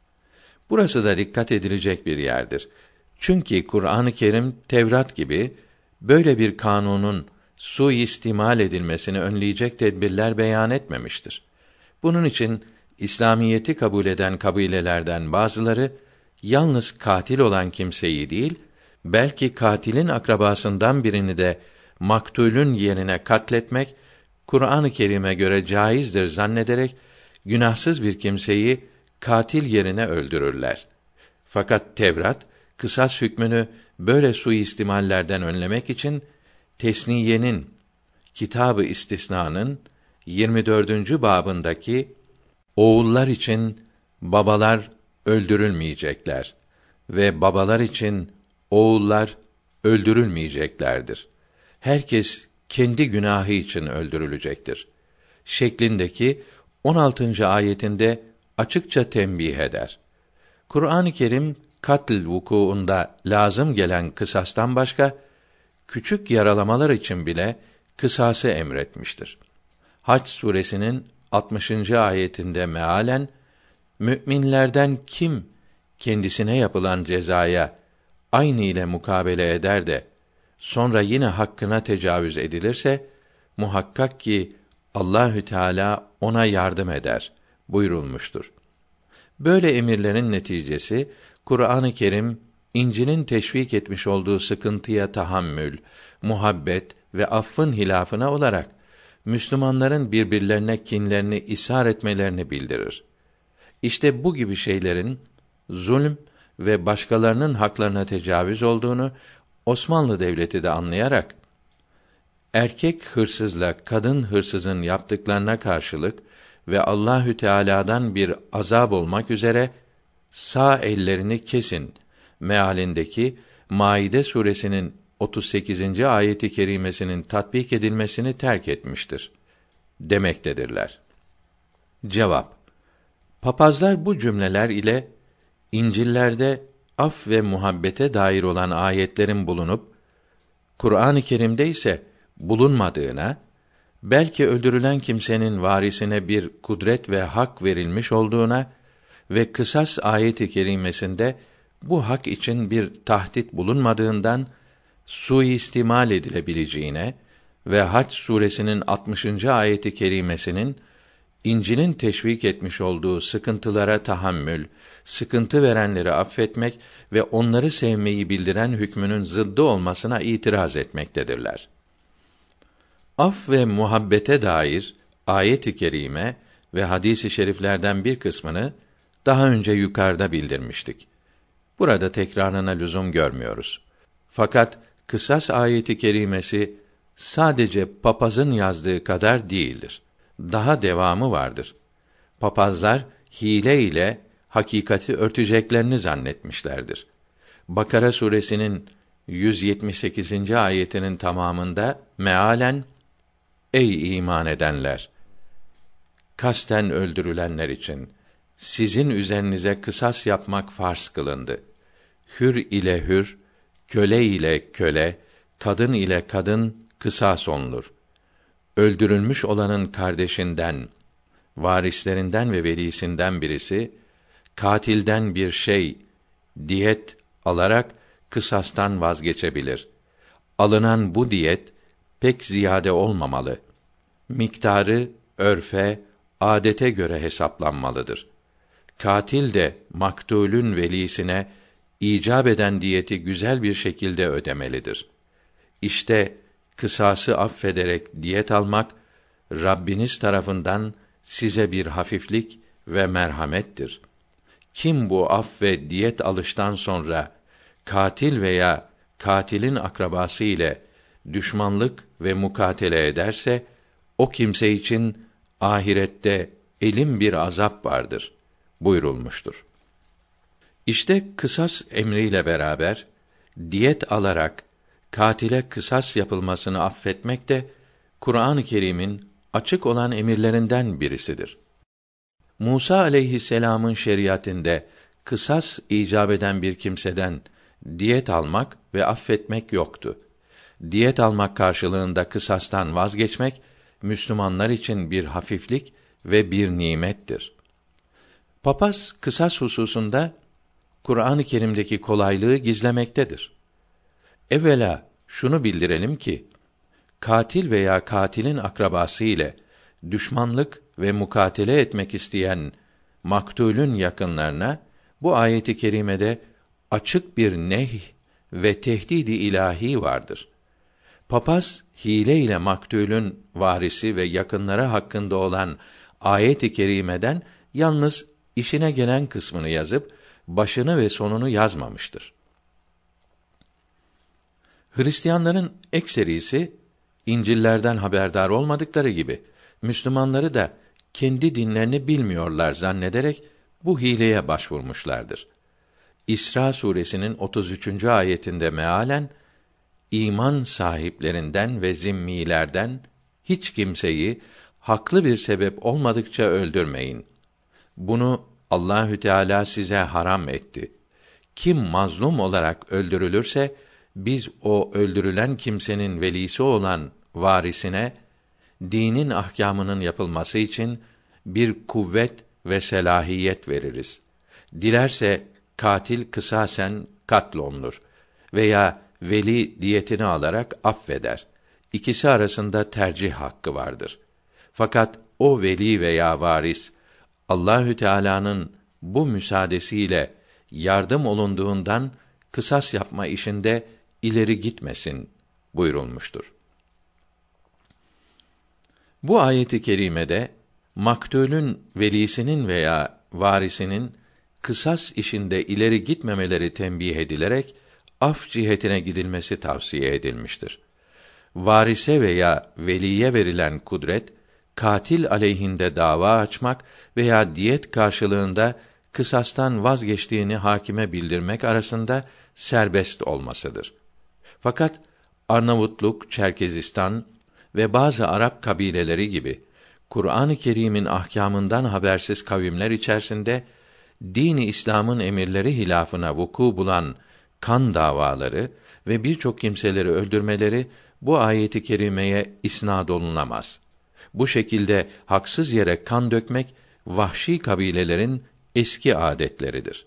Burası da dikkat edilecek bir yerdir. Çünkü Kur'an-ı Kerim Tevrat gibi böyle bir kanunun suistimal edilmesini önleyecek tedbirler beyan etmemiştir. Bunun için İslamiyeti kabul eden kabilelerden bazıları yalnız katil olan kimseyi değil, belki katilin akrabasından birini de maktulün yerine katletmek Kur'an-ı Kerim'e göre caizdir zannederek günahsız bir kimseyi katil yerine öldürürler. Fakat Tevrat kısas hükmünü böyle suistimallerden önlemek için Tesniye'nin Kitab-ı İstisna'nın yirmi dördüncü babındaki oğullar için babalar öldürülmeyecekler ve babalar için oğullar öldürülmeyeceklerdir. Herkes kendi günahı için öldürülecektir şeklindeki on altıncı ayetinde açıkça tembih eder. Kur'an-ı Kerim katl vukuunda lazım gelen kısastan başka küçük yaralamalar için bile kısası emretmiştir. Hac suresinin altmışıncı ayetinde mealen müminlerden kim kendisine yapılan cezaya aynı ile mukabele eder de sonra yine hakkına tecavüz edilirse muhakkak ki Allahü Teala ona yardım eder buyurulmuştur. Böyle emirlerin neticesi Kur'an-ı Kerim İncil'in teşvik etmiş olduğu sıkıntıya tahammül, muhabbet ve affın hilafına olarak Müslümanların birbirlerine kinlerini ishar etmelerini bildirir. İşte bu gibi şeylerin zulm ve başkalarının haklarına tecavüz olduğunu Osmanlı Devleti de anlayarak erkek hırsızla kadın hırsızın yaptıklarına karşılık ve Allahü Teala'dan bir azab olmak üzere sağ ellerini kesin mealindeki Maide suresinin otuz sekizinci ayeti kerimesinin tatbik edilmesini terk etmiştir demektedirler. Cevap: Papazlar bu cümleler ile İncil'lerde af ve muhabbete dair olan ayetlerin bulunup Kur'an-ı Kerim'de ise bulunmadığına, belki öldürülen kimsenin varisine bir kudret ve hak verilmiş olduğuna ve kısas ayeti kerimesinde bu hak için bir tahdit bulunmadığından suistimal edilebileceğine ve Hac suresinin altmışıncı ayeti kerimesinin İncil'in teşvik etmiş olduğu sıkıntılara tahammül, sıkıntı verenleri affetmek ve onları sevmeyi bildiren hükmünün zıddı olmasına itiraz etmektedirler. Af ve muhabbete dair ayet-i kerime ve hadis-i şeriflerden bir kısmını daha önce yukarıda bildirmiştik. Burada tekrarına lüzum görmüyoruz. Fakat kısas ayeti kerimesi sadece papazın yazdığı kadar değildir. Daha devamı vardır. Papazlar hile ile hakikati örteceklerini zannetmişlerdir. Bakara suresinin yüz yetmiş sekizinci ayetinin tamamında mealen ey iman edenler kasten öldürülenler için sizin üzerinize kısas yapmak farz kılındı. Hür ile hür, köle ile köle, kadın ile kadın kısas olunur. Öldürülmüş olanın kardeşinden, varislerinden ve velisinden birisi katilden bir şey diyet alarak kısastan vazgeçebilir. Alınan bu diyet pek ziyade olmamalı. Miktarı örfe, adete göre hesaplanmalıdır. Katil de maktulün velisine icap eden diyeti güzel bir şekilde ödemelidir. İşte kısası affederek diyet almak Rabbiniz tarafından size bir hafiflik ve merhamettir. Kim bu af ve diyet alıştan sonra katil veya katilin akrabası ile düşmanlık ve mukatele ederse, o kimse için ahirette elin bir azap vardır buyurulmuştur. İşte kısas emriyle beraber diyet alarak katile kısas yapılmasını affetmek de Kur'an-ı Kerim'in açık olan emirlerinden birisidir. Musa aleyhisselam'ın şeriatinde kısas icap eden bir kimseden diyet almak ve affetmek yoktu. Diyet almak karşılığında kısastan vazgeçmek Müslümanlar için bir hafiflik ve bir nimettir. Papaz kısas hususunda Kur'an-ı Kerim'deki kolaylığı gizlemektedir. Evvela şunu bildirelim ki, katil veya katilin akrabası ile düşmanlık ve mukatele etmek isteyen maktulün yakınlarına bu ayet-i kerimede açık bir nehy ve tehdid-i ilahi vardır. Papaz hile ile maktulün varisi ve yakınları hakkında olan ayet-i kerimeden yalnız işine gelen kısmını yazıp başını ve sonunu yazmamıştır. Hristiyanların ekserisi İncil'lerden haberdar olmadıkları gibi Müslümanları da kendi dinlerini bilmiyorlar zannederek bu hileye başvurmuşlardır. İsra suresinin otuz üçüncü ayetinde mealen iman sahiplerinden ve zimmilerden hiç kimseyi haklı bir sebep olmadıkça öldürmeyin. Bunu Allahü Teala size haram etti. Kim mazlum olarak öldürülürse biz o öldürülen kimsenin velisi olan varisine dinin ahkâmının yapılması için bir kuvvet ve selahiyet veririz. Dilerse katil kısasen katlolunur veya veli diyetini alarak affeder. İkisi arasında tercih hakkı vardır. Fakat o veli veya varis Allahü Teala'nın bu müsaadesiyle yardım olunduğundan kısas yapma işinde ileri gitmesin buyurulmuştur. Bu ayet-i kerimede maktulün velisinin veya varisinin kısas işinde ileri gitmemeleri tembih edilerek af cihetine gidilmesi tavsiye edilmiştir. Varise veya veliye verilen kudret, katil aleyhinde dava açmak veya diyet karşılığında kısastan vazgeçtiğini hakime bildirmek arasında serbest olmasıdır. Fakat Arnavutluk, Çerkezistan ve bazı Arap kabileleri gibi Kur'an-ı Kerim'in ahkâmından habersiz kavimler içerisinde din-i İslam'ın emirleri hilafına vuku bulan kan davaları ve birçok kimseleri öldürmeleri bu ayet-i kerimeye isnad olunamaz. Bu şekilde haksız yere kan dökmek vahşi kabilelerin eski adetleridir.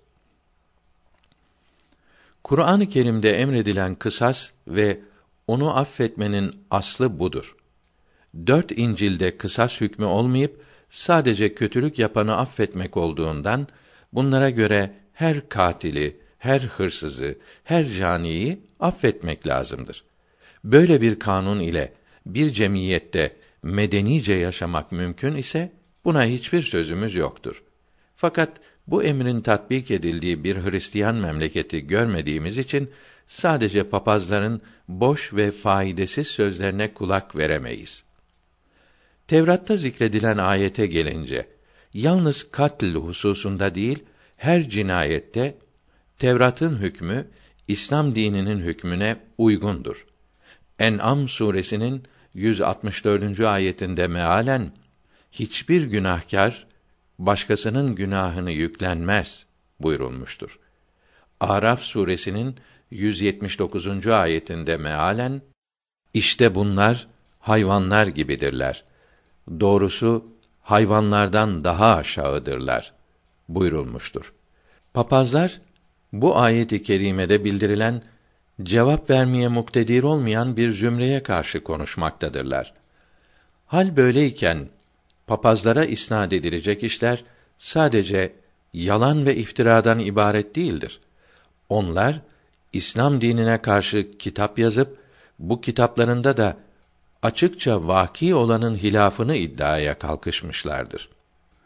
Kur'an-ı Kerim'de emredilen kısas ve onu affetmenin aslı budur. Dört İncil'de kısas hükmü olmayıp sadece kötülük yapanı affetmek olduğundan bunlara göre her katili, her hırsızı, her caniyi affetmek lazımdır. Böyle bir kanun ile bir cemiyette medenice yaşamak mümkün ise buna hiçbir sözümüz yoktur. Fakat bu emrin tatbik edildiği bir Hristiyan memleketi görmediğimiz için sadece papazların boş ve faydasız sözlerine kulak veremeyiz. Tevrat'ta zikredilen ayete gelince, yalnız katl hususunda değil, her cinayette Tevrat'ın hükmü İslam dininin hükmüne uygundur. En'am suresinin yüz altmış dördüncü ayetinde mealen hiçbir günahkar başkasının günahını yüklenmez buyurulmuştur. Araf suresinin yüz yetmiş dokuzuncu ayetinde mealen işte bunlar hayvanlar gibidirler. Doğrusu hayvanlardan daha aşağıdırlar buyurulmuştur. Papazlar bu ayet-i kerimede bildirilen cevap vermeye muktedir olmayan bir zümreye karşı konuşmaktadırlar. Hal böyleyken papazlara isnad edilecek işler sadece yalan ve iftiradan ibaret değildir. Onlar İslam dinine karşı kitap yazıp bu kitaplarında da açıkça vaki olanın hilafını iddiaya kalkışmışlardır.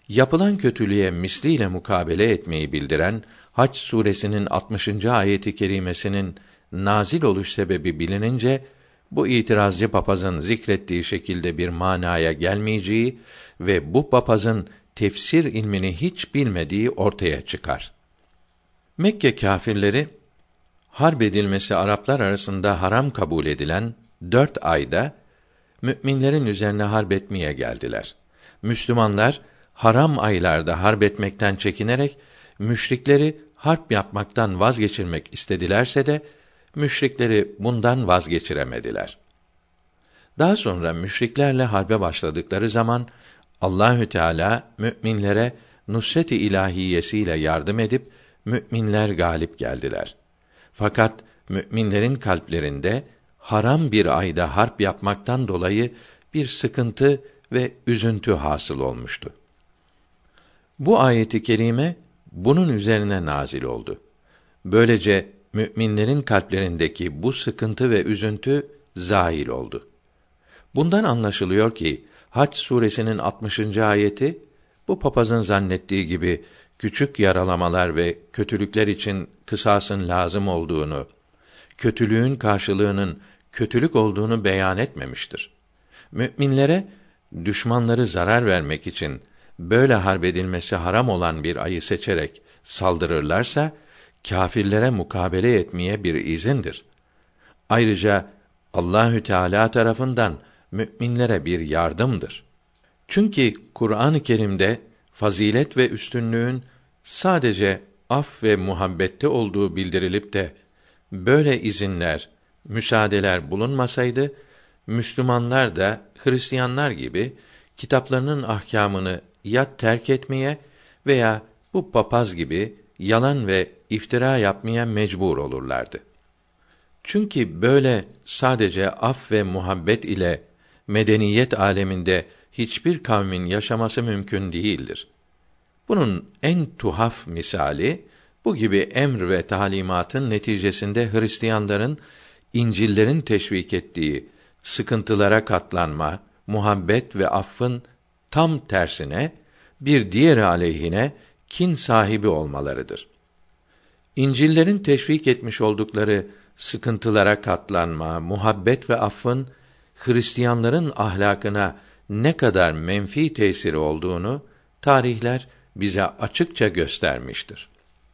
Yapılan kötülüğe misliyle mukabele etmeyi bildiren Hac suresinin altmışıncı ayeti kerimesinin nazil oluş sebebi bilinince bu itirazcı papazın zikrettiği şekilde bir manaya gelmeyeceği ve bu papazın tefsir ilmini hiç bilmediği ortaya çıkar. Mekke kâfirleri harp edilmesi Araplar arasında haram kabul edilen dört ayda müminlerin üzerine harp etmeye geldiler. Müslümanlar haram aylarda harp etmekten çekinerek müşrikleri harp yapmaktan vazgeçirmek istedilerse de müşrikleri bundan vazgeçiremediler. Daha sonra müşriklerle harbe başladıkları zaman Allahü Teala müminlere nusret-i ilahiyesiyle yardım edip müminler galip geldiler. Fakat müminlerin kalplerinde haram bir ayda harp yapmaktan dolayı bir sıkıntı ve üzüntü hasıl olmuştu. Bu ayeti kerime bunun üzerine nazil oldu. Böylece müminlerin kalplerindeki bu sıkıntı ve üzüntü zail oldu. Bundan anlaşılıyor ki Hac suresinin altmışıncı ayeti bu papazın zannettiği gibi küçük yaralamalar ve kötülükler için kısasın lazım olduğunu, kötülüğün karşılığının kötülük olduğunu beyan etmemiştir. Müminlere düşmanları zarar vermek için böyle harp edilmesi haram olan bir ayı seçerek saldırırlarsa kâfirlere mukabele etmeye bir izindir. Ayrıca Allahü Teala tarafından müminlere bir yardımdır. Çünkü Kur'an-ı Kerim'de fazilet ve üstünlüğün sadece af ve muhabbette olduğu bildirilip de böyle izinler, müsaadeler bulunmasaydı Müslümanlar da Hristiyanlar gibi kitaplarının ahkâmını ya terk etmeye veya bu papaz gibi yalan ve iftira yapmaya mecbur olurlardı. Çünkü böyle sadece af ve muhabbet ile medeniyet aleminde hiçbir kavmin yaşaması mümkün değildir. Bunun en tuhaf misali bu gibi emr ve talimatın neticesinde Hristiyanların İncil'lerin teşvik ettiği sıkıntılara katlanma, muhabbet ve affın tam tersine bir diğeri aleyhine kin sahibi olmalarıdır. İncil'lerin teşvik etmiş oldukları sıkıntılara katlanma, muhabbet ve affın Hristiyanların ahlakına ne kadar menfi tesiri olduğunu tarihler bize açıkça göstermiştir.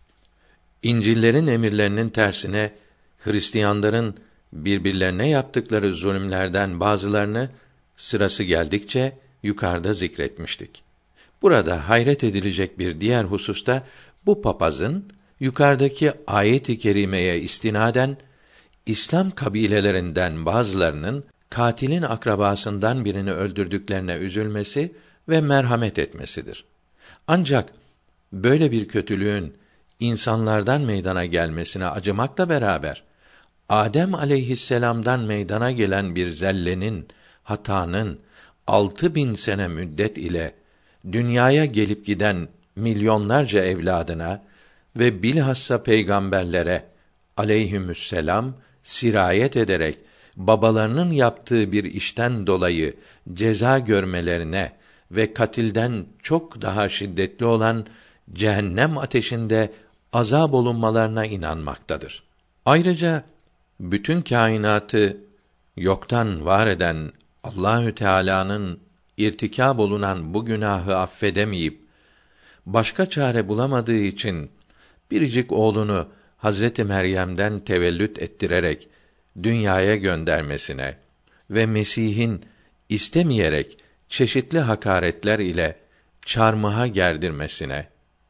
İncil'lerin emirlerinin tersine Hristiyanların birbirlerine yaptıkları zulümlerden bazılarını sırası geldikçe yukarıda zikretmiştik. Burada hayret edilecek bir diğer hususta bu papazın yukarıdaki ayet-i kerimeye istinaden İslam kabilelerinden bazılarının katilin akrabasından birini öldürdüklerine üzülmesi ve merhamet etmesidir. Ancak böyle bir kötülüğün insanlardan meydana gelmesine acımakla beraber Adem aleyhisselam'dan meydana gelen bir zellenin, hatanın altı bin sene müddet ile dünyaya gelip giden milyonlarca evladına ve bilhassa peygamberlere aleyhimüsselam sirayet ederek babalarının yaptığı bir işten dolayı ceza görmelerine ve katilden çok daha şiddetli olan cehennem ateşinde azab olunmalarına inanmaktadır. Ayrıca bütün kainatı yoktan var eden Allahü Teala'nın irtikab olunan bu günahı affedemeyip başka çare bulamadığı için biricik oğlunu Hazreti Meryem'den tevellüt ettirerek dünyaya göndermesine ve Mesih'in istemeyerek çeşitli hakaretler ile çarmıha gerdirmesine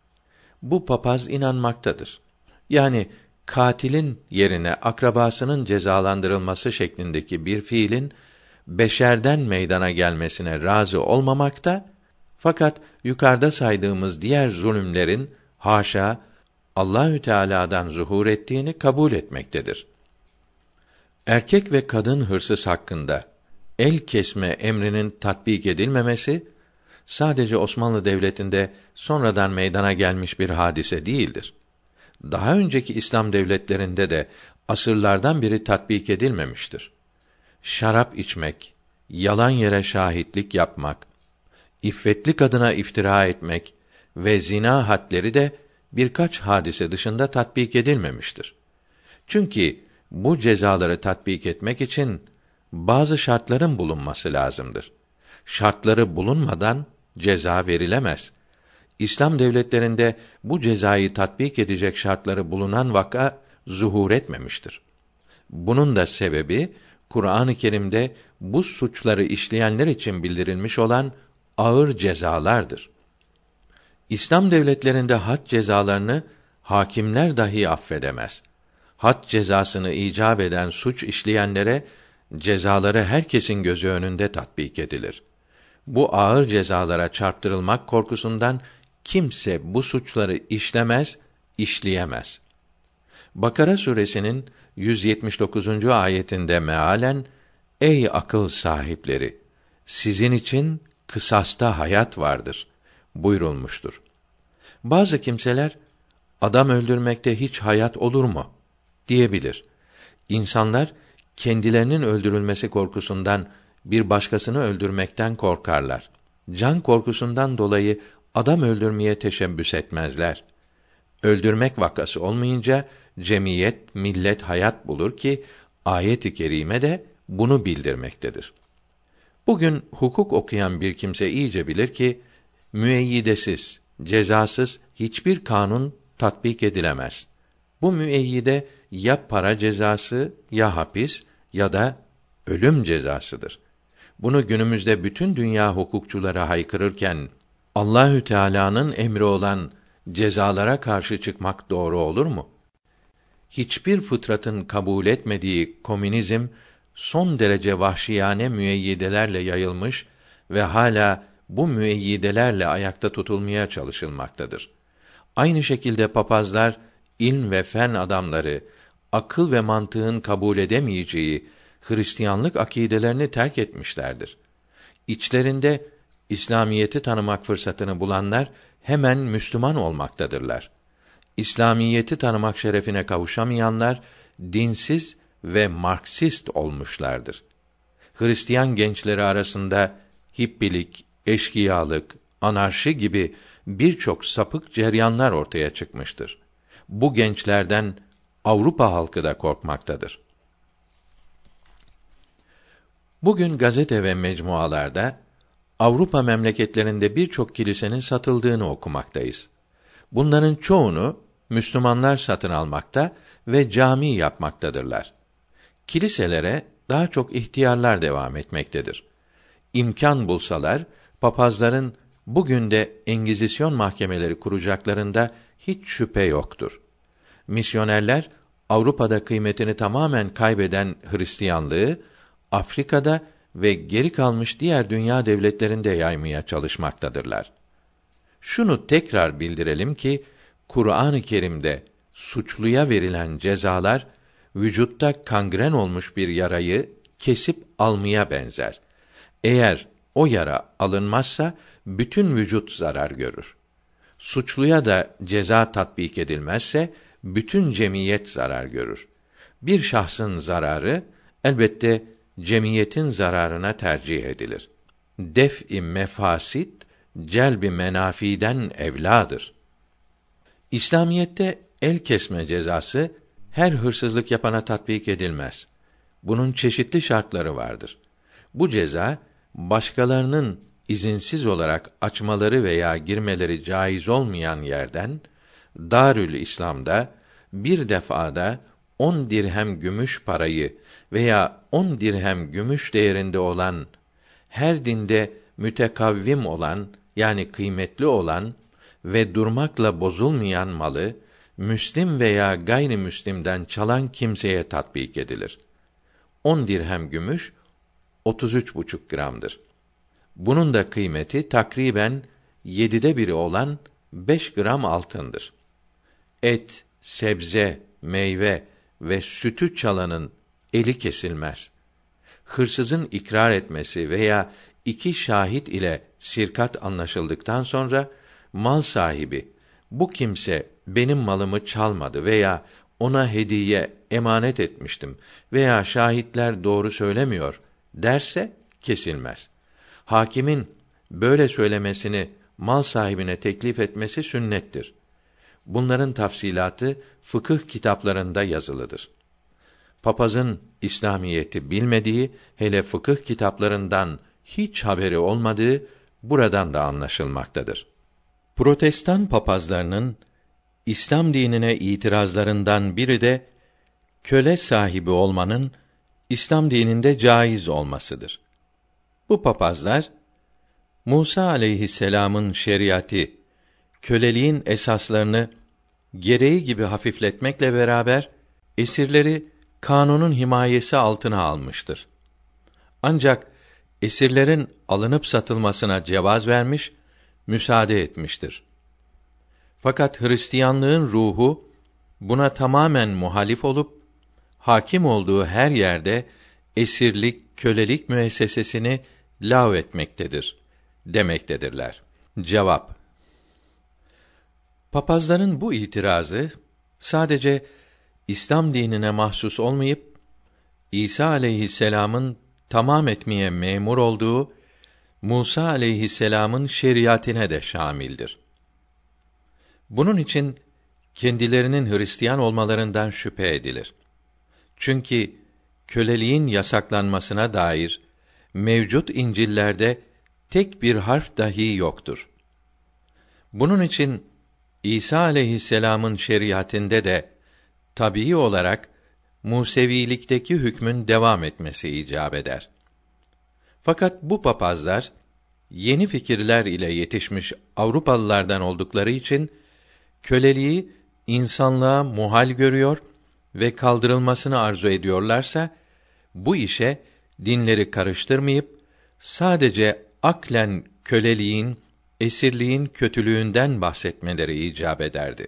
bu papaz inanmaktadır. Yani katilin yerine akrabasının cezalandırılması şeklindeki bir fiilin beşerden meydana gelmesine razı olmamakta, fakat yukarıda saydığımız diğer zulümlerin haşa Allahü Teala'dan zuhur ettiğini kabul etmektedir. Erkek ve kadın hırsız hakkında el kesme emrinin tatbik edilmemesi sadece Osmanlı Devleti'nde sonradan meydana gelmiş bir hadise değildir. Daha önceki İslam devletlerinde de asırlardan beri tatbik edilmemiştir. Şarap içmek, yalan yere şahitlik yapmak, İffetli kadına iftira etmek ve zina hadleri de birkaç hadise dışında tatbik edilmemiştir. Çünkü bu cezaları tatbik etmek için bazı şartların bulunması lazımdır. Şartları bulunmadan ceza verilemez. İslam devletlerinde bu cezayı tatbik edecek şartları bulunan vaka zuhur etmemiştir. Bunun da sebebi Kur'an-ı Kerim'de bu suçları işleyenler için bildirilmiş olan ağır cezalardır. İslam devletlerinde had cezalarını hakimler dahi affedemez. Had cezasını icap eden suç işleyenlere cezaları herkesin gözü önünde tatbik edilir. Bu ağır cezalara çarptırılmak korkusundan kimse bu suçları işlemez, işleyemez. Bakara suresinin yüz yetmiş dokuzuncu ayetinde mealen ey akıl sahipleri sizin için kısasta hayat vardır buyurulmuştur. Bazı kimseler adam öldürmekte hiç hayat olur mu diyebilir. İnsanlar kendilerinin öldürülmesi korkusundan bir başkasını öldürmekten korkarlar. Can korkusundan dolayı adam öldürmeye teşebbüs etmezler. Öldürmek vakası olmayınca cemiyet, millet hayat bulur ki ayet-i kerime de bunu bildirmektedir. Bugün hukuk okuyan bir kimse iyice bilir ki müeyyidesiz, cezasız hiçbir kanun tatbik edilemez. Bu müeyyide ya para cezası, ya hapis ya da ölüm cezasıdır. Bunu günümüzde bütün dünya hukukçuları haykırırken Allahü Teala'nın emri olan cezalara karşı çıkmak doğru olur mu? Hiçbir fıtratın kabul etmediği komünizm son derece vahşiyane müeyyidelerle yayılmış ve hala bu müeyyidelerle ayakta tutulmaya çalışılmaktadır. Aynı şekilde papazlar, ilm ve fen adamları, akıl ve mantığın kabul edemeyeceği Hristiyanlık akidelerini terk etmişlerdir. İçlerinde İslamiyeti tanımak fırsatını bulanlar hemen Müslüman olmaktadırlar. İslamiyeti tanımak şerefine kavuşamayanlar dinsiz ve Marksist olmuşlardır. Hristiyan gençleri arasında hippilik, eşkıyalık, anarşi gibi birçok sapık ceryanlar ortaya çıkmıştır. Bu gençlerden Avrupa halkı da korkmaktadır. Bugün gazete ve mecmualarda Avrupa memleketlerinde birçok kilisenin satıldığını okumaktayız. Bunların çoğunu Müslümanlar satın almakta ve cami yapmaktadırlar. Kiliselere daha çok ihtiyarlar devam etmektedir. İmkan bulsalar papazların bugün de Engizisyon mahkemeleri kuracaklarında hiç şüphe yoktur. Misyonerler Avrupa'da kıymetini tamamen kaybeden Hristiyanlığı Afrika'da ve geri kalmış diğer dünya devletlerinde yaymaya çalışmaktadırlar. Şunu tekrar bildirelim ki Kur'an-ı Kerim'de suçluya verilen cezalar vücutta kangren olmuş bir yarayı kesip almaya benzer. Eğer o yara alınmazsa bütün vücut zarar görür. Suçluya da ceza tatbik edilmezse bütün cemiyet zarar görür. Bir şahsın zararı elbette cemiyetin zararına tercih edilir. Def-i mefasit celb-i menafiden evladır. İslamiyette el kesme cezası her hırsızlık yapana tatbik edilmez. Bunun çeşitli şartları vardır. Bu ceza başkalarının izinsiz olarak açmaları veya girmeleri caiz olmayan yerden Darül İslam'da bir defada on dirhem gümüş parayı veya on dirhem gümüş değerinde olan, her dinde mütekavvim olan yani kıymetli olan ve durmakla bozulmayan malı müslim veya gayrimüslimden çalan kimseye tatbik edilir. On dirhem gümüş otuz üç buçuk gramdır. Bunun da kıymeti takriben yedide biri olan beş gram altındır. Et, sebze, meyve ve sütü çalanın eli kesilmez. Hırsızın ikrar etmesi veya iki şahit ile sirkat anlaşıldıktan sonra mal sahibi bu kimse benim malımı çalmadı veya ona hediye emanet etmiştim veya şahitler doğru söylemiyor derse kesilmez. Hakimin böyle söylemesini mal sahibine teklif etmesi sünnettir. Bunların tafsilatı fıkıh kitaplarında yazılıdır. Papazın İslamiyeti bilmediği, hele fıkıh kitaplarından hiç haberi olmadığı buradan da anlaşılmaktadır. Protestan papazlarının İslam dinine itirazlarından biri de köle sahibi olmanın İslam dininde caiz olmasıdır. Bu papazlar Musa aleyhisselam'ın şeriatı köleliğin esaslarını gereği gibi hafifletmekle beraber esirleri kanunun himayesi altına almıştır. Ancak esirlerin alınıp satılmasına cevaz vermiş, müsaade etmiştir. Fakat Hristiyanlığın ruhu buna tamamen muhalif olup hakim olduğu her yerde esirlik, kölelik müessesesini lağvetmektedir demektedirler. Cevap: Papazların bu itirazı sadece İslam dinine mahsus olmayıp İsa aleyhisselam'ın tamam etmeye memur olduğu Musa aleyhisselam'ın şeriatine de şamildir. Bunun için kendilerinin Hristiyan olmalarından şüphe edilir. Çünkü köleliğin yasaklanmasına dair mevcut İncil'lerde tek bir harf dahi yoktur. Bunun için İsa aleyhisselam'ın şeriatinde de tabii olarak Musevilikteki hükmün devam etmesi icap eder. Fakat bu papazlar yeni fikirler ile yetişmiş Avrupalılardan oldukları için köleliği insanlığa muhal görüyor ve kaldırılmasını arzu ediyorlarsa bu işe dinleri karıştırmayıp sadece aklen köleliğin, esirliğin kötülüğünden bahsetmeleri icap ederdi.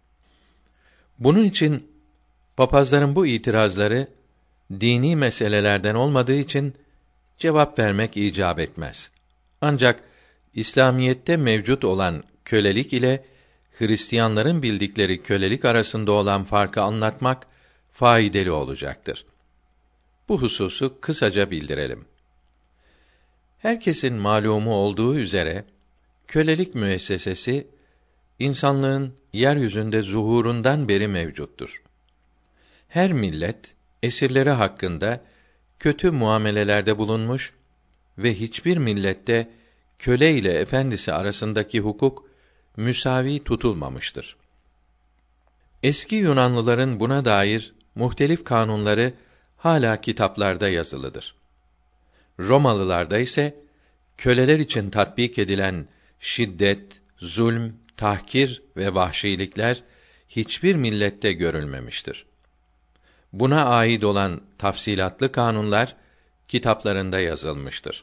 Bunun için papazların bu itirazları dini meselelerden olmadığı için cevap vermek icap etmez. Ancak İslamiyette mevcut olan kölelik ile Hristiyanların bildikleri kölelik arasında olan farkı anlatmak faydalı olacaktır. Bu hususu kısaca bildirelim. Herkesin malumu olduğu üzere kölelik müessesesi insanlığın yeryüzünde zuhurundan beri mevcuttur. Her millet esirleri hakkında kötü muamelelerde bulunmuş ve hiçbir millette köle ile efendisi arasındaki hukuk müsavi tutulmamıştır. Eski Yunanlıların buna dair muhtelif kanunları hala kitaplarda yazılıdır. Romalılarda ise köleler için tatbik edilen şiddet, zulm, tahkir ve vahşilikler hiçbir millette görülmemiştir. Buna ait olan tafsilatlı kanunlar kitaplarında yazılmıştır.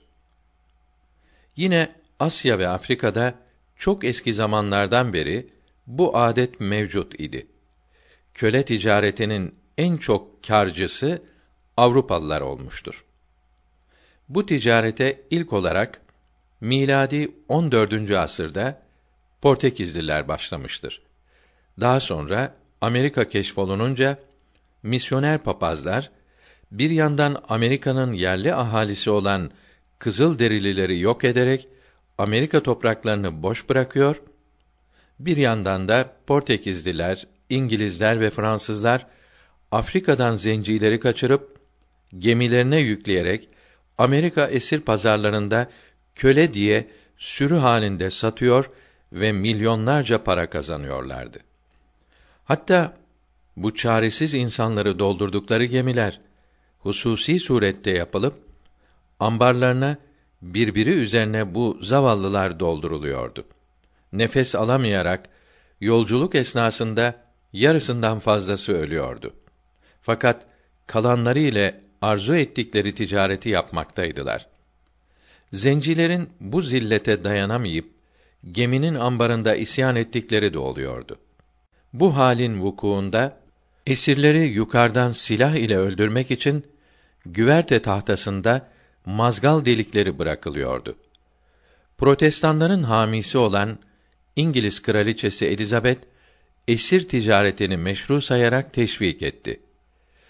Yine Asya ve Afrika'da çok eski zamanlardan beri bu adet mevcut idi. Köle ticaretinin en çok kârcısı Avrupalılar olmuştur. Bu ticarete ilk olarak miladi on dördüncü asırda Portekizliler başlamıştır. Daha sonra Amerika keşfolununca misyoner papazlar bir yandan Amerika'nın yerli ahalisi olan Kızılderilileri yok ederek Amerika topraklarını boş bırakıyor, bir yandan da Portekizliler, İngilizler ve Fransızlar Afrika'dan zencileri kaçırıp gemilerine yükleyerek Amerika esir pazarlarında köle diye sürü halinde satıyor ve milyonlarca para kazanıyorlardı. Hatta bu çaresiz insanları doldurdukları gemiler hususi surette yapılıp ambarlarına birbiri üzerine bu zavallılar dolduruluyordu. Nefes alamayarak yolculuk esnasında yarısından fazlası ölüyordu. Fakat kalanları ile arzu ettikleri ticareti yapmaktaydılar. Zencilerin bu zillete dayanamayıp geminin ambarında isyan ettikleri de oluyordu. Bu halin vukuunda esirleri yukarıdan silah ile öldürmek için güverte tahtasında mazgal delikleri bırakılıyordu. Protestanların hamisi olan İngiliz kraliçesi Elizabeth esir ticaretini meşru sayarak teşvik etti.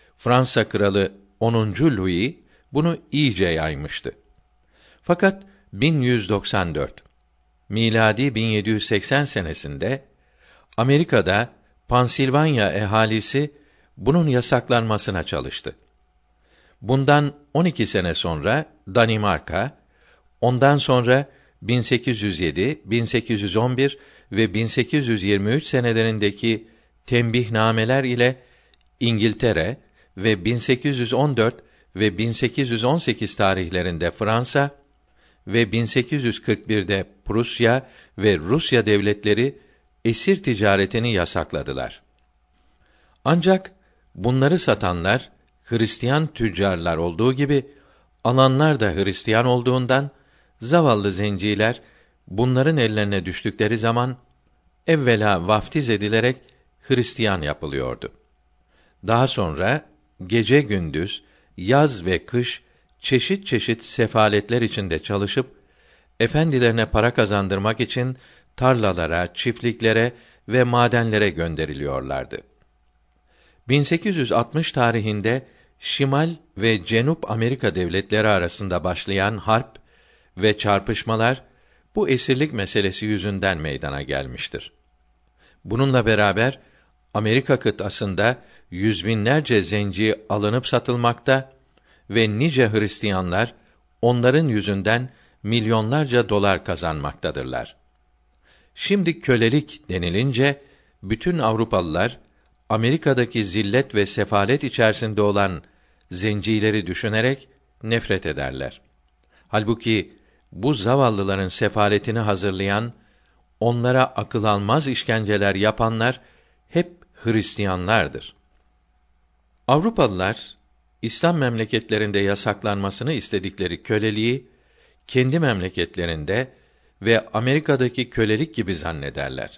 Fransa kralı onuncu Louis bunu iyice yaymıştı. Fakat bin yüz doksan dört miladi bin yedi yüz seksen senesinde Amerika'da Pensilvanya ehalisi bunun yasaklanmasına çalıştı. Bundan on iki sene sonra Danimarka, ondan sonra bin sekiz yüz yedi, bin sekiz yüz on bir ve bin sekiz yüz yirmi üç senelerindeki tembihnameler ile İngiltere ve bin sekiz yüz on dört ve bin sekiz yüz on sekiz tarihlerinde Fransa ve bin sekiz yüz kırk birde Prusya ve Rusya devletleri esir ticaretini yasakladılar. Ancak bunları satanlar Hristiyan tüccarlar olduğu gibi alanlar da Hristiyan olduğundan zavallı zenciler bunların ellerine düştükleri zaman evvela vaftiz edilerek Hristiyan yapılıyordu. Daha sonra gece gündüz, yaz ve kış çeşit çeşit sefaletler içinde çalışıp efendilerine para kazandırmak için tarlalara, çiftliklere ve madenlere gönderiliyorlardı. bin sekiz yüz altmış tarihinde Şimal ve Cenup Amerika devletleri arasında başlayan harp ve çarpışmalar bu esirlik meselesi yüzünden meydana gelmiştir. Bununla beraber Amerika kıtasında yüz binlerce zenci alınıp satılmakta ve nice Hristiyanlar onların yüzünden milyonlarca dolar kazanmaktadırlar. Şimdi kölelik denilince bütün Avrupalılar Amerika'daki zillet ve sefalet içerisinde olan zencileri düşünerek nefret ederler. Halbuki bu zavallıların sefaletini hazırlayan, onlara akıl almaz işkenceler yapanlar hep Hristiyanlardır. Avrupalılar İslam memleketlerinde yasaklanmasını istedikleri köleliği kendi memleketlerinde ve Amerika'daki kölelik gibi zannederler.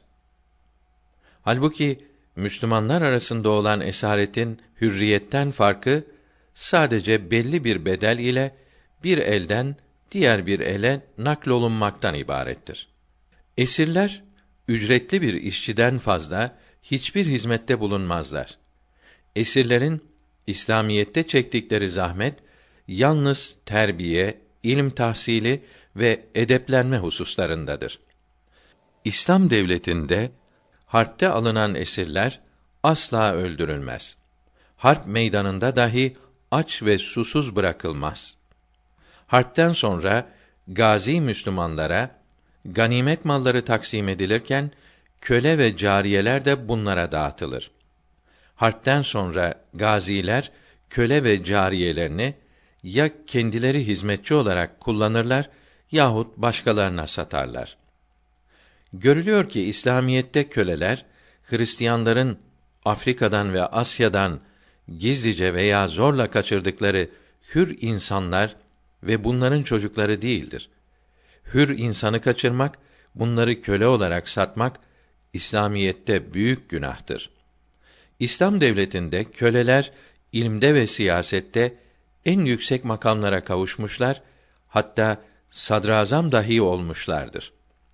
Halbuki Müslümanlar arasında olan esaretin hürriyetten farkı sadece belli bir bedel ile bir elden diğer bir ele naklolunmaktan ibarettir. Esirler ücretli bir işçiden fazla hiçbir hizmette bulunmazlar. Esirlerin İslamiyette çektikleri zahmet yalnız terbiye, ilim tahsili ve edeplenme hususlarındadır. İslam devletinde harpte alınan esirler asla öldürülmez. Harp meydanında dahi aç ve susuz bırakılmaz. Harpten sonra gazi Müslümanlara ganimet malları taksim edilirken köle ve cariyeler de bunlara dağıtılır. Harpten sonra gaziler köle ve cariyelerini ya kendileri hizmetçi olarak kullanırlar yahut başkalarına satarlar. Görülüyor ki İslamiyette köleler Hristiyanların Afrika'dan ve Asya'dan gizlice veya zorla kaçırdıkları hür insanlar ve bunların çocukları değildir. Hür insanı kaçırmak, bunları köle olarak satmak İslamiyette büyük günahtır. İslam devletinde köleler ilimde ve siyasette en yüksek makamlara kavuşmuşlar, hatta sadrazam dahi olmuşlardır.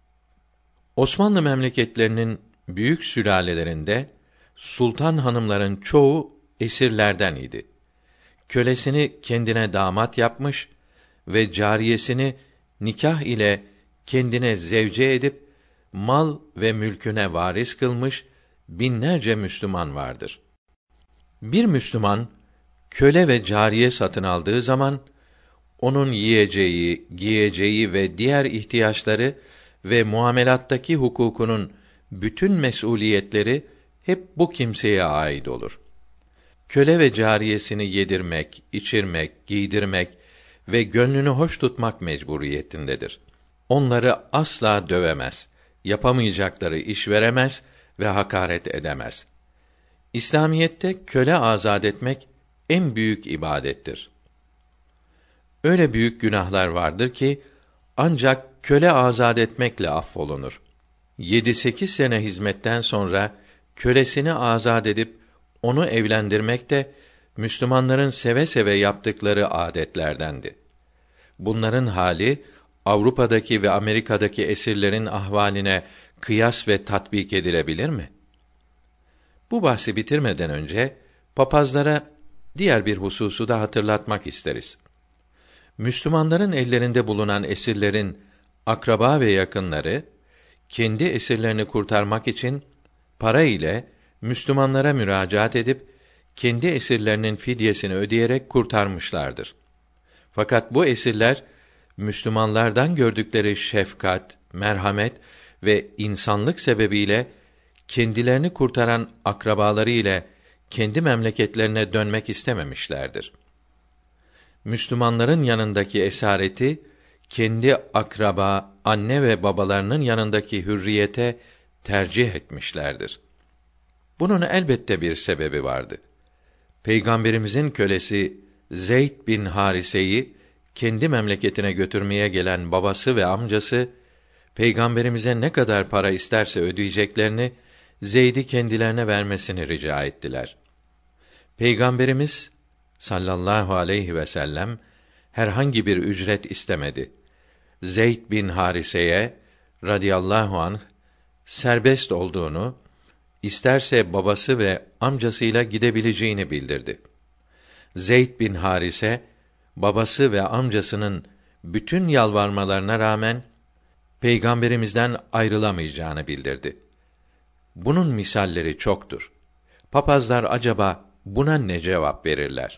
Osmanlı memleketlerinin büyük sülalelerinde sultan hanımların çoğu esirlerden idi. Kölesini kendine damat yapmış ve cariyesini nikah ile kendine zevce edip mal ve mülküne varis kılmış binlerce Müslüman vardır. Bir Müslüman köle ve cariye satın aldığı zaman onun yiyeceği, giyeceği ve diğer ihtiyaçları ve muamelattaki hukukunun bütün mesuliyetleri hep bu kimseye ait olur. Köle ve cariyesini yedirmek, içirmek, giydirmek ve gönlünü hoş tutmak mecburiyetindedir. Onları asla dövemez, yapamayacakları iş veremez ve hakaret edemez. İslamiyette köle azad etmek en büyük ibadettir. Öyle büyük günahlar vardır ki ancak köle azad etmekle affolunur. Yedi sekiz sene hizmetten sonra kölesini azad edip onu evlendirmek de Müslümanların seve seve yaptıkları âdetlerdendi. Bunların hali Avrupa'daki ve Amerika'daki esirlerin ahvaline kıyas ve tatbik edilebilir mi? Bu bahsi bitirmeden önce papazlara diğer bir hususu da hatırlatmak isteriz. Müslümanların ellerinde bulunan esirlerin akraba ve yakınları kendi esirlerini kurtarmak için para ile Müslümanlara müracaat edip kendi esirlerinin fidyesini ödeyerek kurtarmışlardır. Fakat bu esirler Müslümanlardan gördükleri şefkat, merhamet ve insanlık sebebiyle kendilerini kurtaran akrabaları ile kendi memleketlerine dönmek istememişlerdir. Müslümanların yanındaki esareti kendi akraba, anne ve babalarının yanındaki hürriyete tercih etmişlerdir. Bunun elbette bir sebebi vardı. Peygamberimizin kölesi Zeyd bin Harise'yi kendi memleketine götürmeye gelen babası ve amcası, Peygamberimize ne kadar para isterse ödeyeceklerini, Zeyd'i kendilerine vermesini rica ettiler. Peygamberimiz sallallahu aleyhi ve sellem herhangi bir ücret istemedi. Zeyd bin Harise'ye radıyallahu anh serbest olduğunu, isterse babası ve amcasıyla gidebileceğini bildirdi. Zeyd bin Harise, babası ve amcasının bütün yalvarmalarına rağmen Peygamberimizden ayrılamayacağını bildirdi. Bunun misalleri çoktur. Papazlar acaba buna ne cevap verirler?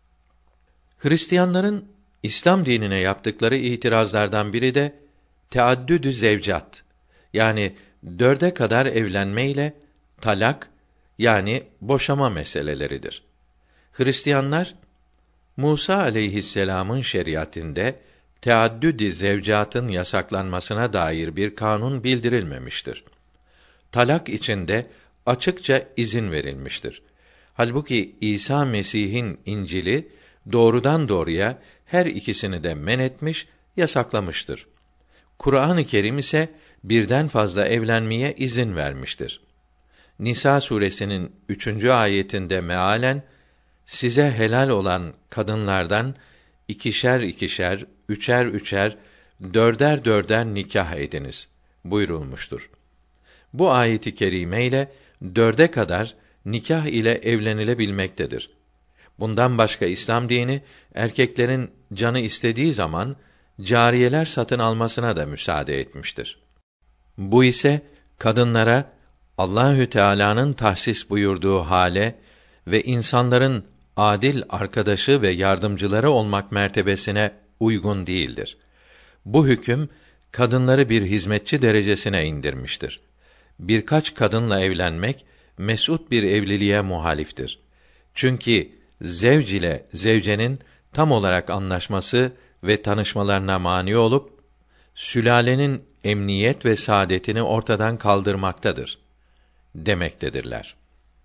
Hristiyanların İslam dinine yaptıkları itirazlardan biri de teaddüdü zevcat, yani dörde kadar evlenme ile talak, yani boşama meseleleridir. Hristiyanlar Musa aleyhisselam'ın şeriatinde teaddüd-i zevcatın yasaklanmasına dair bir kanun bildirilmemiştir. Talak içinde açıkça izin verilmiştir. Halbuki İsa Mesih'in İncil'i doğrudan doğruya her ikisini de men etmiş, yasaklamıştır. Kur'an-ı Kerim ise birden fazla evlenmeye izin vermiştir. Nisa suresinin üçüncü ayetinde mealen, size helal olan kadınlardan ikişer ikişer, üçer üçer, dörder dörder nikah ediniz buyurulmuştur. Bu ayeti kerime ile dörde kadar nikah ile evlenilebilmektedir. Bundan başka İslam dini erkeklerin canı istediği zaman cariyeler satın almasına da müsaade etmiştir. Bu ise kadınlara Allahü Teala'nın tahsis buyurduğu hale ve insanların adil arkadaşı ve yardımcıları olmak mertebesine uygun değildir. Bu hüküm kadınları bir hizmetçi derecesine indirmiştir. Birkaç kadınla evlenmek mes'ud bir evliliğe muhaliftir. Çünkü zevc ile zevcenin tam olarak anlaşması ve tanışmalarına mani olup sülalenin emniyet ve saadetini ortadan kaldırmaktadır demektedirler.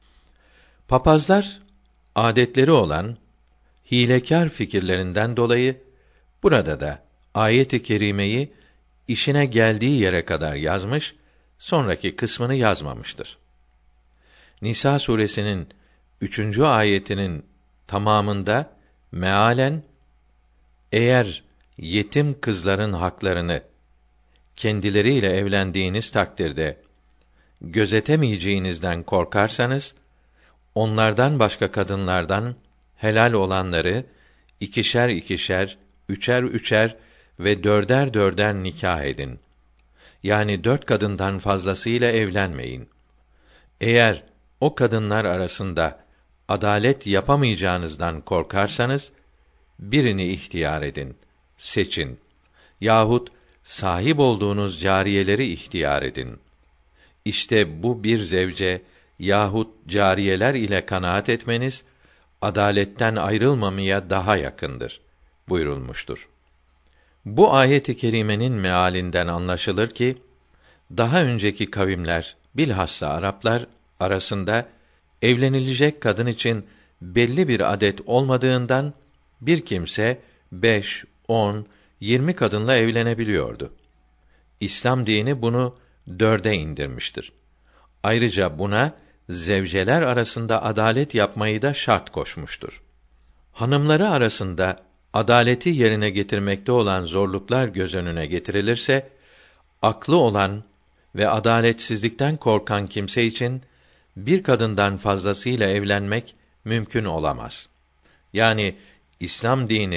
Papazlar adetleri olan hilekâr fikirlerinden dolayı burada da ayet-i kerimeyi işine geldiği yere kadar yazmış, sonraki kısmını yazmamıştır. Nisa suresinin üçüncü ayetinin tamamında mealen eğer yetim kızların haklarını kendileriyle evlendiğiniz takdirde gözetemeyeceğinizden korkarsanız, onlardan başka kadınlardan helal olanları ikişer ikişer, üçer üçer ve dörder dörder nikah edin. Yani dört kadından fazlasıyla evlenmeyin. Eğer o kadınlar arasında adalet yapamayacağınızdan korkarsanız, birini ihtiyar edin, seçin. Yahut sahip olduğunuz cariyeleri ihtiyar edin. İşte bu bir zevce yahut cariyeler ile kanaat etmeniz, adaletten ayrılmamaya daha yakındır buyurulmuştur. Bu ayet-i kerimenin mealinden anlaşılır ki, daha önceki kavimler, bilhassa Araplar arasında evlenilecek kadın için belli bir adet olmadığından bir kimse beş, on, yirmi kadınla evlenebiliyordu. İslam dini bunu dörde indirmiştir. Ayrıca buna zevceler arasında adalet yapmayı da şart koşmuştur. Hanımları arasında adaleti yerine getirmekte olan zorluklar göz önüne getirilirse, aklı olan ve adaletsizlikten korkan kimse için bir kadından fazlasıyla evlenmek mümkün olamaz. Yani İslam dini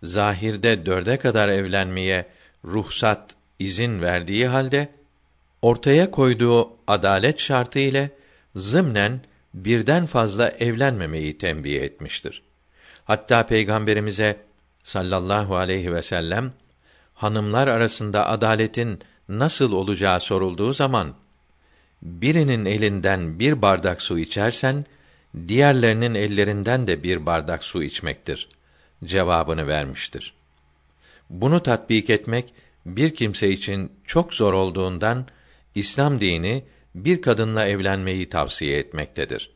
zahirde dörde kadar evlenmeye ruhsat, izin verdiği halde, ortaya koyduğu adalet şartı ile zımnen birden fazla evlenmemeyi tembih etmiştir. Hatta Peygamberimize sallallahu aleyhi ve sellem hanımlar arasında adaletin nasıl olacağı sorulduğu zaman, birinin elinden bir bardak su içersen, diğerlerinin ellerinden de bir bardak su içmektir cevabını vermiştir. Bunu tatbik etmek bir kimse için çok zor olduğundan İslam dini bir kadınla evlenmeyi tavsiye etmektedir.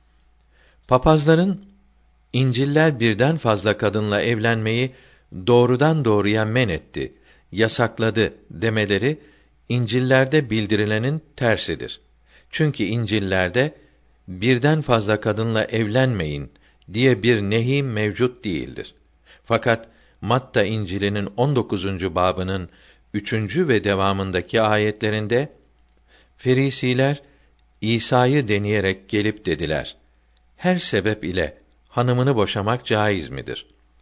Papazların İnciller birden fazla kadınla evlenmeyi doğrudan doğruya men etti, yasakladı demeleri İncillerde bildirilenin tersidir. Çünkü İncillerde birden fazla kadınla evlenmeyin diye bir nehi mevcut değildir. Fakat Matta İncil'inin on dokuzuncu babının üçüncü ve devamındaki ayetlerinde Ferisiler İsa'yı deneyerek gelip dediler: her sebep ile hanımını boşamak caiz midir?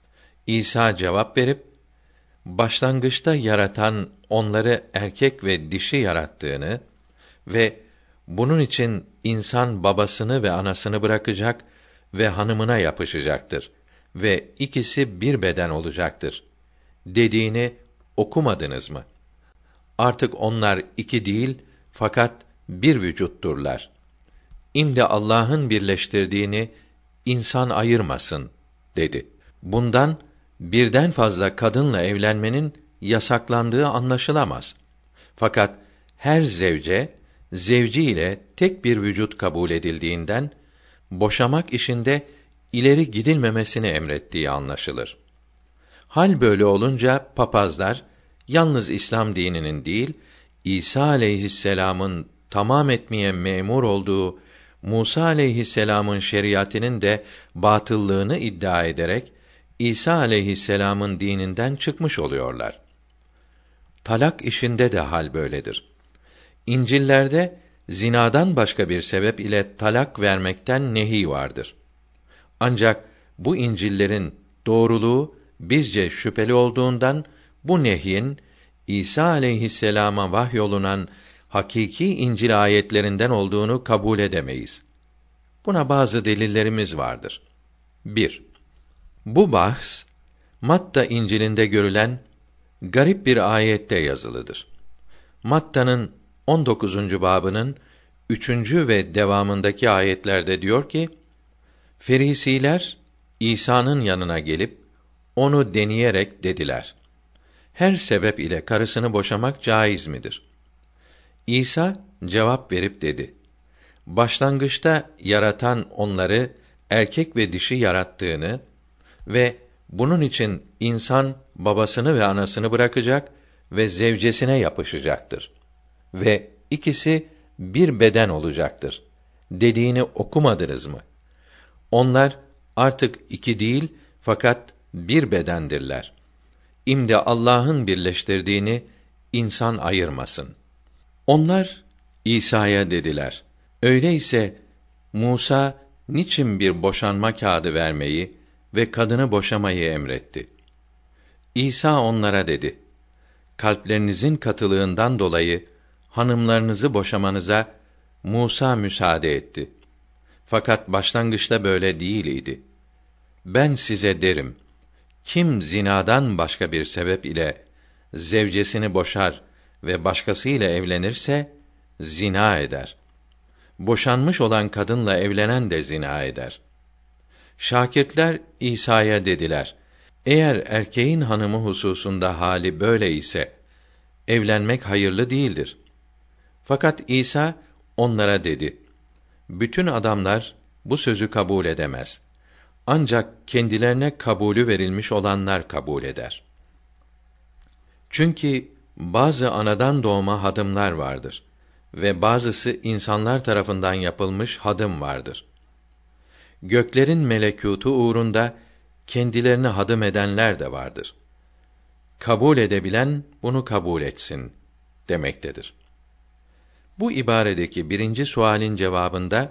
İsa cevap verip, başlangıçta yaratan onları erkek ve dişi yarattığını ve bunun için insan babasını ve anasını bırakacak ve hanımına yapışacaktır ve ikisi bir beden olacaktır dediğini okumadınız mı? Artık onlar iki değil, fakat bir vücutturlar. İmde Allah'ın birleştirdiğini insan ayırmasın dedi. Bundan birden fazla kadınla evlenmenin yasaklandığı anlaşılamaz. Fakat her zevce zevci ile tek bir vücut kabul edildiğinden boşamak işinde ileri gidilmemesini emrettiği anlaşılır. Hal böyle olunca papazlar yalnız İslam dininin değil, İsa aleyhisselam'ın tamam etmeye memur olduğu Musa aleyhisselam'ın şeriatının de batıllığını iddia ederek İsa aleyhisselam'ın dininden çıkmış oluyorlar. Talak işinde de hal böyledir. İncillerde zinadan başka bir sebep ile talak vermekten nehi vardır. Ancak bu İncillerin doğruluğu bizce şüpheli olduğundan bu nehyin İsa aleyhisselama vahyolunan hakiki İncil ayetlerinden olduğunu kabul edemeyiz. Buna bazı delillerimiz vardır. bir. Bu bahs Matta İncil'inde görülen garip bir ayette yazılıdır. Matta'nın on dokuzuncu babının üçüncü ve devamındaki ayetlerde diyor ki: Ferisiler İsa'nın yanına gelip onu deneyerek dediler: her sebep ile karısını boşamak caiz midir? İsa cevap verip dedi: başlangıçta yaratan onları erkek ve dişi yarattığını ve bunun için insan babasını ve anasını bırakacak ve zevcesine yapışacaktır ve ikisi bir beden olacaktır dediğini okumadınız mı? Onlar artık iki değil, fakat bir bedendirler. İmde Allah'ın birleştirdiğini insan ayırmasın. Onlar İsa'ya dediler: öyleyse Musa niçin bir boşanma kağıdı vermeyi ve kadını boşamayı emretti? İsa onlara dedi: kalplerinizin katılığından dolayı hanımlarınızı boşamanıza Musa müsaade etti. Fakat başlangıçta böyle değil idi. Ben size derim, kim zinadan başka bir sebep ile zevcesini boşar ve başkasıyla evlenirse zina eder. Boşanmış olan kadınla evlenen de zina eder. Şakirtler İsa'ya dediler: eğer erkeğin hanımı hususunda hali böyle ise evlenmek hayırlı değildir. Fakat İsa onlara dedi: bütün adamlar bu sözü kabul edemez. Ancak kendilerine kabulü verilmiş olanlar kabul eder. Çünkü bazı anadan doğma hadımlar vardır ve bazısı insanlar tarafından yapılmış hadım vardır. Göklerin melekûtu uğrunda kendilerini hadım edenler de vardır. Kabul edebilen bunu kabul etsin demektedir. Bu ibaredeki birinci sualin cevabında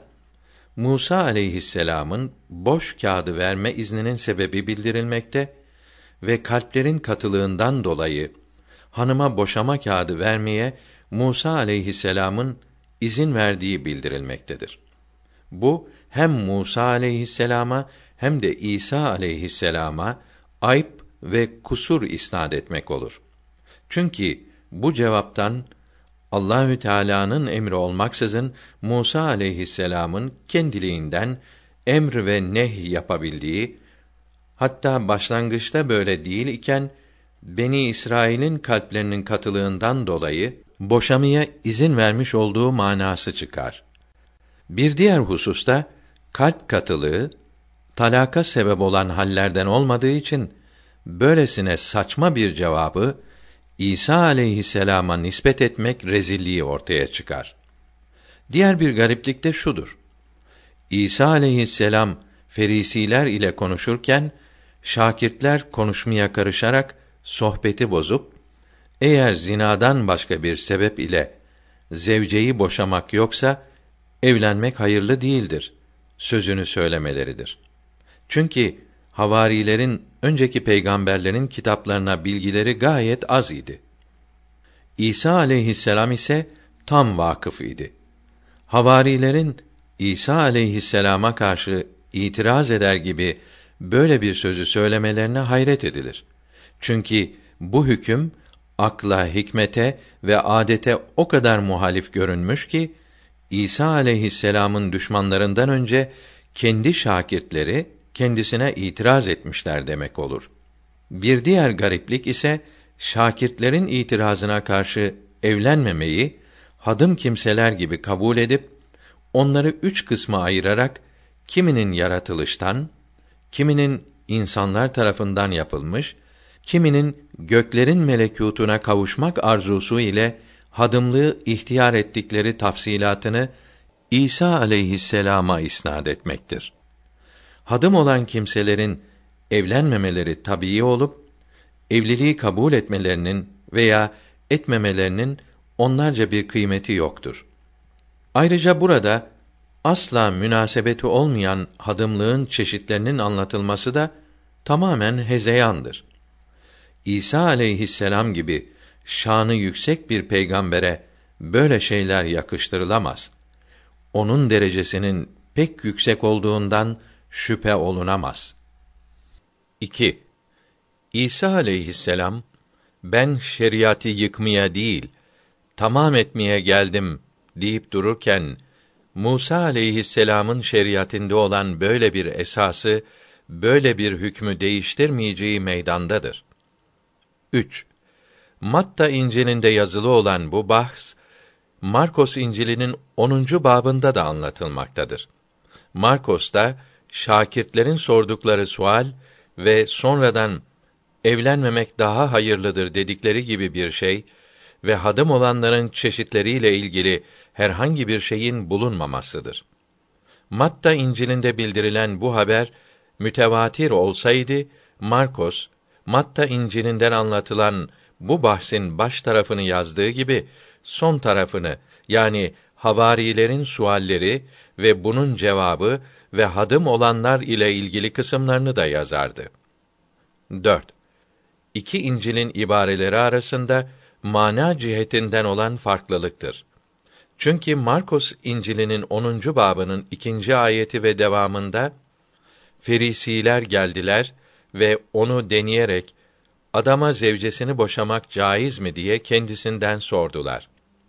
Musa aleyhisselam'ın boş kağıdı verme izninin sebebi bildirilmekte ve kalplerin katılığından dolayı hanıma boşama kağıdı vermeye Musa aleyhisselam'ın izin verdiği bildirilmektedir. Bu hem Musa aleyhisselama hem de İsa aleyhisselama ayıp ve kusur isnad etmek olur. Çünkü bu cevaptan Allahü Teala'nın emri olmaksızın Musa aleyhisselam'ın kendiliğinden emr ve nehy yapabildiği, hatta başlangıçta böyle değil iken Beni İsrail'in kalplerinin katılığından dolayı boşamaya izin vermiş olduğu manası çıkar. Bir diğer hususta kalp katılığı talaka sebep olan hallerden olmadığı için böylesine saçma bir cevabı İsa aleyhisselama nispet etmek rezilliği ortaya çıkar. Diğer bir gariplik de şudur: İsa aleyhisselam ferisiler ile konuşurken şakirtler konuşmaya karışarak sohbeti bozup, eğer zinadan başka bir sebep ile zevceyi boşamak yoksa evlenmek hayırlı değildir sözünü söylemeleridir. Çünkü havarilerin önceki peygamberlerin kitaplarına bilgileri gayet az idi. İsa aleyhisselam ise tam vakıf idi. Havarilerin İsa aleyhisselama karşı itiraz eder gibi böyle bir sözü söylemelerine hayret edilir. Çünkü bu hüküm akla, hikmete ve adete o kadar muhalif görünmüş ki İsa aleyhisselam'ın düşmanlarından önce kendi şakirtleri kendisine itiraz etmişler demek olur. Bir diğer gariplik ise şakirtlerin itirazına karşı evlenmemeyi hadım kimseler gibi kabul edip onları üç kısma ayırarak kiminin yaratılıştan, kiminin insanlar tarafından yapılmış, kiminin göklerin melekûtuna kavuşmak arzusu ile hadımlığı ihtiyar ettikleri tafsilatını İsa aleyhisselama isnad etmektir. Hadım olan kimselerin evlenmemeleri tabii olup, evliliği kabul etmelerinin veya etmemelerinin onlarca bir kıymeti yoktur. Ayrıca burada asla münasebeti olmayan hadımlığın çeşitlerinin anlatılması da tamamen hezeyandır. İsa aleyhisselam gibi şanı yüksek bir peygambere böyle şeyler yakıştırılamaz. Onun derecesinin pek yüksek olduğundan şüphe olunamaz. İki. İsa aleyhisselam, ben şeriatı yıkmaya değil, tamam etmeye geldim deyip dururken, Musa aleyhisselam'ın şeriatinde olan böyle bir esası, böyle bir hükmü değiştirmeyeceği meydandadır. Üç. Matta İncil'inde yazılı olan bu bahs, Markos İncil'inin onuncu babında da anlatılmaktadır. Markos'ta şakirtlerin sordukları sual ve sonradan evlenmemek daha hayırlıdır dedikleri gibi bir şey ve hadım olanların çeşitleriyle ilgili herhangi bir şeyin bulunmamasıdır. Matta İncil'inde bildirilen bu haber mütevatir olsaydı, Markos, Matta İncil'inden anlatılan bu bahsin baş tarafını yazdığı gibi, son tarafını, yani havarilerin sualleri ve bunun cevabı ve hadım olanlar ile ilgili kısımlarını da yazardı. Dört. İki İncil'in ibareleri arasında mana cihetinden olan farklılıktır. Çünkü Markos İncil'inin onuncu babının ikinci ayeti ve devamında ferisiler geldiler ve onu deneyerek adama zevcesini boşamak caiz mi diye kendisinden sordular.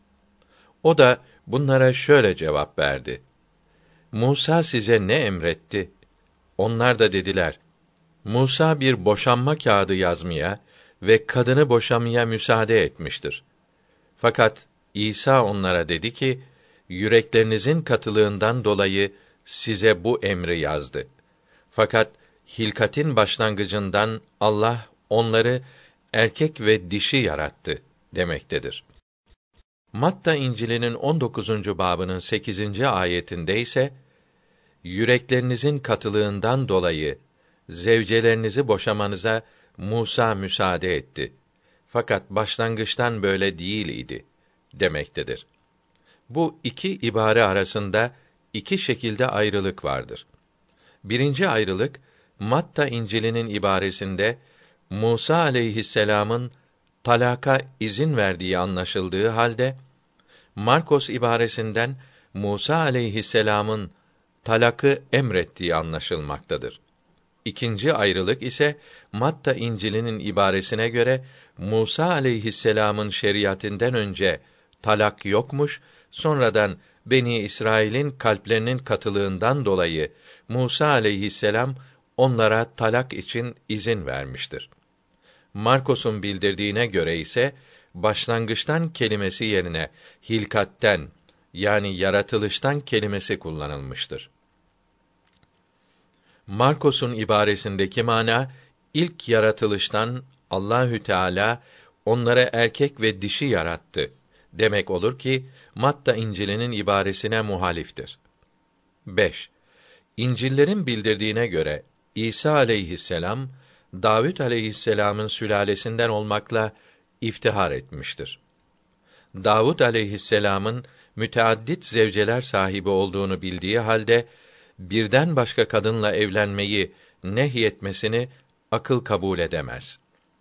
O da bunlara şöyle cevap verdi: Musa size ne emretti? Onlar da dediler: Musa bir boşanma kağıdı yazmaya ve kadını boşamaya müsaade etmiştir. Fakat İsa onlara dedi ki, yüreklerinizin katılığından dolayı size bu emri yazdı. Fakat hilkatin başlangıcından Allah onları erkek ve dişi yarattı demektedir. Matta İncil'inin on dokuzuncu babının sekizinci ayetinde ise yüreklerinizin katılığından dolayı zevcelerinizi boşamanıza Musa müsaade etti. Fakat başlangıçtan böyle değil idi demektedir. Bu iki ibare arasında iki şekilde ayrılık vardır. Birinci ayrılık, Matta İncil'inin ibaresinde Musa aleyhisselam'ın talaka izin verdiği anlaşıldığı halde, Markos ibaresinden Musa aleyhisselam'ın talakı emrettiği anlaşılmaktadır. İkinci ayrılık ise Matta İncil'inin ibaresine göre Musa aleyhisselam'ın şeriatinden önce talak yokmuş, sonradan Beni İsrail'in kalplerinin katılığından dolayı Musa aleyhisselam onlara talak için izin vermiştir. Markos'un bildirdiğine göre ise başlangıçtan kelimesi yerine hilkatten, yani yaratılıştan kelimesi kullanılmıştır. Markos'un ibaresindeki mana, ilk yaratılıştan Allahü Teala onları erkek ve dişi yarattı demek olur ki Matta İncil'inin ibaresine muhaliftir. beş. İncil'lerin bildirdiğine göre İsa aleyhisselam Davud aleyhisselam'ın sülalesinden olmakla iftihar etmiştir. Davud aleyhisselam'ın müteaddit zevceler sahibi olduğunu bildiği halde birden başka kadınla evlenmeyi nehyetmesini akıl kabul edemez.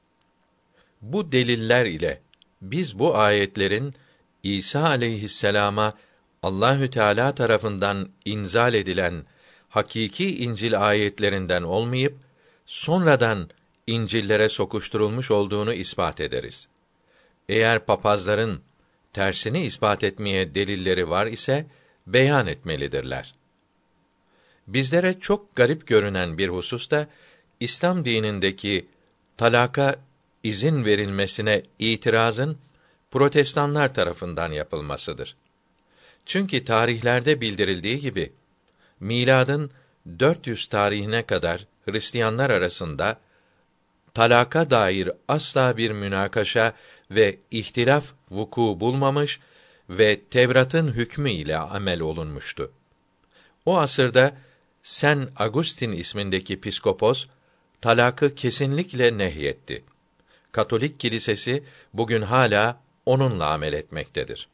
Bu deliller ile biz bu ayetlerin İsa aleyhisselama Allahü Teala tarafından inzal edilen hakiki İncil ayetlerinden olmayıp sonradan İncil'lere sokuşturulmuş olduğunu ispat ederiz. Eğer papazların tersini ispat etmeye delilleri var ise beyan etmelidirler. Bizlere çok garip görünen bir husus da İslam dinindeki talaka izin verilmesine itirazın Protestanlar tarafından yapılmasıdır. Çünkü tarihlerde bildirildiği gibi miladın dört yüz tarihine kadar Hristiyanlar arasında talaka dair asla bir münakaşa ve ihtilaf vuku bulmamış ve Tevrat'ın hükmü ile amel olunmuştu. O asırda Sen Agustin ismindeki piskopos talakı kesinlikle nehyetti. Katolik kilisesi bugün hala onunla amel etmektedir.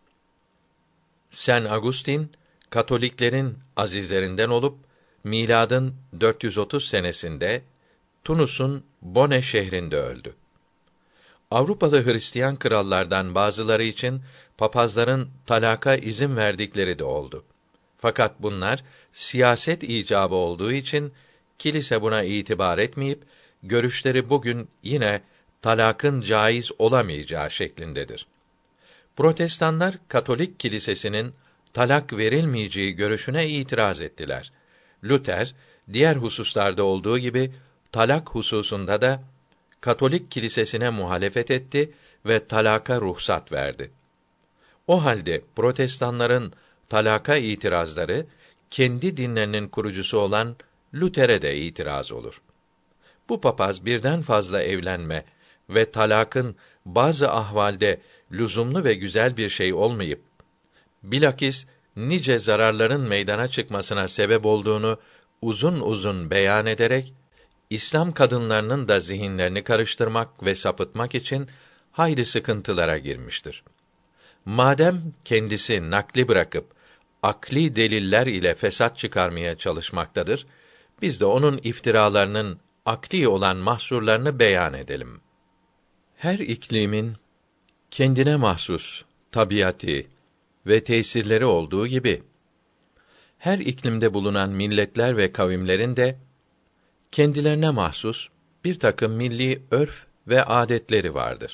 Sen Agustin Katoliklerin azizlerinden olup miladın dört yüz otuz senesinde Tunus'un Bone şehrinde öldü. Avrupalı Hristiyan krallardan bazıları için papazların talaka izin verdikleri de oldu. Fakat bunlar siyaset icabı olduğu için kilise buna itibar etmeyip görüşleri bugün yine talakın caiz olamayacağı şeklindedir. Protestanlar Katolik kilisesinin talak verilmeyeceği görüşüne itiraz ettiler. Luther diğer hususlarda olduğu gibi talak hususunda da Katolik kilisesine muhalefet etti ve talaka ruhsat verdi. O halde Protestanların talaka itirazları kendi dinlerinin kurucusu olan Luther'e de itiraz olur. Bu papaz birden fazla evlenme ve talakın bazı ahvalde lüzumlu ve güzel bir şey olmayıp bilakis nice zararların meydana çıkmasına sebep olduğunu uzun uzun beyan ederek İslam kadınlarının da zihinlerini karıştırmak ve sapıtmak için hayli sıkıntılara girmiştir. Madem kendisi nakli bırakıp akli deliller ile fesat çıkarmaya çalışmaktadır, biz de onun iftiralarının akli olan mahsurlarını beyan edelim. Her iklimin kendine mahsus tabiatı ve tesirleri olduğu gibi her iklimde bulunan milletler ve kavimlerin de kendilerine mahsus bir takım milli örf ve adetleri vardır.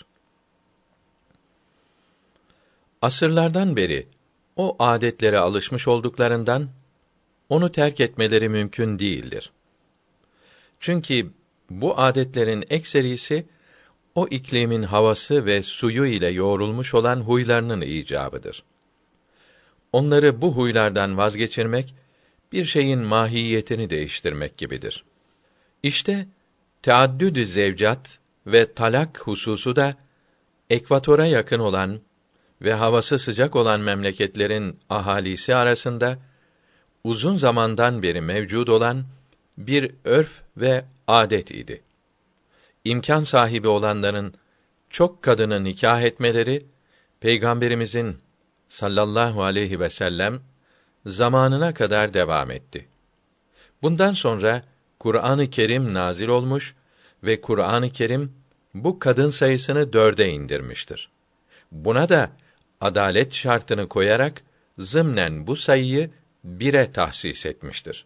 Asırlardan beri o adetlere alışmış olduklarından onu terk etmeleri mümkün değildir. Çünkü bu adetlerin ekserisi o iklimin havası ve suyu ile yoğrulmuş olan huylarının icabıdır. Onları bu huylardan vazgeçirmek bir şeyin mahiyetini değiştirmek gibidir. İşte teaddüd-ü zevcat ve talak hususu da ekvatora yakın olan ve havası sıcak olan memleketlerin ahalisi arasında uzun zamandan beri mevcud olan bir örf ve adet idi. İmkan sahibi olanların çok kadını nikah etmeleri Peygamberimizin sallallahu aleyhi ve sellem zamanına kadar devam etti. Bundan sonra Kur'an-ı Kerim nazil olmuş ve Kur'an-ı Kerim bu kadın sayısını dörde indirmiştir. Buna da adalet şartını koyarak zımnen bu sayıyı bire tahsis etmiştir.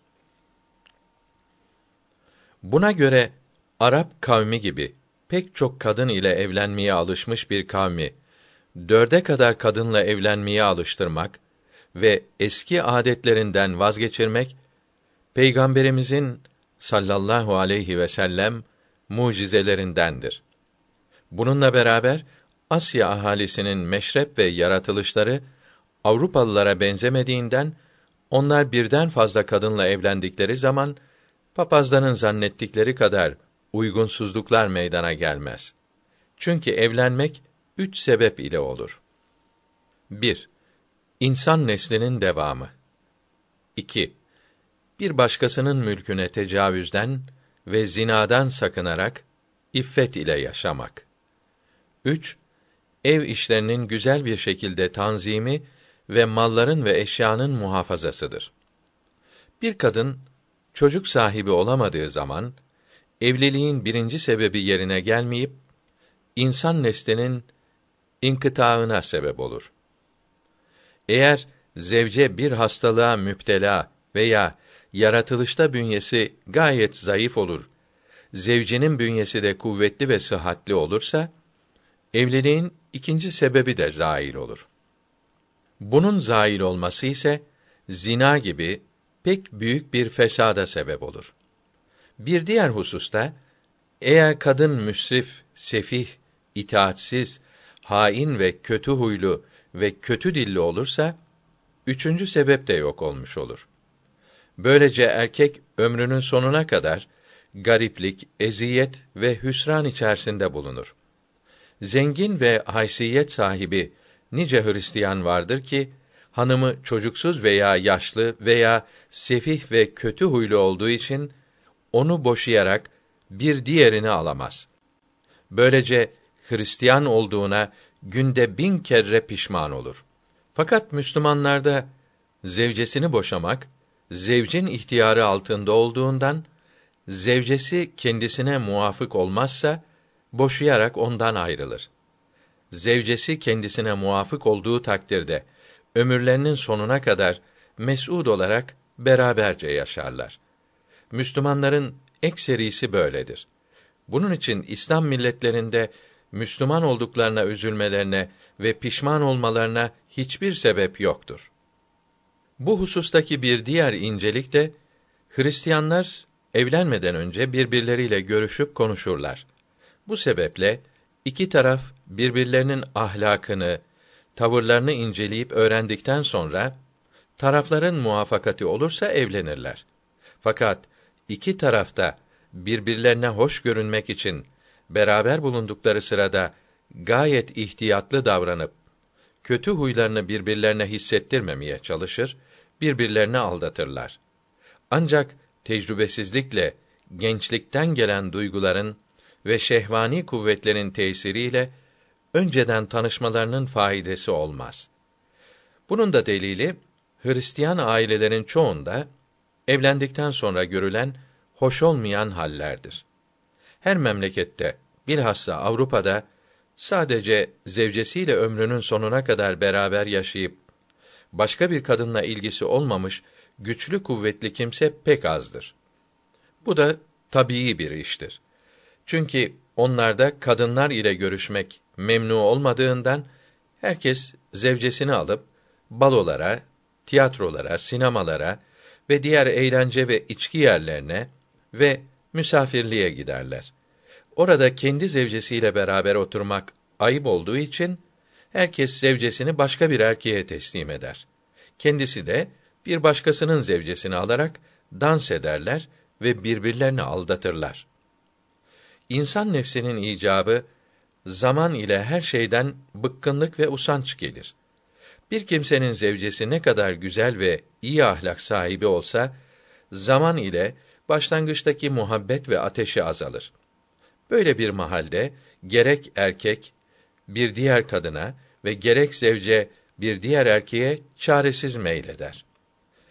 Buna göre Arap kavmi gibi pek çok kadın ile evlenmeye alışmış bir kavmi dörde kadar kadınla evlenmeye alıştırmak ve eski âdetlerinden vazgeçirmek Peygamberimizin sallallahu aleyhi ve sellem mucizelerindendir. Bununla beraber Asya ahalisinin meşrep ve yaratılışları Avrupalılara benzemediğinden onlar birden fazla kadınla evlendikleri zaman papazların zannettikleri kadar uygunsuzluklar meydana gelmez. Çünkü evlenmek üç sebep ile olur. bir. İnsan neslinin devamı. iki. Bir başkasının mülküne tecavüzden ve zinadan sakınarak iffet ile yaşamak. üç. Ev işlerinin güzel bir şekilde tanzimi ve malların ve eşyanın muhafazasıdır. Bir kadın çocuk sahibi olamadığı zaman evliliğin birinci sebebi yerine gelmeyip insan neslinin inkıtaına sebep olur. Eğer zevce bir hastalığa müptela veya yaratılışta bünyesi gayet zayıf olur, zevcinin bünyesi de kuvvetli ve sıhhatli olursa, evliliğin ikinci sebebi de zail olur. Bunun zail olması ise, zina gibi pek büyük bir fesada sebep olur. Bir diğer hususta, eğer kadın müsrif, sefih, itaatsiz, hain ve kötü huylu ve kötü dilli olursa, üçüncü sebep de yok olmuş olur. Böylece erkek ömrünün sonuna kadar gariplik, eziyet ve hüsran içerisinde bulunur. Zengin ve haysiyet sahibi nice Hristiyan vardır ki, hanımı çocuksuz veya yaşlı veya sefih ve kötü huylu olduğu için, onu boşayarak bir diğerini alamaz. Böylece Hristiyan olduğuna günde bin kere pişman olur. Fakat Müslümanlarda zevcesini boşamak, zevcin ihtiyarı altında olduğundan, zevcesi kendisine muvafık olmazsa, boşayarak ondan ayrılır. Zevcesi kendisine muvafık olduğu takdirde, ömürlerinin sonuna kadar mes'ud olarak beraberce yaşarlar. Müslümanların ekserisi böyledir. Bunun için İslam milletlerinde Müslüman olduklarına üzülmelerine ve pişman olmalarına hiçbir sebep yoktur. Bu husustaki bir diğer incelik de, Hristiyanlar evlenmeden önce birbirleriyle görüşüp konuşurlar. Bu sebeple iki taraf birbirlerinin ahlakını, tavırlarını inceleyip öğrendikten sonra tarafların muvaffakati olursa evlenirler. Fakat iki tarafta birbirlerine hoş görünmek için beraber bulundukları sırada gayet ihtiyatlı davranıp kötü huylarını birbirlerine hissettirmemeye çalışır, birbirlerini aldatırlar. Ancak tecrübesizlikle gençlikten gelen duyguların ve şehvani kuvvetlerin tesiriyle önceden tanışmalarının faidesi olmaz. Bunun da delili Hristiyan ailelerin çoğunda evlendikten sonra görülen hoş olmayan hallerdir. Her memlekette, bilhassa Avrupa'da sadece zevcesiyle ömrünün sonuna kadar beraber yaşayıp başka bir kadınla ilgisi olmamış güçlü kuvvetli kimse pek azdır. Bu da tabii bir iştir. Çünkü onlarda kadınlar ile görüşmek memnu olmadığından herkes zevcesini alıp balolara, tiyatrolara, sinemalara ve diğer eğlence ve içki yerlerine ve misafirliğe giderler. Orada kendi zevcesiyle beraber oturmak ayıp olduğu için herkes zevcesini başka bir erkeğe teslim eder. Kendisi de bir başkasının zevcesini alarak dans ederler ve birbirlerini aldatırlar. İnsan nefsinin icabı zaman ile her şeyden bıkkınlık ve usanç gelir. Bir kimsenin zevcesi ne kadar güzel ve iyi ahlak sahibi olsa, zaman ile başlangıçtaki muhabbet ve ateşi azalır. Böyle bir mahalde gerek erkek bir diğer kadına ve gerek zevce bir diğer erkeğe çaresiz meyleder.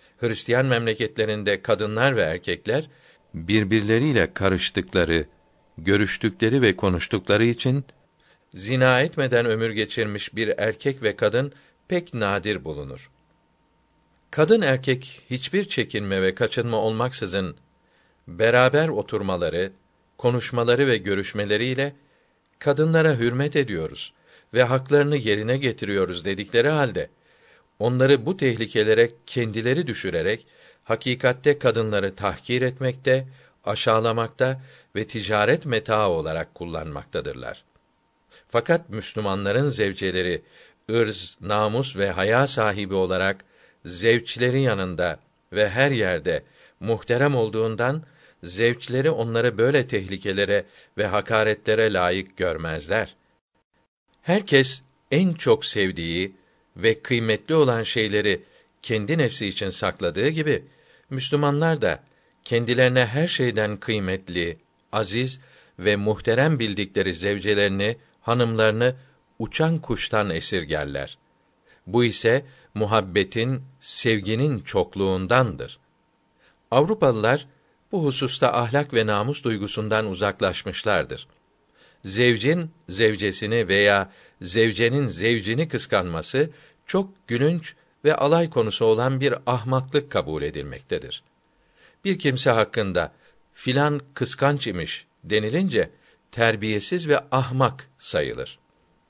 Hristiyan memleketlerinde kadınlar ve erkekler birbirleriyle karıştıkları, görüştükleri ve konuştukları için zina etmeden ömür geçirmiş bir erkek ve kadın pek nadir bulunur. Kadın erkek hiçbir çekinme ve kaçınma olmaksızın beraber oturmaları, konuşmaları ve görüşmeleriyle kadınlara hürmet ediyoruz ve haklarını yerine getiriyoruz dedikleri halde onları bu tehlikelere kendileri düşürerek hakikatte kadınları tahkir etmekte, aşağılamakta ve ticaret metaı olarak kullanmaktadırlar. Fakat Müslümanların zevceleri ırz, namus ve haya sahibi olarak zevçleri yanında ve her yerde muhterem olduğundan zevçleri onları böyle tehlikelere ve hakaretlere layık görmezler. Herkes en çok sevdiği ve kıymetli olan şeyleri kendi nefsi için sakladığı gibi Müslümanlar da kendilerine her şeyden kıymetli, aziz ve muhterem bildikleri zevcelerini, hanımlarını uçan kuştan esirgerler. Bu ise muhabbetin, sevginin çokluğundandır. Avrupalılar bu hususta ahlak ve namus duygusundan uzaklaşmışlardır. Zevcin zevcesini veya zevcenin zevcini kıskanması çok gülünç ve alay konusu olan bir ahmaklık kabul edilmektedir. Bir kimse hakkında filan kıskanç imiş denilince terbiyesiz ve ahmak sayılır.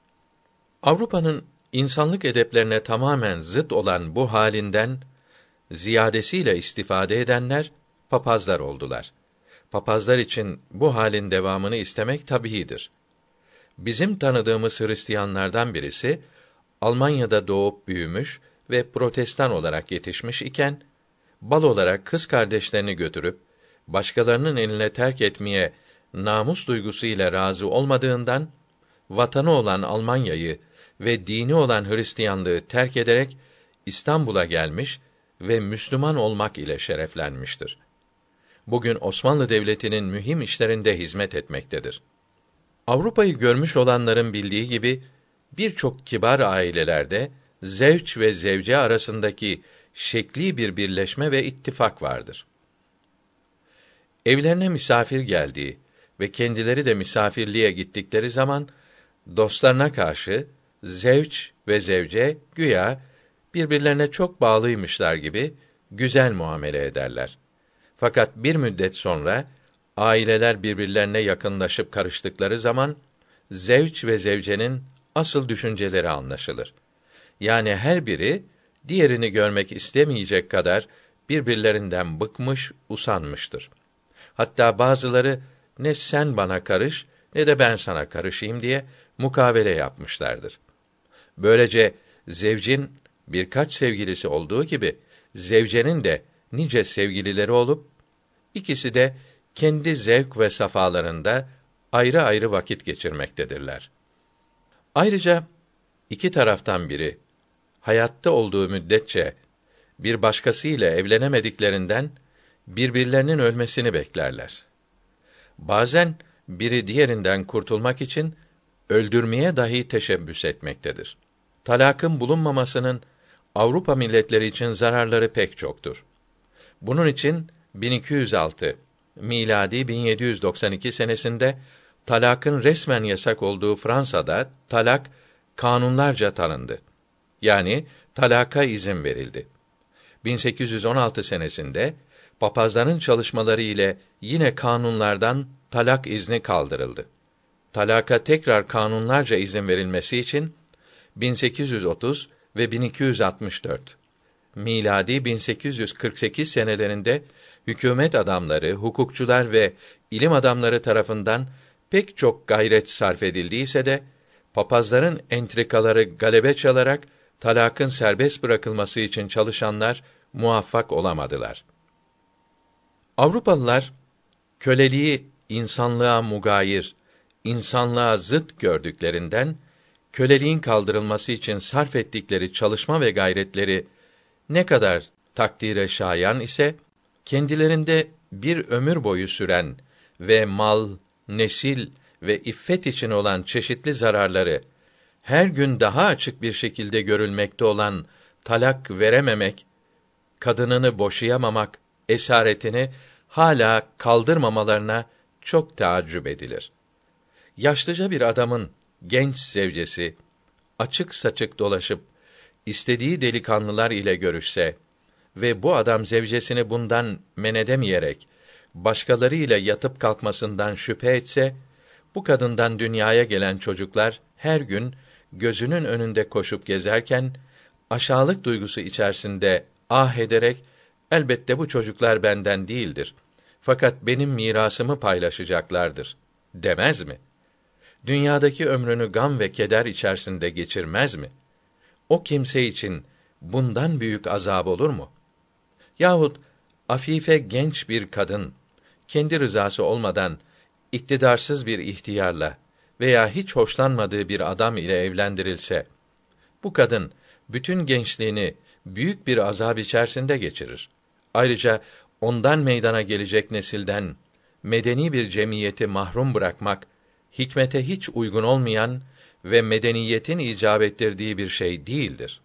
Avrupa'nın insanlık edeplerine tamamen zıt olan bu halinden ziyadesiyle istifade edenler papazlar oldular. Papazlar için bu halin devamını istemek tabiidir. Bizim tanıdığımız Hristiyanlardan birisi Almanya'da doğup büyümüş ve Protestan olarak yetişmiş iken bal olarak kız kardeşlerini götürüp başkalarının eline terk etmeye namus duygusuyla razı olmadığından vatanı olan Almanya'yı ve dini olan Hristiyanlığı terk ederek İstanbul'a gelmiş ve Müslüman olmak ile şereflenmiştir. Bugün Osmanlı Devleti'nin mühim işlerinde hizmet etmektedir. Avrupa'yı görmüş olanların bildiği gibi birçok kibar ailelerde zevç ve zevce arasındaki şekli bir birleşme ve ittifak vardır. Evlerine misafir geldiği ve kendileri de misafirliğe gittikleri zaman dostlarına karşı zevç ve zevce güya birbirlerine çok bağlıymışlar gibi güzel muamele ederler. Fakat bir müddet sonra aileler birbirlerine yakınlaşıp karıştıkları zaman zevç ve zevcenin asıl düşünceleri anlaşılır. Yani her biri diğerini görmek istemeyecek kadar birbirlerinden bıkmış, usanmıştır. Hatta bazıları ne sen bana karış ne de ben sana karışayım diye mukavele yapmışlardır. Böylece zevcin birkaç sevgilisi olduğu gibi zevcenin de nice sevgilileri olup ikisi de kendi zevk ve safalarında ayrı ayrı vakit geçirmektedirler. Ayrıca iki taraftan biri hayatta olduğu müddetçe bir başkasıyla evlenemediklerinden birbirlerinin ölmesini beklerler. Bazen biri diğerinden kurtulmak için öldürmeye dahi teşebbüs etmektedir. Talakın bulunmamasının Avrupa milletleri için zararları pek çoktur. Bunun için bin iki yüz altı miladi bin yedi yüz doksan iki senesinde talakın resmen yasak olduğu Fransa'da talak kanunlarca tanındı. Yani talaka izin verildi. bin sekiz yüz on altı senesinde papazların çalışmaları ile yine kanunlardan talak izni kaldırıldı. Talaka tekrar kanunlarca izin verilmesi için bin sekiz yüz otuz ve bin iki yüz altmış dört miladi bin sekiz yüz kırk sekiz senelerinde hükümet adamları, hukukçular ve ilim adamları tarafından pek çok gayret sarf edildiyse de papazların entrikaları galebe çalarak talakın serbest bırakılması için çalışanlar muvaffak olamadılar. Avrupalılar köleliği insanlığa mugayir, insanlığa zıt gördüklerinden köleliğin kaldırılması için sarf ettikleri çalışma ve gayretleri ne kadar takdire şayan ise kendilerinde bir ömür boyu süren ve mal, nesil ve iffet için olan çeşitli zararları her gün daha açık bir şekilde görülmekte olan talak verememek, kadınını boşayamamak esaretini hala kaldırmamalarına çok taaccüp edilir. Yaşlıca bir adamın genç zevcesi açık saçık dolaşıp istediği delikanlılar ile görüşse ve bu adam zevcesini bundan men edemeyerek başkaları ile yatıp kalkmasından şüphe etse, bu kadından dünyaya gelen çocuklar her gün gözünün önünde koşup gezerken aşağılık duygusu içerisinde ah ederek elbette bu çocuklar benden değildir. Fakat benim mirasımı paylaşacaklardır demez mi? Dünyadaki ömrünü gam ve keder içerisinde geçirmez mi? O kimse için bundan büyük azap olur mu? Yahut afife genç bir kadın kendi rızası olmadan iktidarsız bir ihtiyarla veya hiç hoşlanmadığı bir adam ile evlendirilse, bu kadın bütün gençliğini büyük bir azap içerisinde geçirir. Ayrıca ondan meydana gelecek nesilden medeni bir cemiyeti mahrum bırakmak hikmete hiç uygun olmayan ve medeniyetin icap ettirdiği bir şey değildir.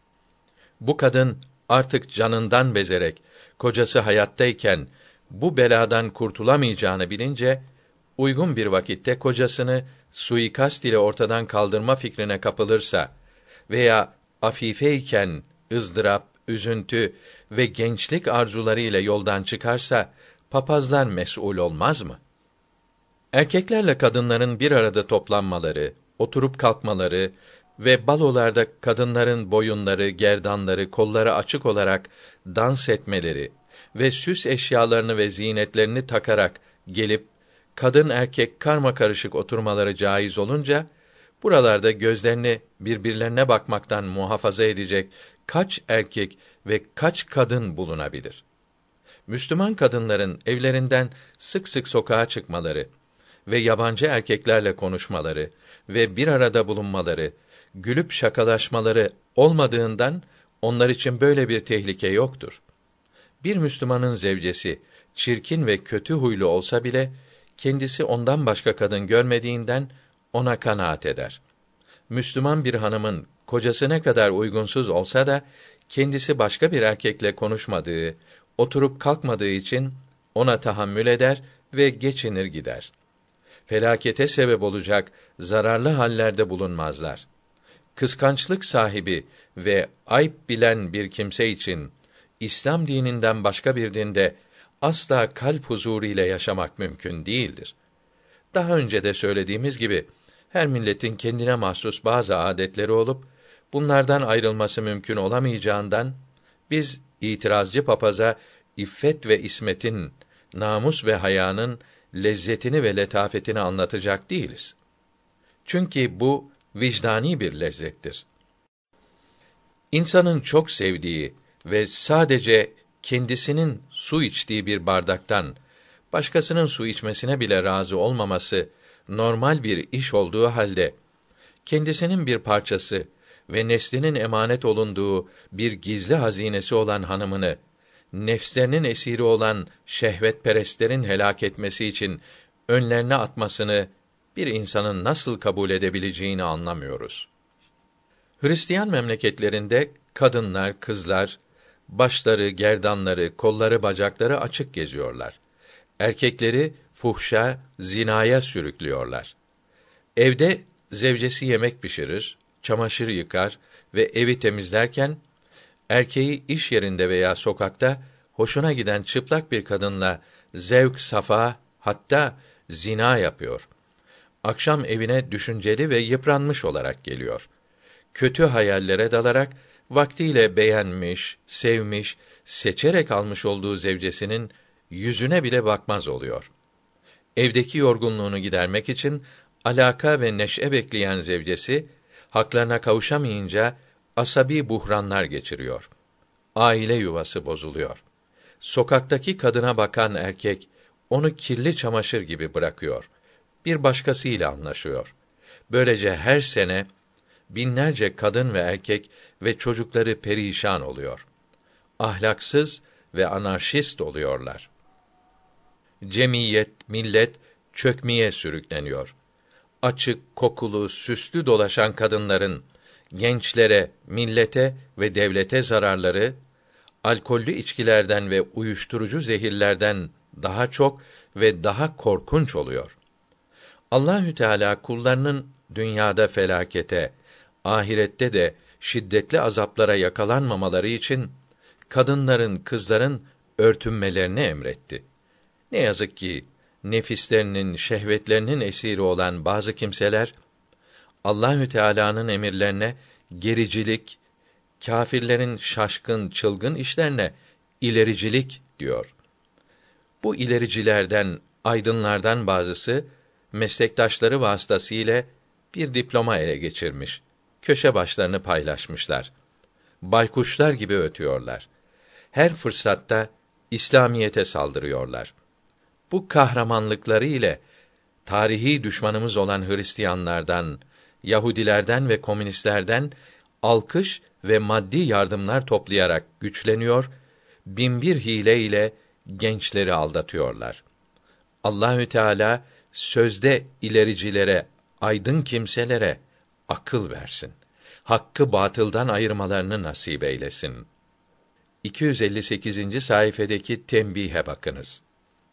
Bu kadın artık canından bezerek kocası hayattayken bu beladan kurtulamayacağını bilince uygun bir vakitte kocasını suikast ile ortadan kaldırma fikrine kapılırsa veya afifeyken ızdırap, üzüntü ve gençlik arzuları ile yoldan çıkarsa papazlar mes'ul olmaz mı? Erkeklerle kadınların bir arada toplanmaları, oturup kalkmaları ve balolarda kadınların boyunları, gerdanları, kolları açık olarak dans etmeleri ve süs eşyalarını ve zinetlerini takarak gelip kadın erkek karmakarışık oturmaları caiz olunca, buralarda gözlerini birbirlerine bakmaktan muhafaza edecek kaç erkek ve kaç kadın bulunabilir? Müslüman kadınların evlerinden sık sık sokağa çıkmaları ve yabancı erkeklerle konuşmaları ve bir arada bulunmaları, gülüp şakalaşmaları olmadığından onlar için böyle bir tehlike yoktur. Bir Müslümanın zevcesi çirkin ve kötü huylu olsa bile kendisi ondan başka kadın görmediğinden ona kanaat eder. Müslüman bir hanımın kocası ne kadar uygunsuz olsa da kendisi başka bir erkekle konuşmadığı, oturup kalkmadığı için ona tahammül eder ve geçinir gider. Felakete sebep olacak zararlı hallerde bulunmazlar. Kıskançlık sahibi ve ayıp bilen bir kimse için İslam dininden başka bir dinde asla kalp huzuru ile yaşamak mümkün değildir. Daha önce de söylediğimiz gibi her milletin kendine mahsus bazı adetleri olup bunlardan ayrılması mümkün olamayacağından biz itirazcı papaza iffet ve ismetin, namus ve hayanın lezzetini ve letafetini anlatacak değiliz. Çünkü bu vicdani bir lezzettir. İnsanın çok sevdiği ve sadece kendisinin su içtiği bir bardaktan başkasının su içmesine bile razı olmaması normal bir iş olduğu halde kendisinin bir parçası ve neslinin emanet olunduğu bir gizli hazinesi olan hanımını nefslerinin esiri olan şehvetperestlerin helak etmesi için önlerine atmasını bir insanın nasıl kabul edebileceğini anlamıyoruz. Hristiyan memleketlerinde kadınlar, kızlar başları, gerdanları, kolları, bacakları açık geziyorlar. Erkekleri fuhşa, zinaya sürüklüyorlar. Evde zevcesi yemek pişirir, çamaşır yıkar ve evi temizlerken erkeği iş yerinde veya sokakta hoşuna giden çıplak bir kadınla zevk, safa, hatta zina yapıyor. Akşam evine düşünceli ve yıpranmış olarak geliyor. Kötü hayallere dalarak vaktiyle beğenmiş, sevmiş, seçerek almış olduğu zevcesinin yüzüne bile bakmaz oluyor. Evdeki yorgunluğunu gidermek için alaka ve neşe bekleyen zevcesi haklarına kavuşamayınca asabi buhranlar geçiriyor. Aile yuvası bozuluyor. Sokaktaki kadına bakan erkek onu kirli çamaşır gibi bırakıyor. Bir başkasıyla anlaşıyor. Böylece her sene binlerce kadın ve erkek ve çocukları perişan oluyor. Ahlaksız ve anarşist oluyorlar. Cemiyet, millet çökmeye sürükleniyor. Açık, kokulu, süslü dolaşan kadınların gençlere, millete ve devlete zararları, alkollü içkilerden ve uyuşturucu zehirlerden daha çok ve daha korkunç oluyor. Allahü Teala kullarının dünyada felakete, ahirette de şiddetli azaplara yakalanmamaları için kadınların, kızların örtünmelerini emretti. Ne yazık ki nefislerinin, şehvetlerinin esiri olan bazı kimseler Allahü Teala'nın emirlerine gericilik, kâfirlerin şaşkın, çılgın işlerine ilericilik diyor. Bu ilericilerden, aydınlardan bazısı meslektaşları vasıtasıyla bir diploma ele geçirmiş. Köşe başlarını paylaşmışlar. Baykuşlar gibi ötüyorlar. Her fırsatta İslamiyete saldırıyorlar. Bu kahramanlıkları ile tarihi düşmanımız olan Hristiyanlardan, Yahudilerden ve komünistlerden alkış ve maddi yardımlar toplayarak güçleniyor, binbir hile ile gençleri aldatıyorlar. Allahü Teala sözde ilericilere, aydın kimselere akıl versin. Hakkı batıldan ayırmalarını nasip eylesin. iki yüz elli sekizinci sayfadaki tembihe bakınız.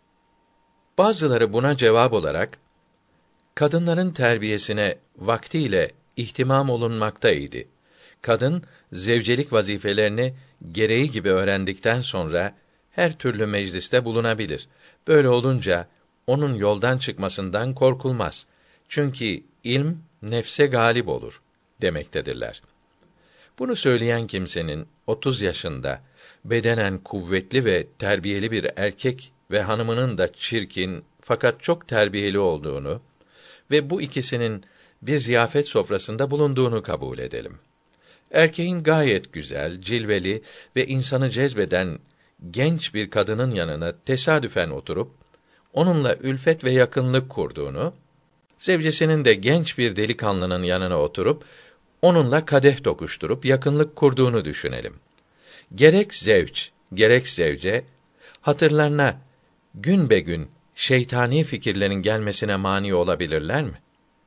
Bazıları buna cevap olarak kadınların terbiyesine vaktiyle ihtimam olunmaktaydı. Kadın zevcelik vazifelerini gereği gibi öğrendikten sonra her türlü mecliste bulunabilir. Böyle olunca onun yoldan çıkmasından korkulmaz. Çünkü ilm nefse galip olur demektedirler. Bunu söyleyen kimsenin otuz yaşında bedenen kuvvetli ve terbiyeli bir erkek ve hanımının da çirkin fakat çok terbiyeli olduğunu ve bu ikisinin bir ziyafet sofrasında bulunduğunu kabul edelim. Erkeğin gayet güzel, cilveli ve insanı cezbeden genç bir kadının yanına tesadüfen oturup onunla ülfet ve yakınlık kurduğunu, zevcesinin de genç bir delikanlının yanına oturup onunla kadeh tokuşturup yakınlık kurduğunu düşünelim. Gerek zevç, gerek zevce hatırlarına gün be gün şeytani fikirlerin gelmesine mani olabilirler mi?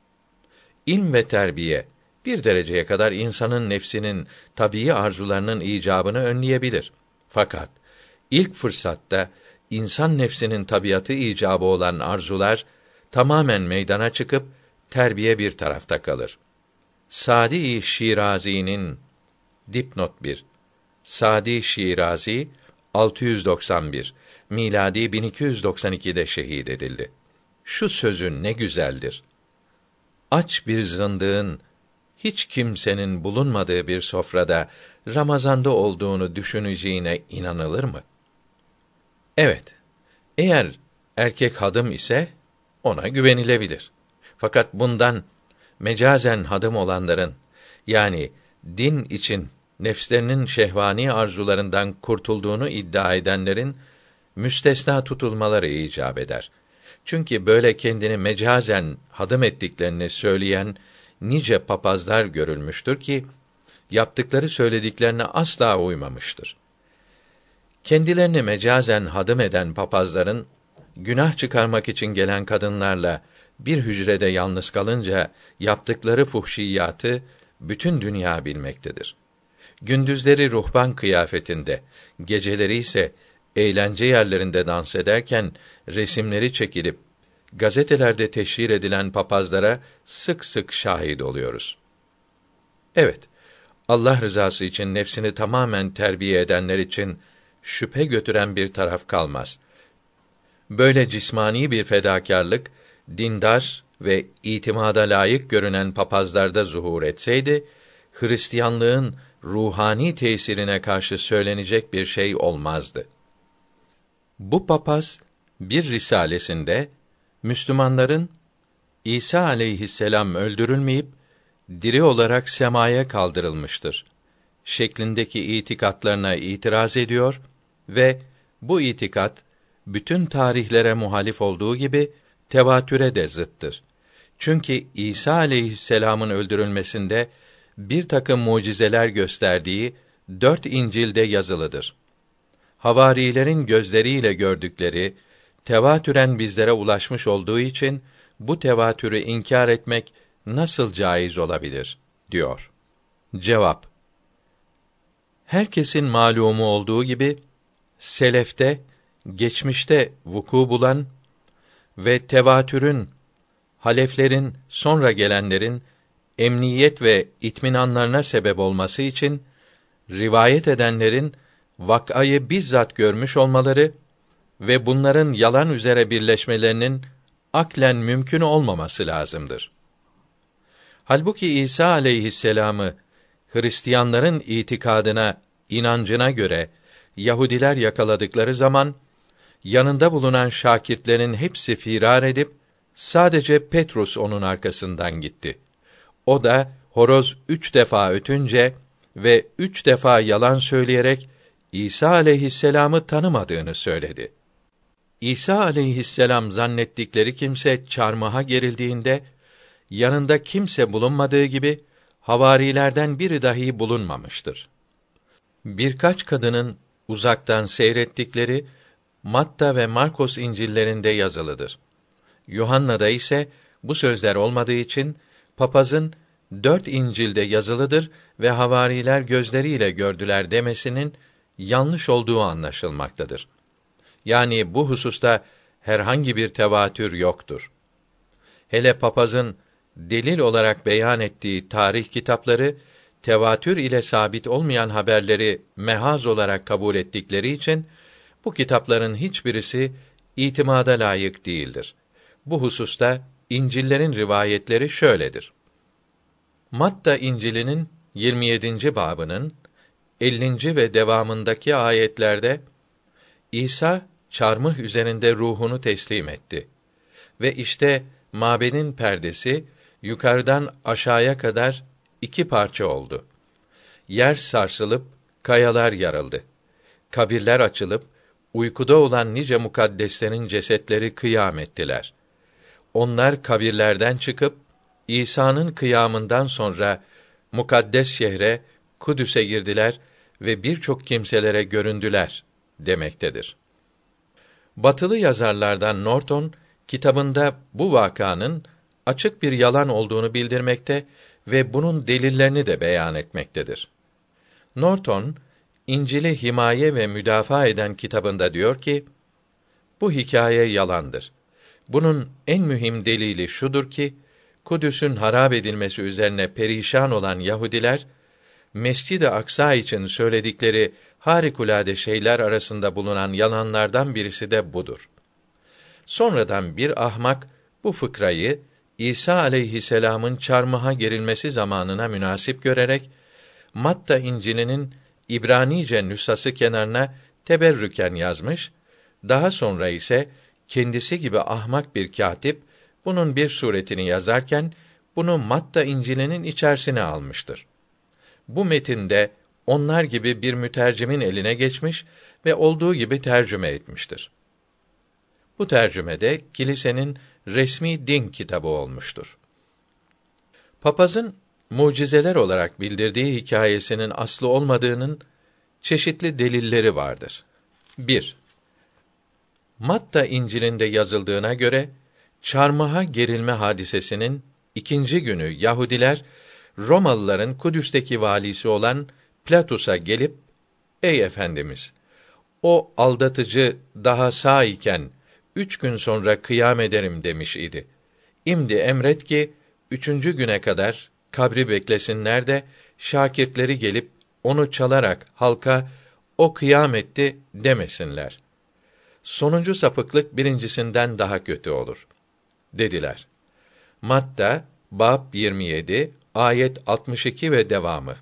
İlm ve terbiye bir dereceye kadar insanın nefsinin tabii arzularının icabını önleyebilir. Fakat ilk fırsatta insan nefsinin tabiatı icabı olan arzular tamamen meydana çıkıp terbiye bir tarafta kalır. Sadi Şirazi'nin dipnot bir. Sadi Şirazi altı yüz doksan bir miladi bin iki yüz doksan iki'de şehit edildi. Şu sözü ne güzeldir. Aç bir zındığın hiç kimsenin bulunmadığı bir sofrada Ramazan'da olduğunu düşüneceğine inanılır mı? Evet, eğer erkek hadım ise ona güvenilebilir. Fakat bundan mecazen hadım olanların, yani din için nefslerinin şehvani arzularından kurtulduğunu iddia edenlerin müstesna tutulmaları icap eder. Çünkü böyle kendini mecazen hadım ettiklerini söyleyen nice papazlar görülmüştür ki yaptıkları söylediklerine asla uymamıştır. Kendilerini mecazen hadım eden papazların günah çıkarmak için gelen kadınlarla bir hücrede yalnız kalınca yaptıkları fuhşiyatı bütün dünya bilmektedir. Gündüzleri ruhban kıyafetinde, geceleri ise eğlence yerlerinde dans ederken resimleri çekilip gazetelerde teşhir edilen papazlara sık sık şahit oluyoruz. Evet, Allah rızası için nefsini tamamen terbiye edenler için şüphe götüren bir taraf kalmaz. Böyle cismani bir fedakârlık, dindar ve itimada layık görünen papazlarda zuhur etseydi, Hristiyanlığın ruhani tesirine karşı söylenecek bir şey olmazdı. Bu papaz bir risalesinde Müslümanların İsa aleyhisselam öldürülmeyip diri olarak semaya kaldırılmıştır şeklindeki itikatlarına itiraz ediyor ve bu itikat bütün tarihlere muhalif olduğu gibi tevatüre de zıttır. Çünkü İsa aleyhisselam'ın öldürülmesinde bir takım mucizeler gösterdiği dört İncil'de yazılıdır. Havarilerin gözleriyle gördükleri tevatüren bizlere ulaşmış olduğu için bu tevatürü inkar etmek nasıl caiz olabilir diyor. Cevap: Herkesin malumu olduğu gibi selefte geçmişte vuku bulan ve tevatürün, haleflerin, sonra gelenlerin emniyet ve itminanlarına sebep olması için rivayet edenlerin vakayı bizzat görmüş olmaları ve bunların yalan üzere birleşmelerinin aklen mümkün olmaması lazımdır. Halbuki İsa aleyhisselam'ı Hristiyanların itikadına, inancına göre Yahudiler yakaladıkları zaman yanında bulunan şakirtlerin hepsi firar edip sadece Petrus onun arkasından gitti. O da horoz üç defa ötünce ve üç defa yalan söyleyerek İsa aleyhisselam'ı tanımadığını söyledi. İsa aleyhisselam zannettikleri kimse çarmıha gerildiğinde yanında kimse bulunmadığı gibi havarilerden biri dahi bulunmamıştır. Birkaç kadının uzaktan seyrettikleri Matta ve Markos İncil'lerinde yazılıdır. Yuhanna'da ise bu sözler olmadığı için papazın dört İncil'de yazılıdır ve havariler gözleriyle gördüler demesinin yanlış olduğu anlaşılmaktadır. Yani bu hususta herhangi bir tevatür yoktur. Hele papazın delil olarak beyan ettiği tarih kitapları tevatür ile sabit olmayan haberleri mehaz olarak kabul ettikleri için bu kitapların hiçbirisi itimada layık değildir. Bu hususta İncil'lerin rivayetleri şöyledir. Matta İncil'inin yirmi yedinci babının ellinci ve devamındaki ayetlerde İsa çarmıh üzerinde ruhunu teslim etti. Ve işte mabedin perdesi yukarıdan aşağıya kadar iki parça oldu. Yer sarsılıp kayalar yarıldı. Kabirler açılıp uykuda olan nice mukaddeslerin cesetleri kıyam ettiler. Onlar kabirlerden çıkıp İsa'nın kıyamından sonra mukaddes şehre Kudüs'e girdiler ve birçok kimselere göründüler demektedir. Batılı yazarlardan Norton kitabında bu vakanın açık bir yalan olduğunu bildirmekte ve bunun delillerini de beyan etmektedir. Norton, İncil'i himaye ve müdafaa eden kitabında diyor ki, bu hikaye yalandır. Bunun en mühim delili şudur ki, Kudüs'ün harap edilmesi üzerine perişan olan Yahudiler, Mescid-i Aksa için söyledikleri harikulade şeyler arasında bulunan yalanlardan birisi de budur. Sonradan bir ahmak bu fıkrayı İsa aleyhisselam'ın çarmıha gerilmesi zamanına münasip görerek Matta İncil'inin İbranice nüshası kenarına teberrüken yazmış, daha sonra ise kendisi gibi ahmak bir kâtip bunun bir suretini yazarken bunu Matta İncil'inin içerisine almıştır. Bu metinde onlar gibi bir mütercimin eline geçmiş ve olduğu gibi tercüme etmiştir. Bu tercümede kilisenin resmi din kitabı olmuştur. Papazın mucizeler olarak bildirdiği hikâyesinin aslı olmadığının çeşitli delilleri vardır. bir. Matta İncil'inde yazıldığına göre çarmıha gerilme hadisesinin ikinci günü Yahudiler Romalıların Kudüs'teki valisi olan Platus'a gelip, ey efendimiz, o aldatıcı daha sağ iken üç gün sonra kıyam ederim demiş idi. İmdi emret ki üçüncü güne kadar kabri beklesinler de şakirtleri gelip onu çalarak halka o kıyam etti demesinler. Sonuncu sapıklık birincisinden daha kötü olur dediler. Matta bab yirmi yedi ayet altmış iki ve devamı.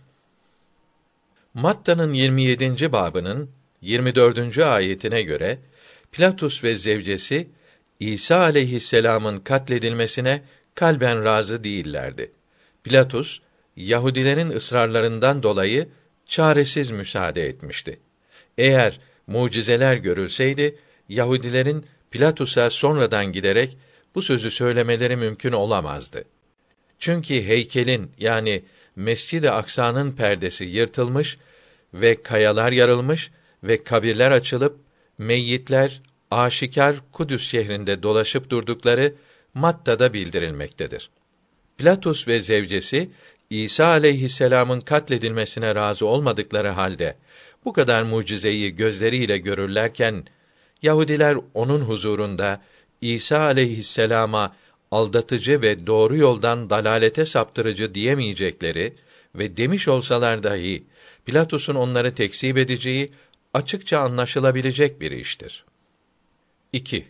Matta'nın yirmi yedinci babının yirmi dördüncü ayetine göre Platus ve zevcesi İsa aleyhisselam'ın katledilmesine kalben razı değillerdi. Platus Yahudilerin ısrarlarından dolayı çaresiz müsaade etmişti. Eğer mucizeler görülseydi Yahudilerin Platus'a sonradan giderek bu sözü söylemeleri mümkün olamazdı. Çünkü heykelin yani Mescid-i Aksa'nın perdesi yırtılmış ve kayalar yarılmış ve kabirler açılıp meyyitler aşikar Kudüs şehrinde dolaşıp durdukları Matta'da bildirilmektedir. Platus ve zevcesi İsa aleyhisselam'ın katledilmesine razı olmadıkları halde bu kadar mucizeyi gözleriyle görürlerken Yahudiler onun huzurunda İsa aleyhisselama aldatıcı ve doğru yoldan dalalete saptırıcı diyemeyecekleri ve demiş olsalar dahi Pilatus'un onları tekzip edeceği açıkça anlaşılabilecek bir iştir. İki.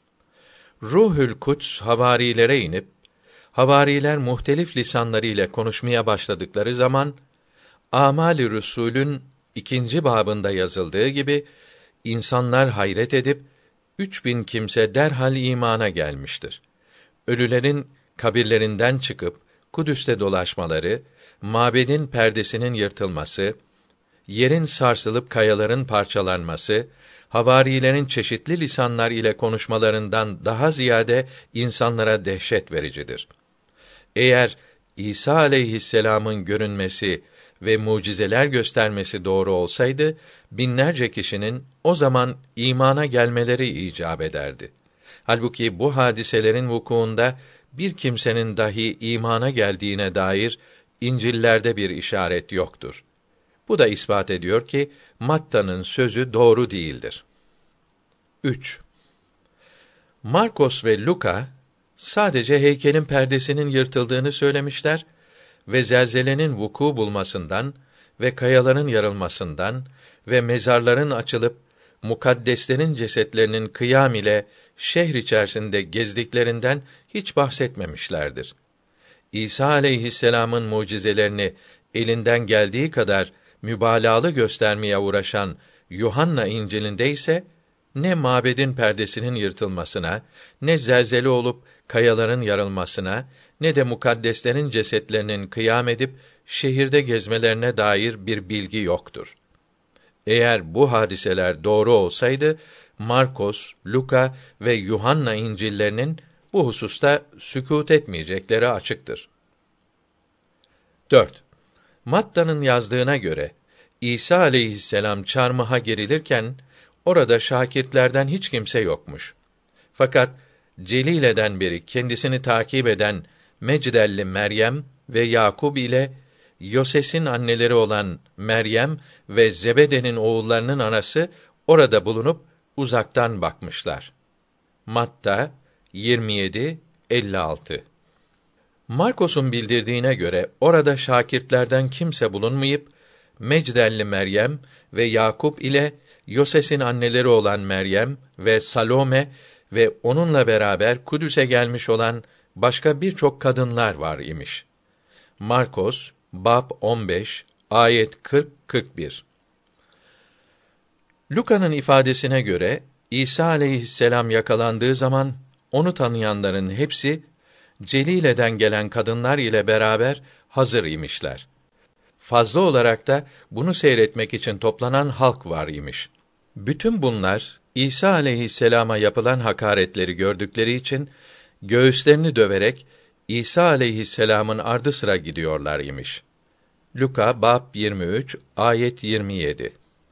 Ruhül Kuds havarilere inip havariler muhtelif lisanları ile konuşmaya başladıkları zaman Âmâl-i Rusûl'ün ikinci babında yazıldığı gibi insanlar hayret edip üç bin kimse derhal imana gelmiştir. Ölülerin kabirlerinden çıkıp Kudüs'te dolaşmaları, mabedin perdesinin yırtılması, yerin sarsılıp kayaların parçalanması, havarilerin çeşitli lisanlar ile konuşmalarından daha ziyade insanlara dehşet vericidir. Eğer İsa aleyhisselam'ın görünmesi ve mucizeler göstermesi doğru olsaydı, binlerce kişinin o zaman imana gelmeleri icap ederdi. Halbuki bu hadiselerin vukuunda bir kimsenin dahi imana geldiğine dair İncil'lerde bir işaret yoktur. Bu da ispat ediyor ki Matta'nın sözü doğru değildir. Üç. Markos ve Luka sadece heykelin perdesinin yırtıldığını söylemişler ve zelzelenin vuku bulmasından ve kayaların yarılmasından ve mezarların açılıp mukaddeslerin cesetlerinin kıyam ile şehir içerisinde gezdiklerinden hiç bahsetmemişlerdir. İsa aleyhisselam'ın mucizelerini elinden geldiği kadar mübalağalı göstermeye uğraşan Yuhanna İncil'inde ise ne mabedin perdesinin yırtılmasına, ne zelzele olup kayaların yarılmasına, ne de mukaddeslerin cesetlerinin kıyam edip şehirde gezmelerine dair bir bilgi yoktur. Eğer bu hadiseler doğru olsaydı, Markos, Luka ve Yuhanna İncil'lerinin bu hususta sükût etmeyecekleri açıktır. Dört. Matta'nın yazdığına göre İsa aleyhisselam çarmıha gerilirken orada şakirtlerden hiç kimse yokmuş. Fakat Celile'den beri kendisini takip eden Mecdelli Meryem ve Yakub ile Yoses'in anneleri olan Meryem ve Zebede'nin oğullarının anası orada bulunup uzaktan bakmışlar. Matta yirmi yedi elli altı. Markos'un bildirdiğine göre orada şakirtlerden kimse bulunmayıp Mecdelli Meryem ve Yakub ile Yoses'in anneleri olan Meryem ve Salome ve onunla beraber Kudüs'e gelmiş olan başka birçok kadınlar var imiş. Markos bab on beş ayet kırk kırk bir. Luka'nın ifadesine göre İsa aleyhisselam yakalandığı zaman onu tanıyanların hepsi Celile'den gelen kadınlar ile beraber hazır imişler. Fazla olarak da bunu seyretmek için toplanan halk var imiş. Bütün bunlar İsa aleyhisselama yapılan hakaretleri gördükleri için göğüslerini döverek İsa aleyhisselamın ardı sıra gidiyorlar imiş. Luka bab yirmi üç ayet yirmi yedi.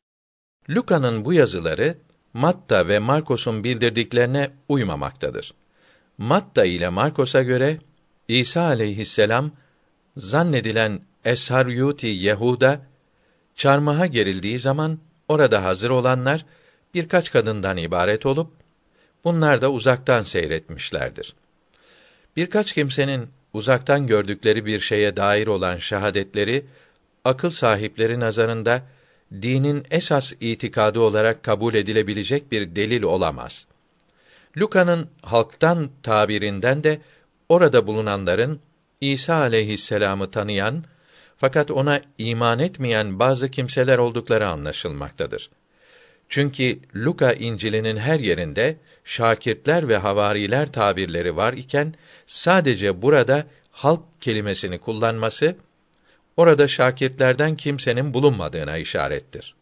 Luka'nın bu yazıları Matta ve Markos'un bildirdiklerine uymamaktadır. Matta ile Markos'a göre İsa aleyhisselam zannedilen Esharyuti Yehuda çarmıha gerildiği zaman orada hazır olanlar birkaç kadından ibaret olup bunlar da uzaktan seyretmişlerdir. Birkaç kimsenin uzaktan gördükleri bir şeye dair olan şahadetleri akıl sahipleri nazarında dinin esas itikadı olarak kabul edilebilecek bir delil olamaz. Luka'nın halktan tabirinden de orada bulunanların İsa aleyhisselam'ı tanıyan fakat ona iman etmeyen bazı kimseler oldukları anlaşılmaktadır. Çünkü Luka İncil'inin her yerinde şakirtler ve havariler tabirleri var iken sadece burada halk kelimesini kullanması orada şakirtlerden kimsenin bulunmadığına işarettir.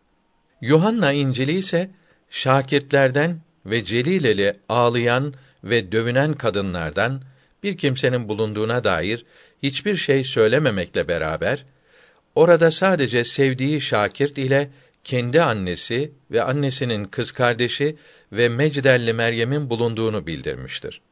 Yuhanna İncil'i ise şakirtlerden ve Celileli ağlayan ve dövünen kadınlardan bir kimsenin bulunduğuna dair hiçbir şey söylememekle beraber orada sadece sevdiği şakirt ile kendi annesi ve annesinin kız kardeşi ve Mecdelli Meryem'in bulunduğunu bildirmiştir.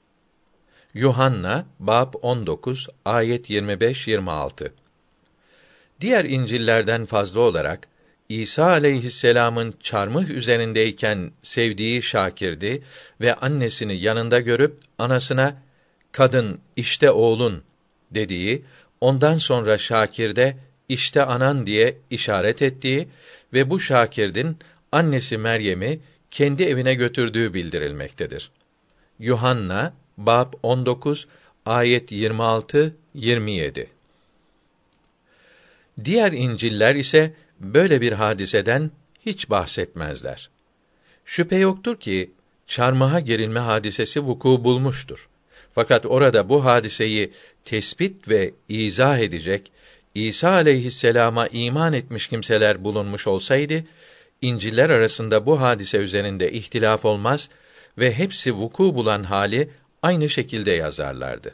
Yuhanna bab on dokuz ayet yirmi beş yirmi altı. Diğer İncil'lerden fazla olarak İsa aleyhisselam'ın çarmıh üzerindeyken sevdiği Şakir'di ve annesini yanında görüp anasına kadın işte oğlun dediği, ondan sonra Şakir'de işte anan diye işaret ettiği ve bu Şakir'in annesi Meryem'i kendi evine götürdüğü bildirilmektedir. Yuhanna bab on dokuz ayet yirmi altı yirmi yedi. Diğer İncil'ler ise böyle bir hadiseden hiç bahsetmezler. Şüphe yoktur ki çarmıha gerilme hadisesi vuku bulmuştur. Fakat orada bu hadiseyi tespit ve izah edecek İsa aleyhisselama iman etmiş kimseler bulunmuş olsaydı, İncil'ler arasında bu hadise üzerinde ihtilaf olmaz ve hepsi vuku bulan hali aynı şekilde yazarlardı.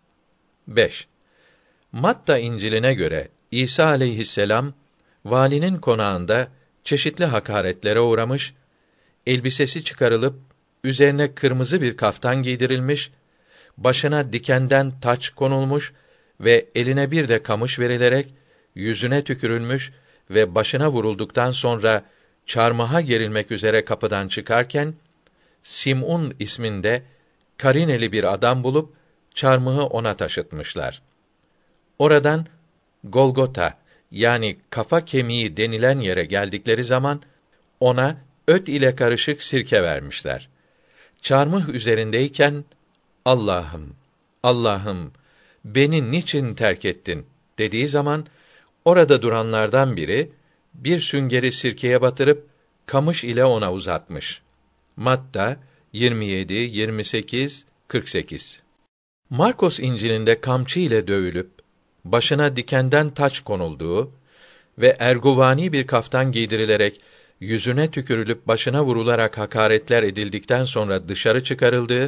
beş. Matta İncil'ine göre İsa aleyhisselam valinin konağında çeşitli hakaretlere uğramış, elbisesi çıkarılıp üzerine kırmızı bir kaftan giydirilmiş, başına dikenden taç konulmuş ve eline bir de kamış verilerek yüzüne tükürülmüş ve başına vurulduktan sonra çarmıha gerilmek üzere kapıdan çıkarken Sim'un isminde Karineli bir adam bulup çarmıhı ona taşıtmışlar. Oradan Golgota yani kafa kemiği denilen yere geldikleri zaman ona öt ile karışık sirke vermişler. Çarmıh üzerindeyken Allah'ım, Allah'ım beni niçin terk ettin dediği zaman orada duranlardan biri bir süngeri sirkeye batırıp kamış ile ona uzatmış. Matta yirmi yedi, yirmi sekiz, kırk sekiz. Markos İncil'inde kamçı ile dövülüp başına dikenden taç konulduğu ve erguvani bir kaftan giydirilerek yüzüne tükürülüp başına vurularak hakaretler edildikten sonra dışarı çıkarıldığı,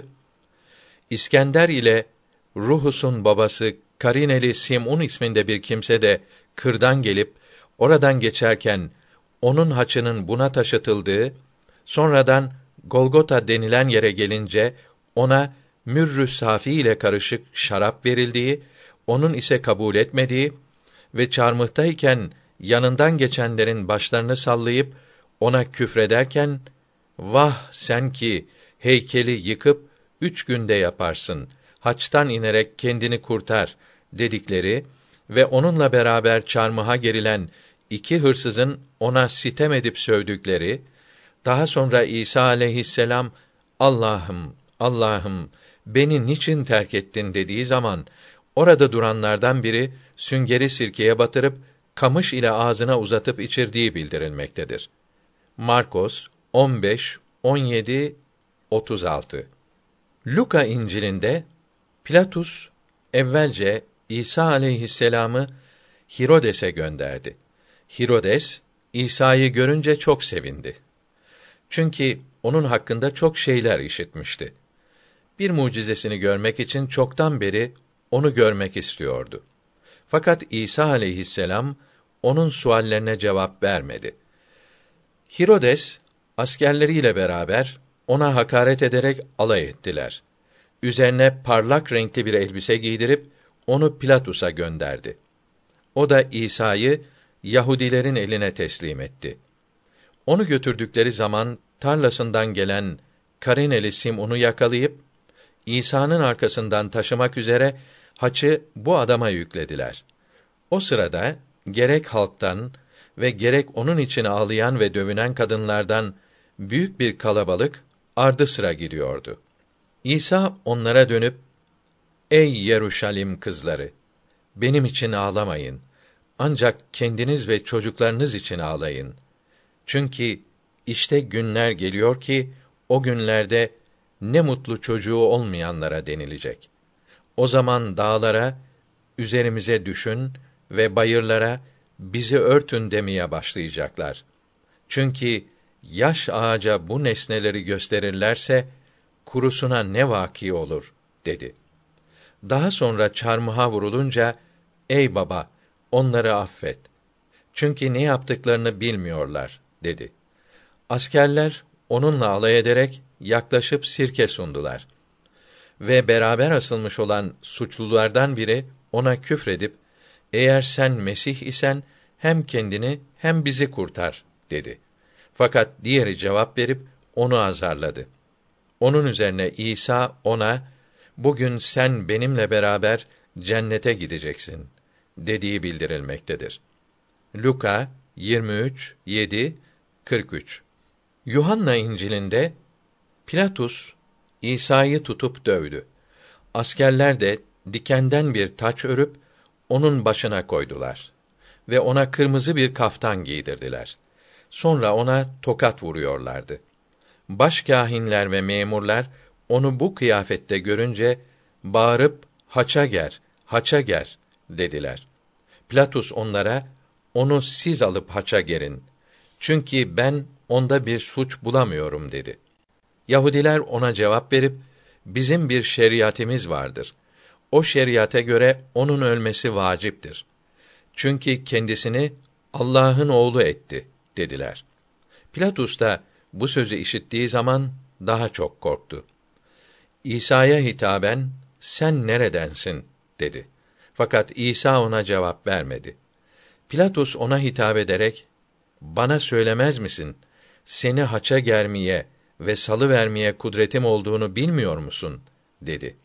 İskender ile Ruhus'un babası Karineli Sim'un isminde bir kimse de kırdan gelip oradan geçerken onun haçının buna taşıtıldığı, sonradan Golgota denilen yere gelince ona mürrü safi ile karışık şarap verildiği, onun ise kabul etmediği ve çarmıhtayken yanından geçenlerin başlarını sallayıp ona küfrederken, vah sen ki heykeli yıkıp üç günde yaparsın, haçtan inerek kendini kurtar dedikleri ve onunla beraber çarmıha gerilen iki hırsızın ona sitem edip sövdükleri, daha sonra İsa aleyhisselam Allah'ım, Allah'ım beni niçin terk ettin dediği zaman orada duranlardan biri süngeri sirkeye batırıp kamış ile ağzına uzatıp içirdiği bildirilmektedir. Markos on beş, on yedi, otuz altı. Luka İncil'inde Pilatus evvelce İsa aleyhisselam'ı Hirodes'e gönderdi. Hirodes İsa'yı görünce çok sevindi. Çünkü onun hakkında çok şeyler işitmişti. Bir mucizesini görmek için çoktan beri onu görmek istiyordu. Fakat İsa aleyhisselam onun suallerine cevap vermedi. Hirodes askerleriyle beraber ona hakaret ederek alay ettiler. Üzerine parlak renkli bir elbise giydirip onu Pilatus'a gönderdi. O da İsa'yı Yahudilerin eline teslim etti. Onu götürdükleri zaman tarlasından gelen Karineli Sim'unu yakalayıp İsa'nın arkasından taşımak üzere haçı bu adama yüklediler. O sırada gerek halktan ve gerek onun için ağlayan ve dövünen kadınlardan büyük bir kalabalık ardı sıra gidiyordu. İsa onlara dönüp, ey Yeruşalim kızları! Benim için ağlamayın. Ancak kendiniz ve çocuklarınız için ağlayın. Çünkü işte günler geliyor ki, o günlerde ne mutlu çocuğu olmayanlara denilecek. O zaman dağlara, üzerimize düşün ve bayırlara, bizi örtün demeye başlayacaklar. Çünkü yaş ağaca bu nesneleri gösterirlerse, kurusuna ne vaki olur, dedi. Daha sonra çarmıha vurulunca, ey baba, onları affet. Çünkü ne yaptıklarını bilmiyorlar, dedi. Askerler, onunla alay ederek, yaklaşıp sirke sundular. Ve beraber asılmış olan suçlulardan biri, ona küfredip, eğer sen Mesih isen, hem kendini hem bizi kurtar dedi. Fakat diğeri cevap verip onu azarladı. Onun üzerine İsa ona, bugün sen benimle beraber cennete gideceksin dediği bildirilmektedir. Luka yirmi üç yedi kırk üç. Yuhanna İncil'inde Pilatus İsa'yı tutup dövdü. Askerler de dikenden bir taç örüp onun başına koydular ve ona kırmızı bir kaftan giydirdiler. Sonra ona tokat vuruyorlardı. Başkâhinler ve memurlar onu bu kıyafette görünce bağırıp haça ger, haça ger dediler. Pilatus onlara, onu siz alıp haça gerin. Çünkü ben onda bir suç bulamıyorum dedi. Yahudiler ona cevap verip, bizim bir şeriatimiz vardır. O şeriate göre onun ölmesi vaciptir. Çünkü kendisini Allah'ın oğlu etti dediler. Pilatus da bu sözü işittiği zaman daha çok korktu. İsa'ya hitaben, sen neredensin dedi. Fakat İsa ona cevap vermedi. Pilatus ona hitap ederek, bana söylemez misin, seni haça germeye ve salıvermeye kudretim olduğunu bilmiyor musun? dedi.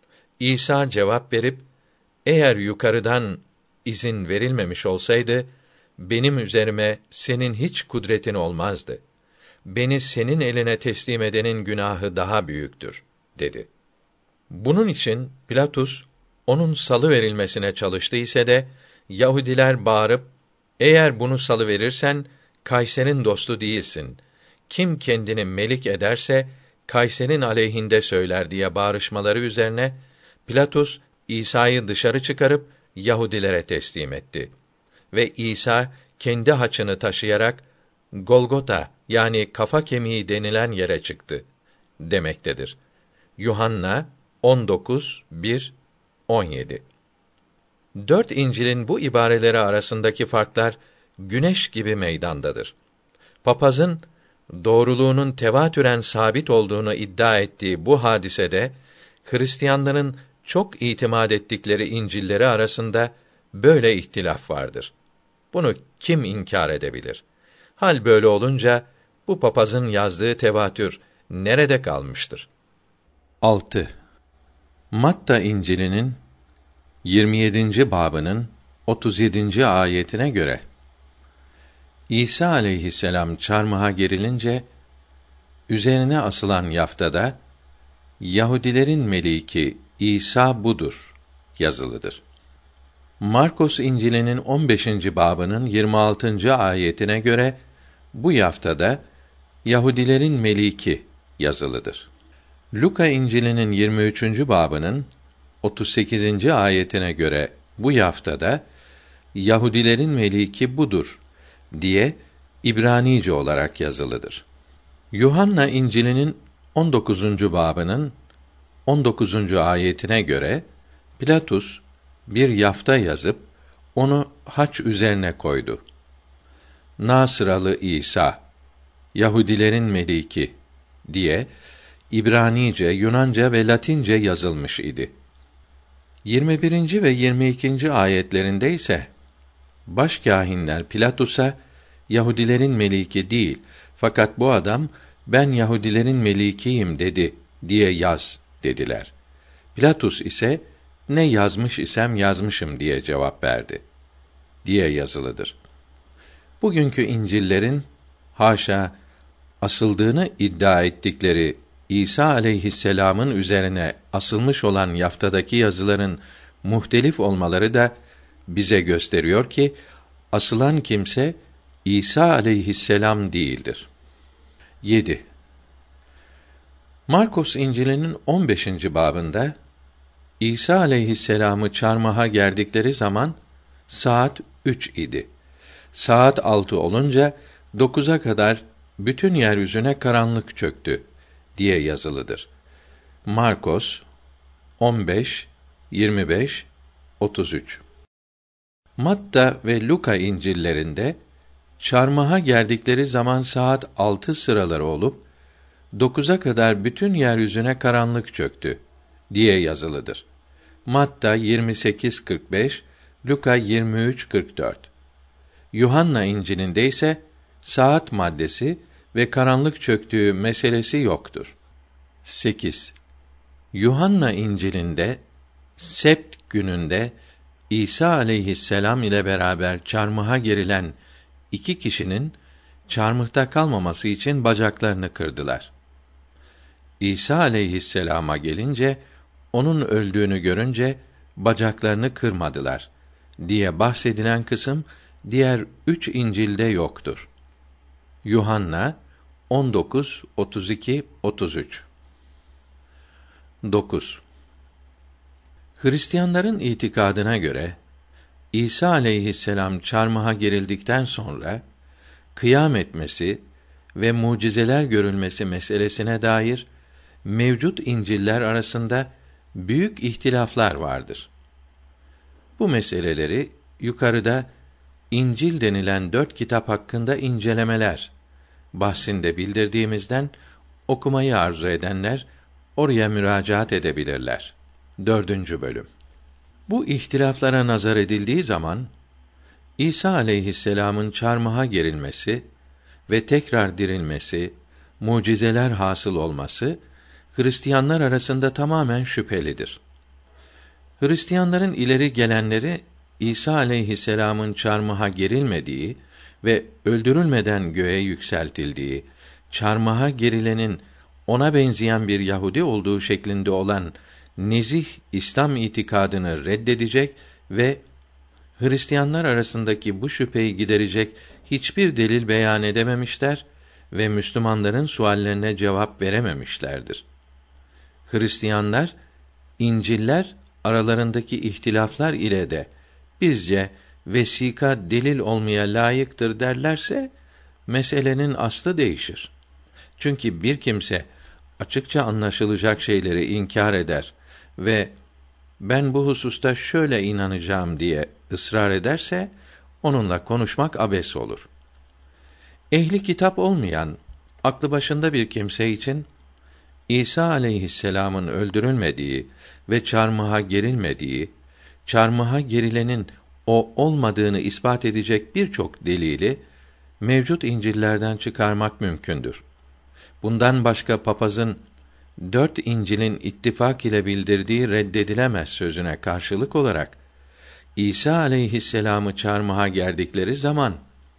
İsa cevap verip, eğer yukarıdan izin verilmemiş olsaydı, benim üzerime senin hiç kudretin olmazdı. Beni senin eline teslim edenin günahı daha büyüktür, dedi. Bunun için Pilatus, onun salıverilmesine çalıştı ise de, Yahudiler bağırıp, eğer bunu salıverirsen, Kayser'in dostu değilsin. Kim kendini melik ederse, Kayser'in aleyhinde söyler diye bağırışmaları üzerine, Pilatus, İsa'yı dışarı çıkarıp, Yahudilere teslim etti. Ve İsa, kendi haçını taşıyarak, Golgota, yani kafa kemiği denilen yere çıktı, demektedir. Yuhanna, on dokuz bir on yedi. Dört İncil'in bu ibareleri arasındaki farklar, güneş gibi meydandadır. Papazın, doğruluğunun tevatüren sabit olduğunu iddia ettiği bu hadisede, Hristiyanların çok itimat ettikleri İncil'leri arasında böyle ihtilaf vardır. Bunu kim inkar edebilir? Hal böyle olunca, bu papazın yazdığı tevatür nerede kalmıştır? altı. Matta İncil'inin yirmi yedinci babının otuz yedinci ayetine göre İsa aleyhisselam çarmıha gerilince üzerine asılan yaftada Yahudilerin meliki İsa budur yazılıdır. Markos İncil'inin on beşinci babının yirmi altıncı ayetine göre bu yaftada Yahudilerin meliki yazılıdır. Luka İncil'inin yirmi üçüncü babının otuz sekizinci ayetine göre bu yaftada Yahudilerin meliki budur diye İbranice olarak yazılıdır. Yuhanna İncil'inin on dokuzuncu babının on dokuzuncu ayetine göre Pilatus bir yafta yazıp onu haç üzerine koydu. Nasıralı İsa, Yahudilerin meliki diye İbranice, Yunanca ve Latince yazılmış idi. yirmi birinci ve yirmi ikinci ayetlerinde ise başkâhinler Pilatus'a Yahudilerin meliki değil, fakat bu adam ben Yahudilerin melikiyim dedi diye yaz dediler. Pilatus ise ne yazmış isem yazmışım diye cevap verdi diye yazılıdır. Bugünkü İncil'lerin haşa asıldığını iddia ettikleri İsa aleyhisselam'ın üzerine asılmış olan yaftadaki yazıların muhtelif olmaları da bize gösteriyor ki asılan kimse İsa aleyhisselam değildir. yedi. Markos İncil'inin on beşinci babında İsa aleyhisselam'ı çarmıha gerdikleri zaman saat üç idi. Saat altı olunca dokuza kadar bütün yeryüzüne karanlık çöktü diye yazılıdır. Markos on beş yirmi beş otuz üç. Matta ve Luka İncil'lerinde çarmıha gerdikleri zaman saat altı sıraları olup dokuza kadar bütün yeryüzüne karanlık çöktü diye yazılıdır. Matta yirmi sekiz kırk beş, Luka yirmi üç kırk dört. Yuhanna İncil'inde ise saat maddesi ve karanlık çöktüğü meselesi yoktur. sekiz. Yuhanna İncil'inde Sebt gününde İsa aleyhisselam ile beraber çarmıha gerilen iki kişinin çarmıhta kalmaması için bacaklarını kırdılar. İsa aleyhisselama gelince onun öldüğünü görünce bacaklarını kırmadılar diye bahsedilen kısım diğer üç İncil'de yoktur. Yuhanna on dokuz otuz iki otuz üç. dokuz. Hristiyanların itikadına göre İsa aleyhisselam çarmıha gerildikten sonra kıyam etmesi ve mucizeler görülmesi meselesine dair mevcut İncil'ler arasında büyük ihtilaflar vardır. Bu meseleleri yukarıda İncil denilen dört kitap hakkında incelemeler bahsinde bildirdiğimizden okumayı arzu edenler oraya müracaat edebilirler. Dördüncü bölüm. Bu ihtilaflara nazar edildiği zaman İsa aleyhisselam'ın çarmıha gerilmesi ve tekrar dirilmesi, mucizeler hasıl olması Hristiyanlar arasında tamamen şüphelidir. Hristiyanların ileri gelenleri İsa aleyhisselam'ın çarmıha gerilmediği ve öldürülmeden göğe yükseltildiği, çarmıha gerilenin ona benzeyen bir Yahudi olduğu şeklinde olan nezih İslam itikadını reddedecek ve Hristiyanlar arasındaki bu şüpheyi giderecek hiçbir delil beyan edememişler ve Müslümanların suallerine cevap verememişlerdir. Hristiyanlar İncil'ler aralarındaki ihtilaflar ile de bizce vesika delil olmaya layıktır derlerse meselenin aslı değişir. Çünkü bir kimse açıkça anlaşılacak şeyleri inkar eder ve ben bu hususta şöyle inanacağım diye ısrar ederse onunla konuşmak abes olur. Ehli kitap olmayan aklı başında bir kimse için İsa aleyhisselam'ın öldürülmediği ve çarmıha gerilmediği, çarmıha gerilenin o olmadığını ispat edecek birçok delili mevcut İncil'lerden çıkarmak mümkündür. Bundan başka papazın dört İncil'in ittifak ile bildirdiği reddedilemez sözüne karşılık olarak İsa aleyhisselam'ı çarmıha gerdikleri zaman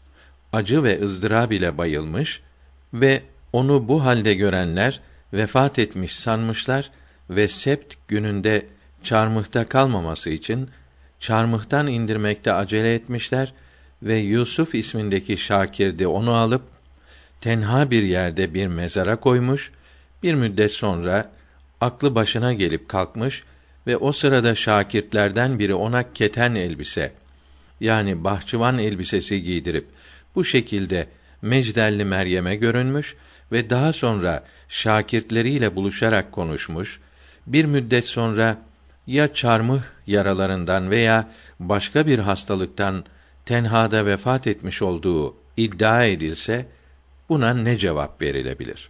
acı ve ızdırab ile bayılmış ve onu bu halde görenler vefat etmiş sanmışlar ve Sebt gününde çarmıhta kalmaması için çarmıhtan indirmekte acele etmişler ve Yusuf ismindeki şakirdi onu alıp tenha bir yerde bir mezara koymuş. Bir müddet sonra aklı başına gelip kalkmış ve o sırada şakirtlerden biri ona keten elbise yani bahçıvan elbisesi giydirip bu şekilde Mecdelli Meryem'e görünmüş ve daha sonra şakirtleriyle buluşarak konuşmuş. Bir müddet sonra ya çarmıh yaralarından veya başka bir hastalıktan tenhada vefat etmiş olduğu iddia edilse buna ne cevap verilebilir?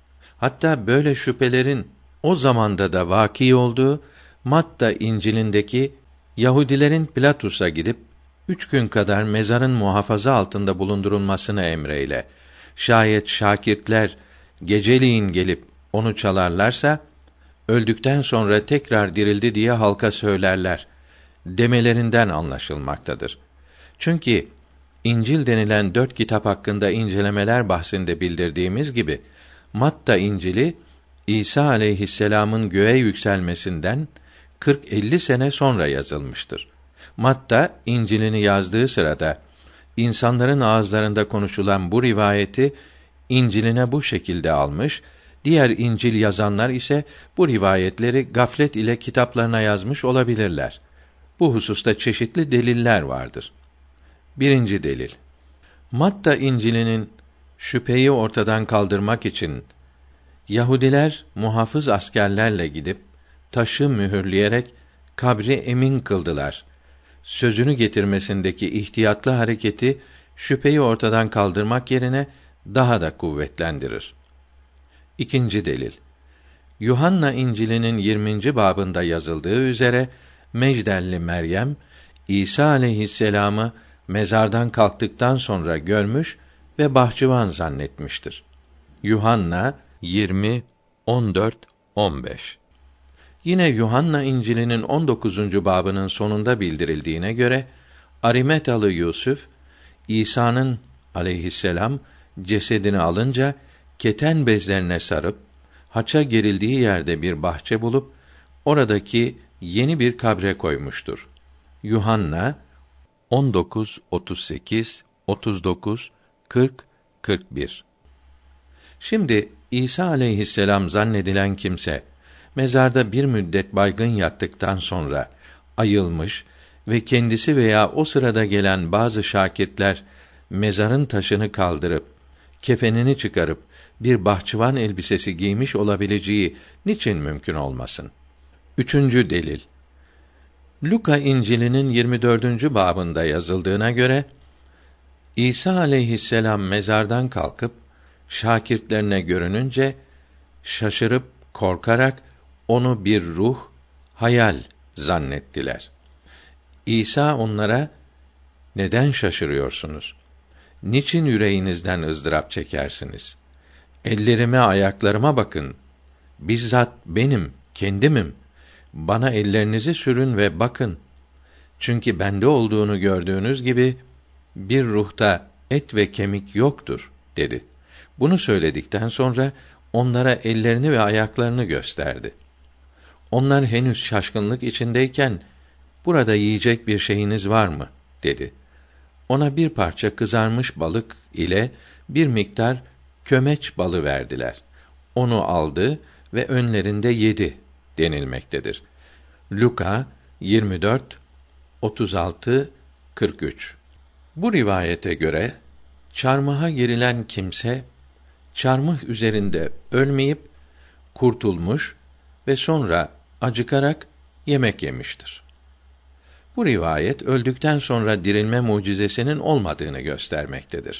Hatta böyle şüphelerin o zamanda da vaki olduğu Matta İncil'indeki Yahudilerin Pilatus'a gidip üç gün kadar mezarın muhafaza altında bulundurulmasını emreyle, şayet şakirtler geceliğin gelip onu çalarlarsa, öldükten sonra tekrar dirildi diye halka söylerler demelerinden anlaşılmaktadır. Çünkü İncil denilen dört kitap hakkında incelemeler bahsinde bildirdiğimiz gibi, Matta İncil'i İsa aleyhisselam'ın göğe yükselmesinden kırk elli sene sonra yazılmıştır. Matta İncil'ini yazdığı sırada insanların ağızlarında konuşulan bu rivayeti İncil'ine bu şekilde almış, diğer İncil yazanlar ise bu rivayetleri gaflet ile kitaplarına yazmış olabilirler. Bu hususta çeşitli deliller vardır. Birinci delil. Matta İncil'inin şüpheyi ortadan kaldırmak için Yahudiler muhafız askerlerle gidip taşı mühürleyerek kabri emin kıldılar. Sözünü getirmesindeki ihtiyatlı hareketi şüpheyi ortadan kaldırmak yerine daha da kuvvetlendirir. İkinci delil. Yuhanna İncil'inin yirminci babında yazıldığı üzere Mecdelli Meryem İsa aleyhisselam'ı mezardan kalktıktan sonra görmüş ve bahçıvan zannetmiştir. Yuhanna yirmi on dört on beş. Yine Yuhanna İncil'inin on dokuzuncu babının sonunda bildirildiğine göre Arimetalı Yusuf İsa'nın aleyhisselam cesedini alınca keten bezlerine sarıp haça gerildiği yerde bir bahçe bulup oradaki yeni bir kabre koymuştur. Yuhanna on dokuz otuz sekiz, otuz dokuz, kırk, kırk bir. Şimdi İsa aleyhisselam zannedilen kimse mezarda bir müddet baygın yattıktan sonra ayılmış ve kendisi veya o sırada gelen bazı şakirtler mezarın taşını kaldırıp kefenini çıkarıp bir bahçıvan elbisesi giymiş olabileceği niçin mümkün olmasın? Üçüncü delil. Luka İncil'inin yirmi dördüncü babında yazıldığına göre İsa aleyhisselam mezardan kalkıp şakirtlerine görününce şaşırıp korkarak onu bir ruh, hayal zannettiler. İsa onlara, neden şaşırıyorsunuz? Niçin yüreğinizden ızdırap çekersiniz? Ellerime, ayaklarıma bakın. Bizzat benim, kendimim. Bana ellerinizi sürün ve bakın. Çünkü bende olduğunu gördüğünüz gibi bir ruhta et ve kemik yoktur, dedi. Bunu söyledikten sonra onlara ellerini ve ayaklarını gösterdi. Onlar henüz şaşkınlık içindeyken, burada yiyecek bir şeyiniz var mı? dedi. Ona bir parça kızarmış balık ile bir miktar kömeç balı verdiler. Onu aldı ve önlerinde yedi denilmektedir. Luka yirmi dört otuz altı kırk üç. Bu rivayete göre çarmıha gerilen kimse çarmıh üzerinde ölmeyip kurtulmuş ve sonra acıkarak yemek yemiştir. Bu rivayet öldükten sonra dirilme mucizesinin olmadığını göstermektedir.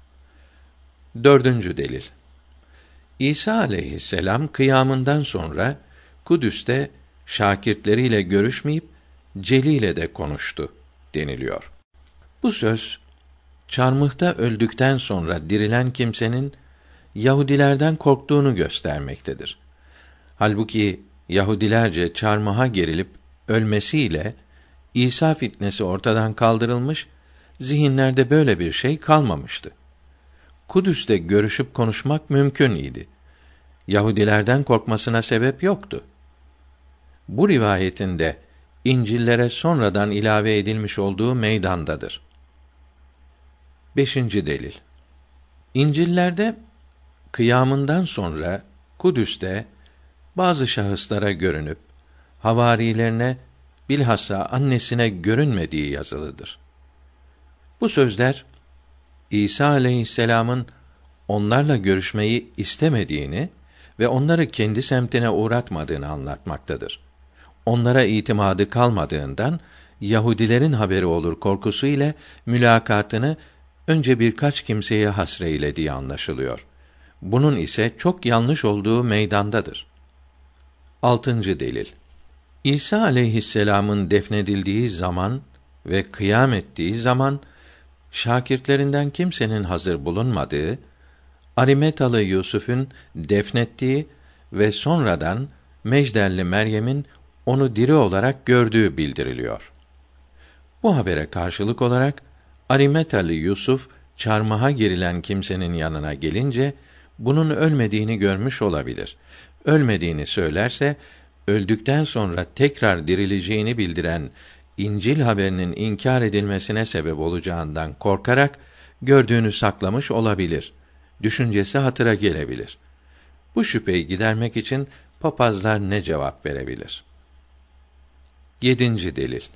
Dördüncü delil. İsa aleyhisselam kıyamından sonra Kudüs'te şakirtleriyle görüşmeyip Celil'e de konuştu deniliyor. Bu söz çarmıhta öldükten sonra dirilen kimsenin Yahudilerden korktuğunu göstermektedir. Halbuki Yahudilerce çarmıha gerilip ölmesiyle İsa fitnesi ortadan kaldırılmış, zihinlerde böyle bir şey kalmamıştı. Kudüs'te görüşüp konuşmak mümkün idi. Yahudilerden korkmasına sebep yoktu. Bu rivayetinde İncillere sonradan ilave edilmiş olduğu meydandadır. Beşinci delil. İncillerde kıyamından sonra Kudüs'te bazı şahıslara görünüp havarilerine, bilhassa annesine görünmediği yazılıdır. Bu sözler İsa aleyhisselam'ın onlarla görüşmeyi istemediğini ve onları kendi semtine uğratmadığını anlatmaktadır. Onlara itimadı kalmadığından Yahudilerin haberi olur korkusu ile mülakatını önce birkaç kimseye hasreylediği anlaşılıyor. Bunun ise çok yanlış olduğu meydandadır. Altıncı delil. İsa aleyhisselam'ın defnedildiği zaman ve kıyam ettiği zaman şakirtlerinden kimsenin hazır bulunmadığı, Arimetalı Yusuf'un defnettiği ve sonradan Mecdelli Meryem'in onu diri olarak gördüğü bildiriliyor. Bu habere karşılık olarak Arimetalı Yusuf çarmıha gerilen kimsenin yanına gelince bunun ölmediğini görmüş olabilir. Ölmediğini söylerse öldükten sonra tekrar dirileceğini bildiren İncil haberinin inkar edilmesine sebep olacağından korkarak gördüğünü saklamış olabilir. Düşüncesi hatıra gelebilir. Bu şüpheyi gidermek için papazlar ne cevap verebilir? Yedinci delil.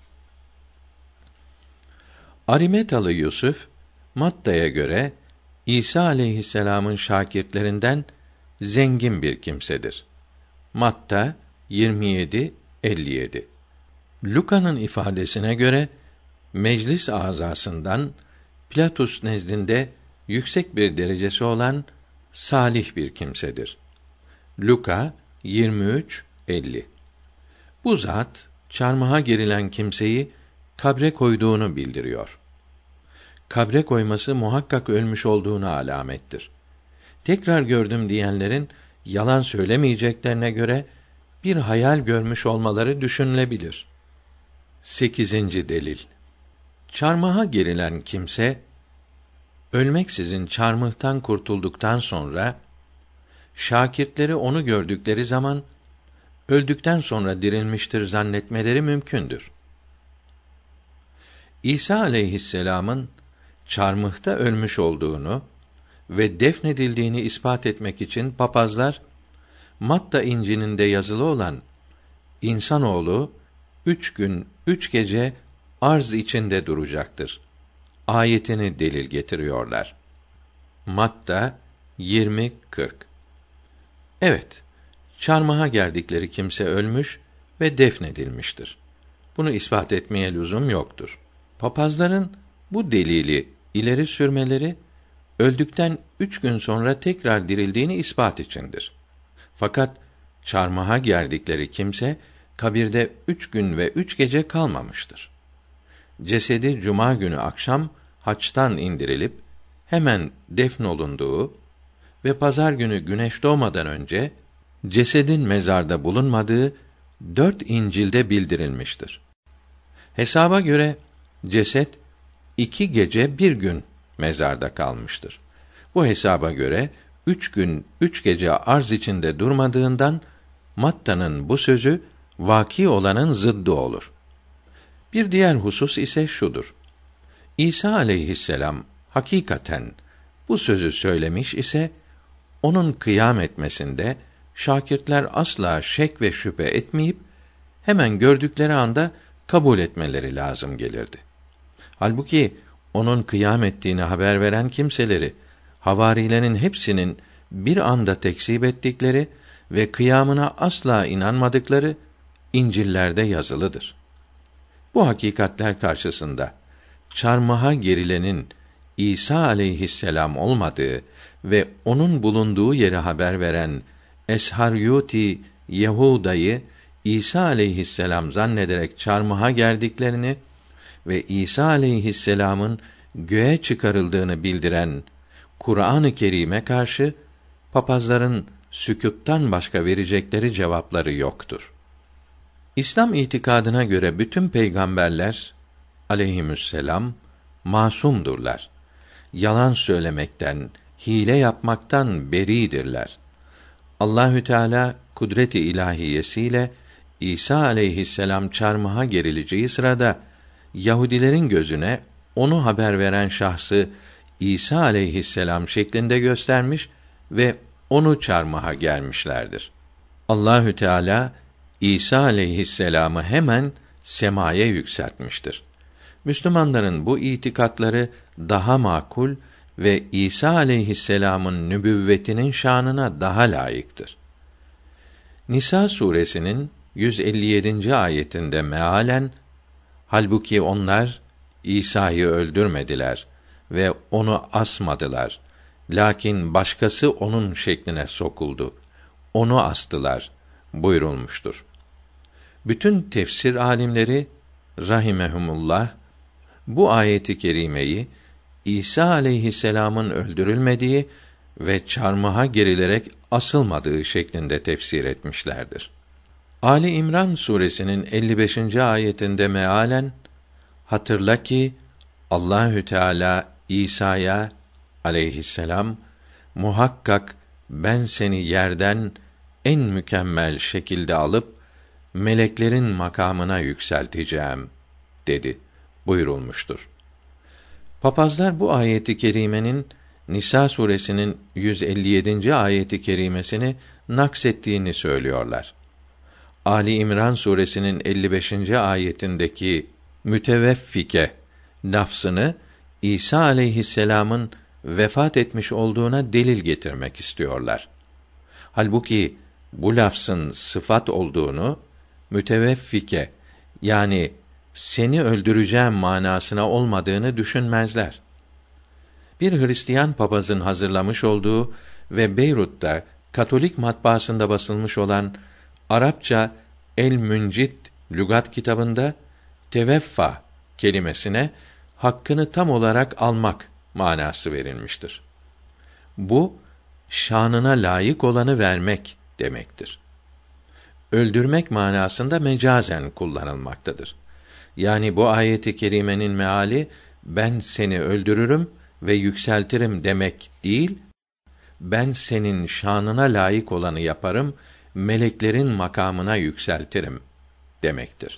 Arimetalı Yusuf, Matta'ya göre İsa aleyhisselam'ın şakirtlerinden zengin bir kimsedir. Matta yirmi yedi elli yedi. Luka'nın ifadesine göre meclis azasından Pilatus nezdinde yüksek bir derecesi olan salih bir kimsedir. Luka yirmi üç elli. Bu zat çarmıha gerilen kimseyi kabre koyduğunu bildiriyor. kabre koyması muhakkak ölmüş olduğuna alamettir. Tekrar gördüm diyenlerin yalan söylemeyeceklerine göre bir hayal görmüş olmaları düşünülebilir. Sekizinci delil. Çarmıha gerilen kimse ölmeksizin çarmıhtan kurtulduktan sonra şakirtleri onu gördükleri zaman öldükten sonra dirilmiştir zannetmeleri mümkündür. İsa aleyhisselam'ın çarmıhta ölmüş olduğunu ve defnedildiğini ispat etmek için papazlar Matta İncil'inde yazılı olan insanoğlu üç gün üç gece arz içinde duracaktır ayetini delil getiriyorlar. Matta yirmi kırk. Evet, çarmıha gerdikleri kimse ölmüş ve defnedilmiştir. Bunu ispat etmeye lüzum yoktur. Papazların bu delili ileri sürmeleri öldükten üç gün sonra tekrar dirildiğini ispat içindir. Fakat çarmıha gerdikleri kimse kabirde üç gün ve üç gece kalmamıştır. Cesedi cuma günü akşam haçtan indirilip hemen defnolunduğu ve pazar günü güneş doğmadan önce cesedin mezarda bulunmadığı dört İncil'de bildirilmiştir. Hesaba göre ceset iki gece bir gün mezarda kalmıştır. Bu hesaba göre üç gün üç gece arz içinde durmadığından Matta'nın bu sözü vaki olanın zıddı olur. Bir diğer husus ise şudur. İsa aleyhisselam hakikaten bu sözü söylemiş ise onun kıyam etmesinde şakirtler asla şek ve şüphe etmeyip hemen gördükleri anda kabul etmeleri lazım gelirdi. Halbuki onun kıyam ettiğini haber veren kimseleri havarilerin hepsinin bir anda tekzip ettikleri ve kıyamına asla inanmadıkları İncil'lerde yazılıdır. Bu hakikatler karşısında çarmıha gerilenin İsa aleyhisselam olmadığı ve onun bulunduğu yeri haber veren Esharyuti Yehuda'yı İsa aleyhisselam zannederek çarmıha gerdiklerini ve İsa aleyhisselam'ın göğe çıkarıldığını bildiren Kur'an-ı Kerim'e karşı papazların sükûttan başka verecekleri cevapları yoktur. İslam itikadına göre bütün peygamberler aleyhisselam masumdurlar. Yalan söylemekten, hile yapmaktan beridirler. Allahü Teala kudret-i ilahiyesiyle İsa aleyhisselam çarmıha gerileceği sırada Yahudilerin gözüne onu haber veren şahsı İsa aleyhisselam şeklinde göstermiş ve onu çarmıha germişlerdir. Allahü Teala İsa aleyhisselam'ı hemen semaya yükseltmiştir. Müslümanların bu itikatları daha makul ve İsa aleyhisselam'ın nübüvvetinin şanına daha layıktır. Nisa suresinin yüz elli yedinci ayetinde mealen halbuki onlar İsa'yı öldürmediler ve onu asmadılar. Lakin başkası onun şekline sokuldu. Onu astılar buyurulmuştur. Bütün tefsir alimleri rahimehumullah bu ayeti kerimeyi İsa aleyhisselam'ın öldürülmediği ve çarmıha gerilerek asılmadığı şeklinde tefsir etmişlerdir. Ali İmran suresinin elli beşinci ayetinde mealen hatırla ki Allahü Teala İsa'ya aleyhisselam muhakkak ben seni yerden en mükemmel şekilde alıp meleklerin makamına yükselteceğim dedi buyurulmuştur. Papazlar bu ayeti kerimenin Nisa suresinin yüz elli yedinci ayeti kerimesini naksettiğini söylüyorlar. Ali İmran suresinin elli beşinci ayetindeki müteveffike lafzını İsa aleyhisselam'ın vefat etmiş olduğuna delil getirmek istiyorlar. Halbuki bu lafzın sıfat olduğunu müteveffike yani seni öldüreceğim manasına olmadığını düşünmezler. Bir Hristiyan papazın hazırlamış olduğu ve Beyrut'ta Katolik matbaasında basılmış olan Arapça El Müncit lügat kitabında teveffa kelimesine hakkını tam olarak almak manası verilmiştir. Bu, şanına layık olanı vermek demektir. Öldürmek manasında mecazen kullanılmaktadır. Yani bu ayet-i kerimenin meali, ben seni öldürürüm ve yükseltirim demek değil, ben senin şanına layık olanı yaparım, meleklerin makamına yükseltirim demektir.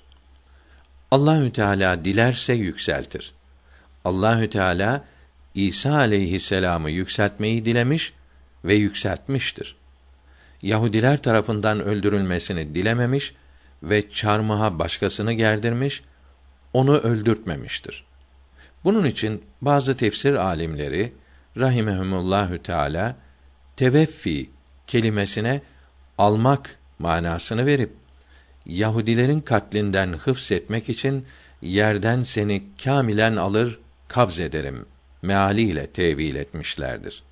Allahü Teala dilerse yükseltir. Allahü Teala İsa aleyhisselam'ı yükseltmeyi dilemiş ve yükseltmiştir. Yahudiler tarafından öldürülmesini dilememiş ve çarmıha başkasını gerdirmiş, onu öldürtmemiştir. Bunun için bazı tefsir alimleri rahimehumullahü teala teveffi kelimesine almak manasını verip Yahudilerin katlinden hıfzetmek için yerden seni kâmilen alır kabz ederim mealiyle tevil etmişlerdir.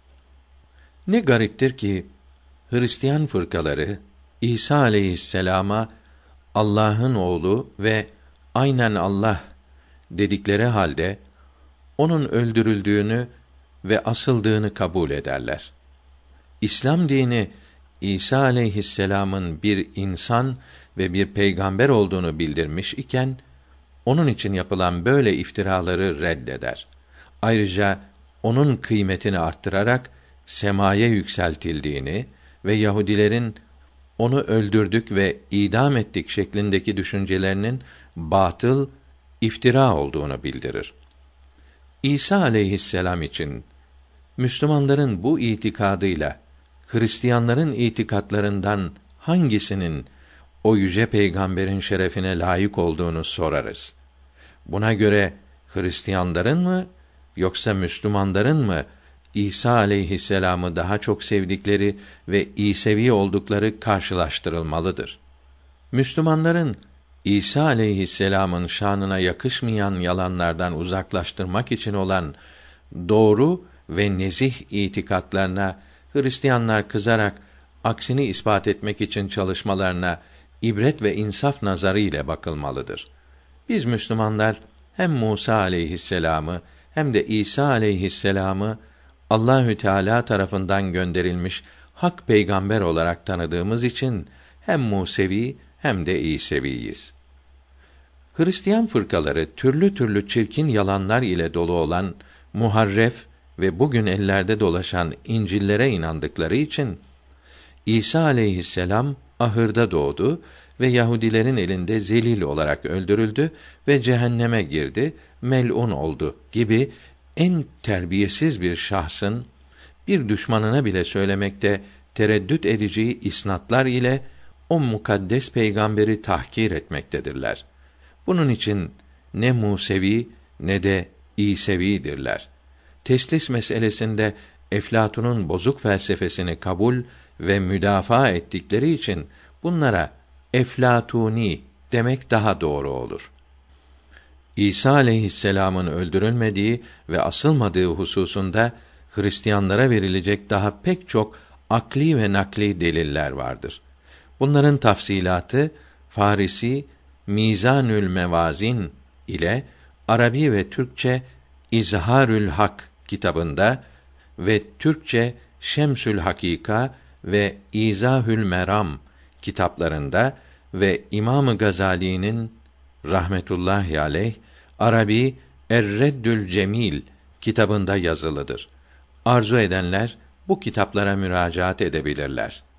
Ne gariptir ki Hristiyan fırkaları İsa aleyhisselama Allah'ın oğlu ve aynen Allah dedikleri halde onun öldürüldüğünü ve asıldığını kabul ederler. İslam dini İsa aleyhisselam'ın bir insan ve bir peygamber olduğunu bildirmiş iken onun için yapılan böyle iftiraları reddeder. Ayrıca onun kıymetini arttırarak semaya yükseltildiğini ve Yahudilerin onu öldürdük ve idam ettik şeklindeki düşüncelerinin batıl, iftira olduğunu bildirir. İsa aleyhisselam için Müslümanların bu itikadıyla Hristiyanların itikatlarından hangisinin o yüce peygamberin şerefine layık olduğunu sorarız. Buna göre Hristiyanların mı yoksa Müslümanların mı İsa aleyhisselam'ı daha çok sevdikleri ve İsevi oldukları karşılaştırılmalıdır. Müslümanların İsa aleyhisselam'ın şanına yakışmayan yalanlardan uzaklaştırmak için olan doğru ve nezih itikatlarına Hristiyanlar kızarak aksini ispat etmek için çalışmalarına ibret ve insaf nazarı ile bakılmalıdır. Biz Müslümanlar hem Musa aleyhisselam'ı hem de İsa aleyhisselam'ı Allahü Teala tarafından gönderilmiş hak peygamber olarak tanıdığımız için hem Musevi hem de İseviyiz. Hristiyan fırkaları türlü türlü çirkin yalanlar ile dolu olan muharref ve bugün ellerde dolaşan İncil'lere inandıkları için İsa aleyhisselam ahırda doğdu ve Yahudilerin elinde zelil olarak öldürüldü ve cehenneme girdi, mel'un oldu gibi en terbiyesiz bir şahsın bir düşmanına bile söylemekte tereddüt edeceği isnatlar ile o mukaddes peygamberi tahkir etmektedirler. Bunun için ne Musevi ne de İsevidirler. Teslis meselesinde Eflatun'un bozuk felsefesini kabul ve müdafaa ettikleri için bunlara Eflatuni demek daha doğru olur. İsa aleyhisselam'ın öldürülmediği ve asılmadığı hususunda Hristiyanlara verilecek daha pek çok akli ve nakli deliller vardır. Bunların tafsilatı Farisi Mizanül Mevazin ile Arabi ve Türkçe İzharül Hak kitabında ve Türkçe Şemsül Hakika ve İzahül Meram kitaplarında ve İmam-ı Gazali'nin rahmetullahi aleyh Arabi Er-Reddül Cemil kitabında yazılıdır. Arzu edenler bu kitaplara müracaat edebilirler.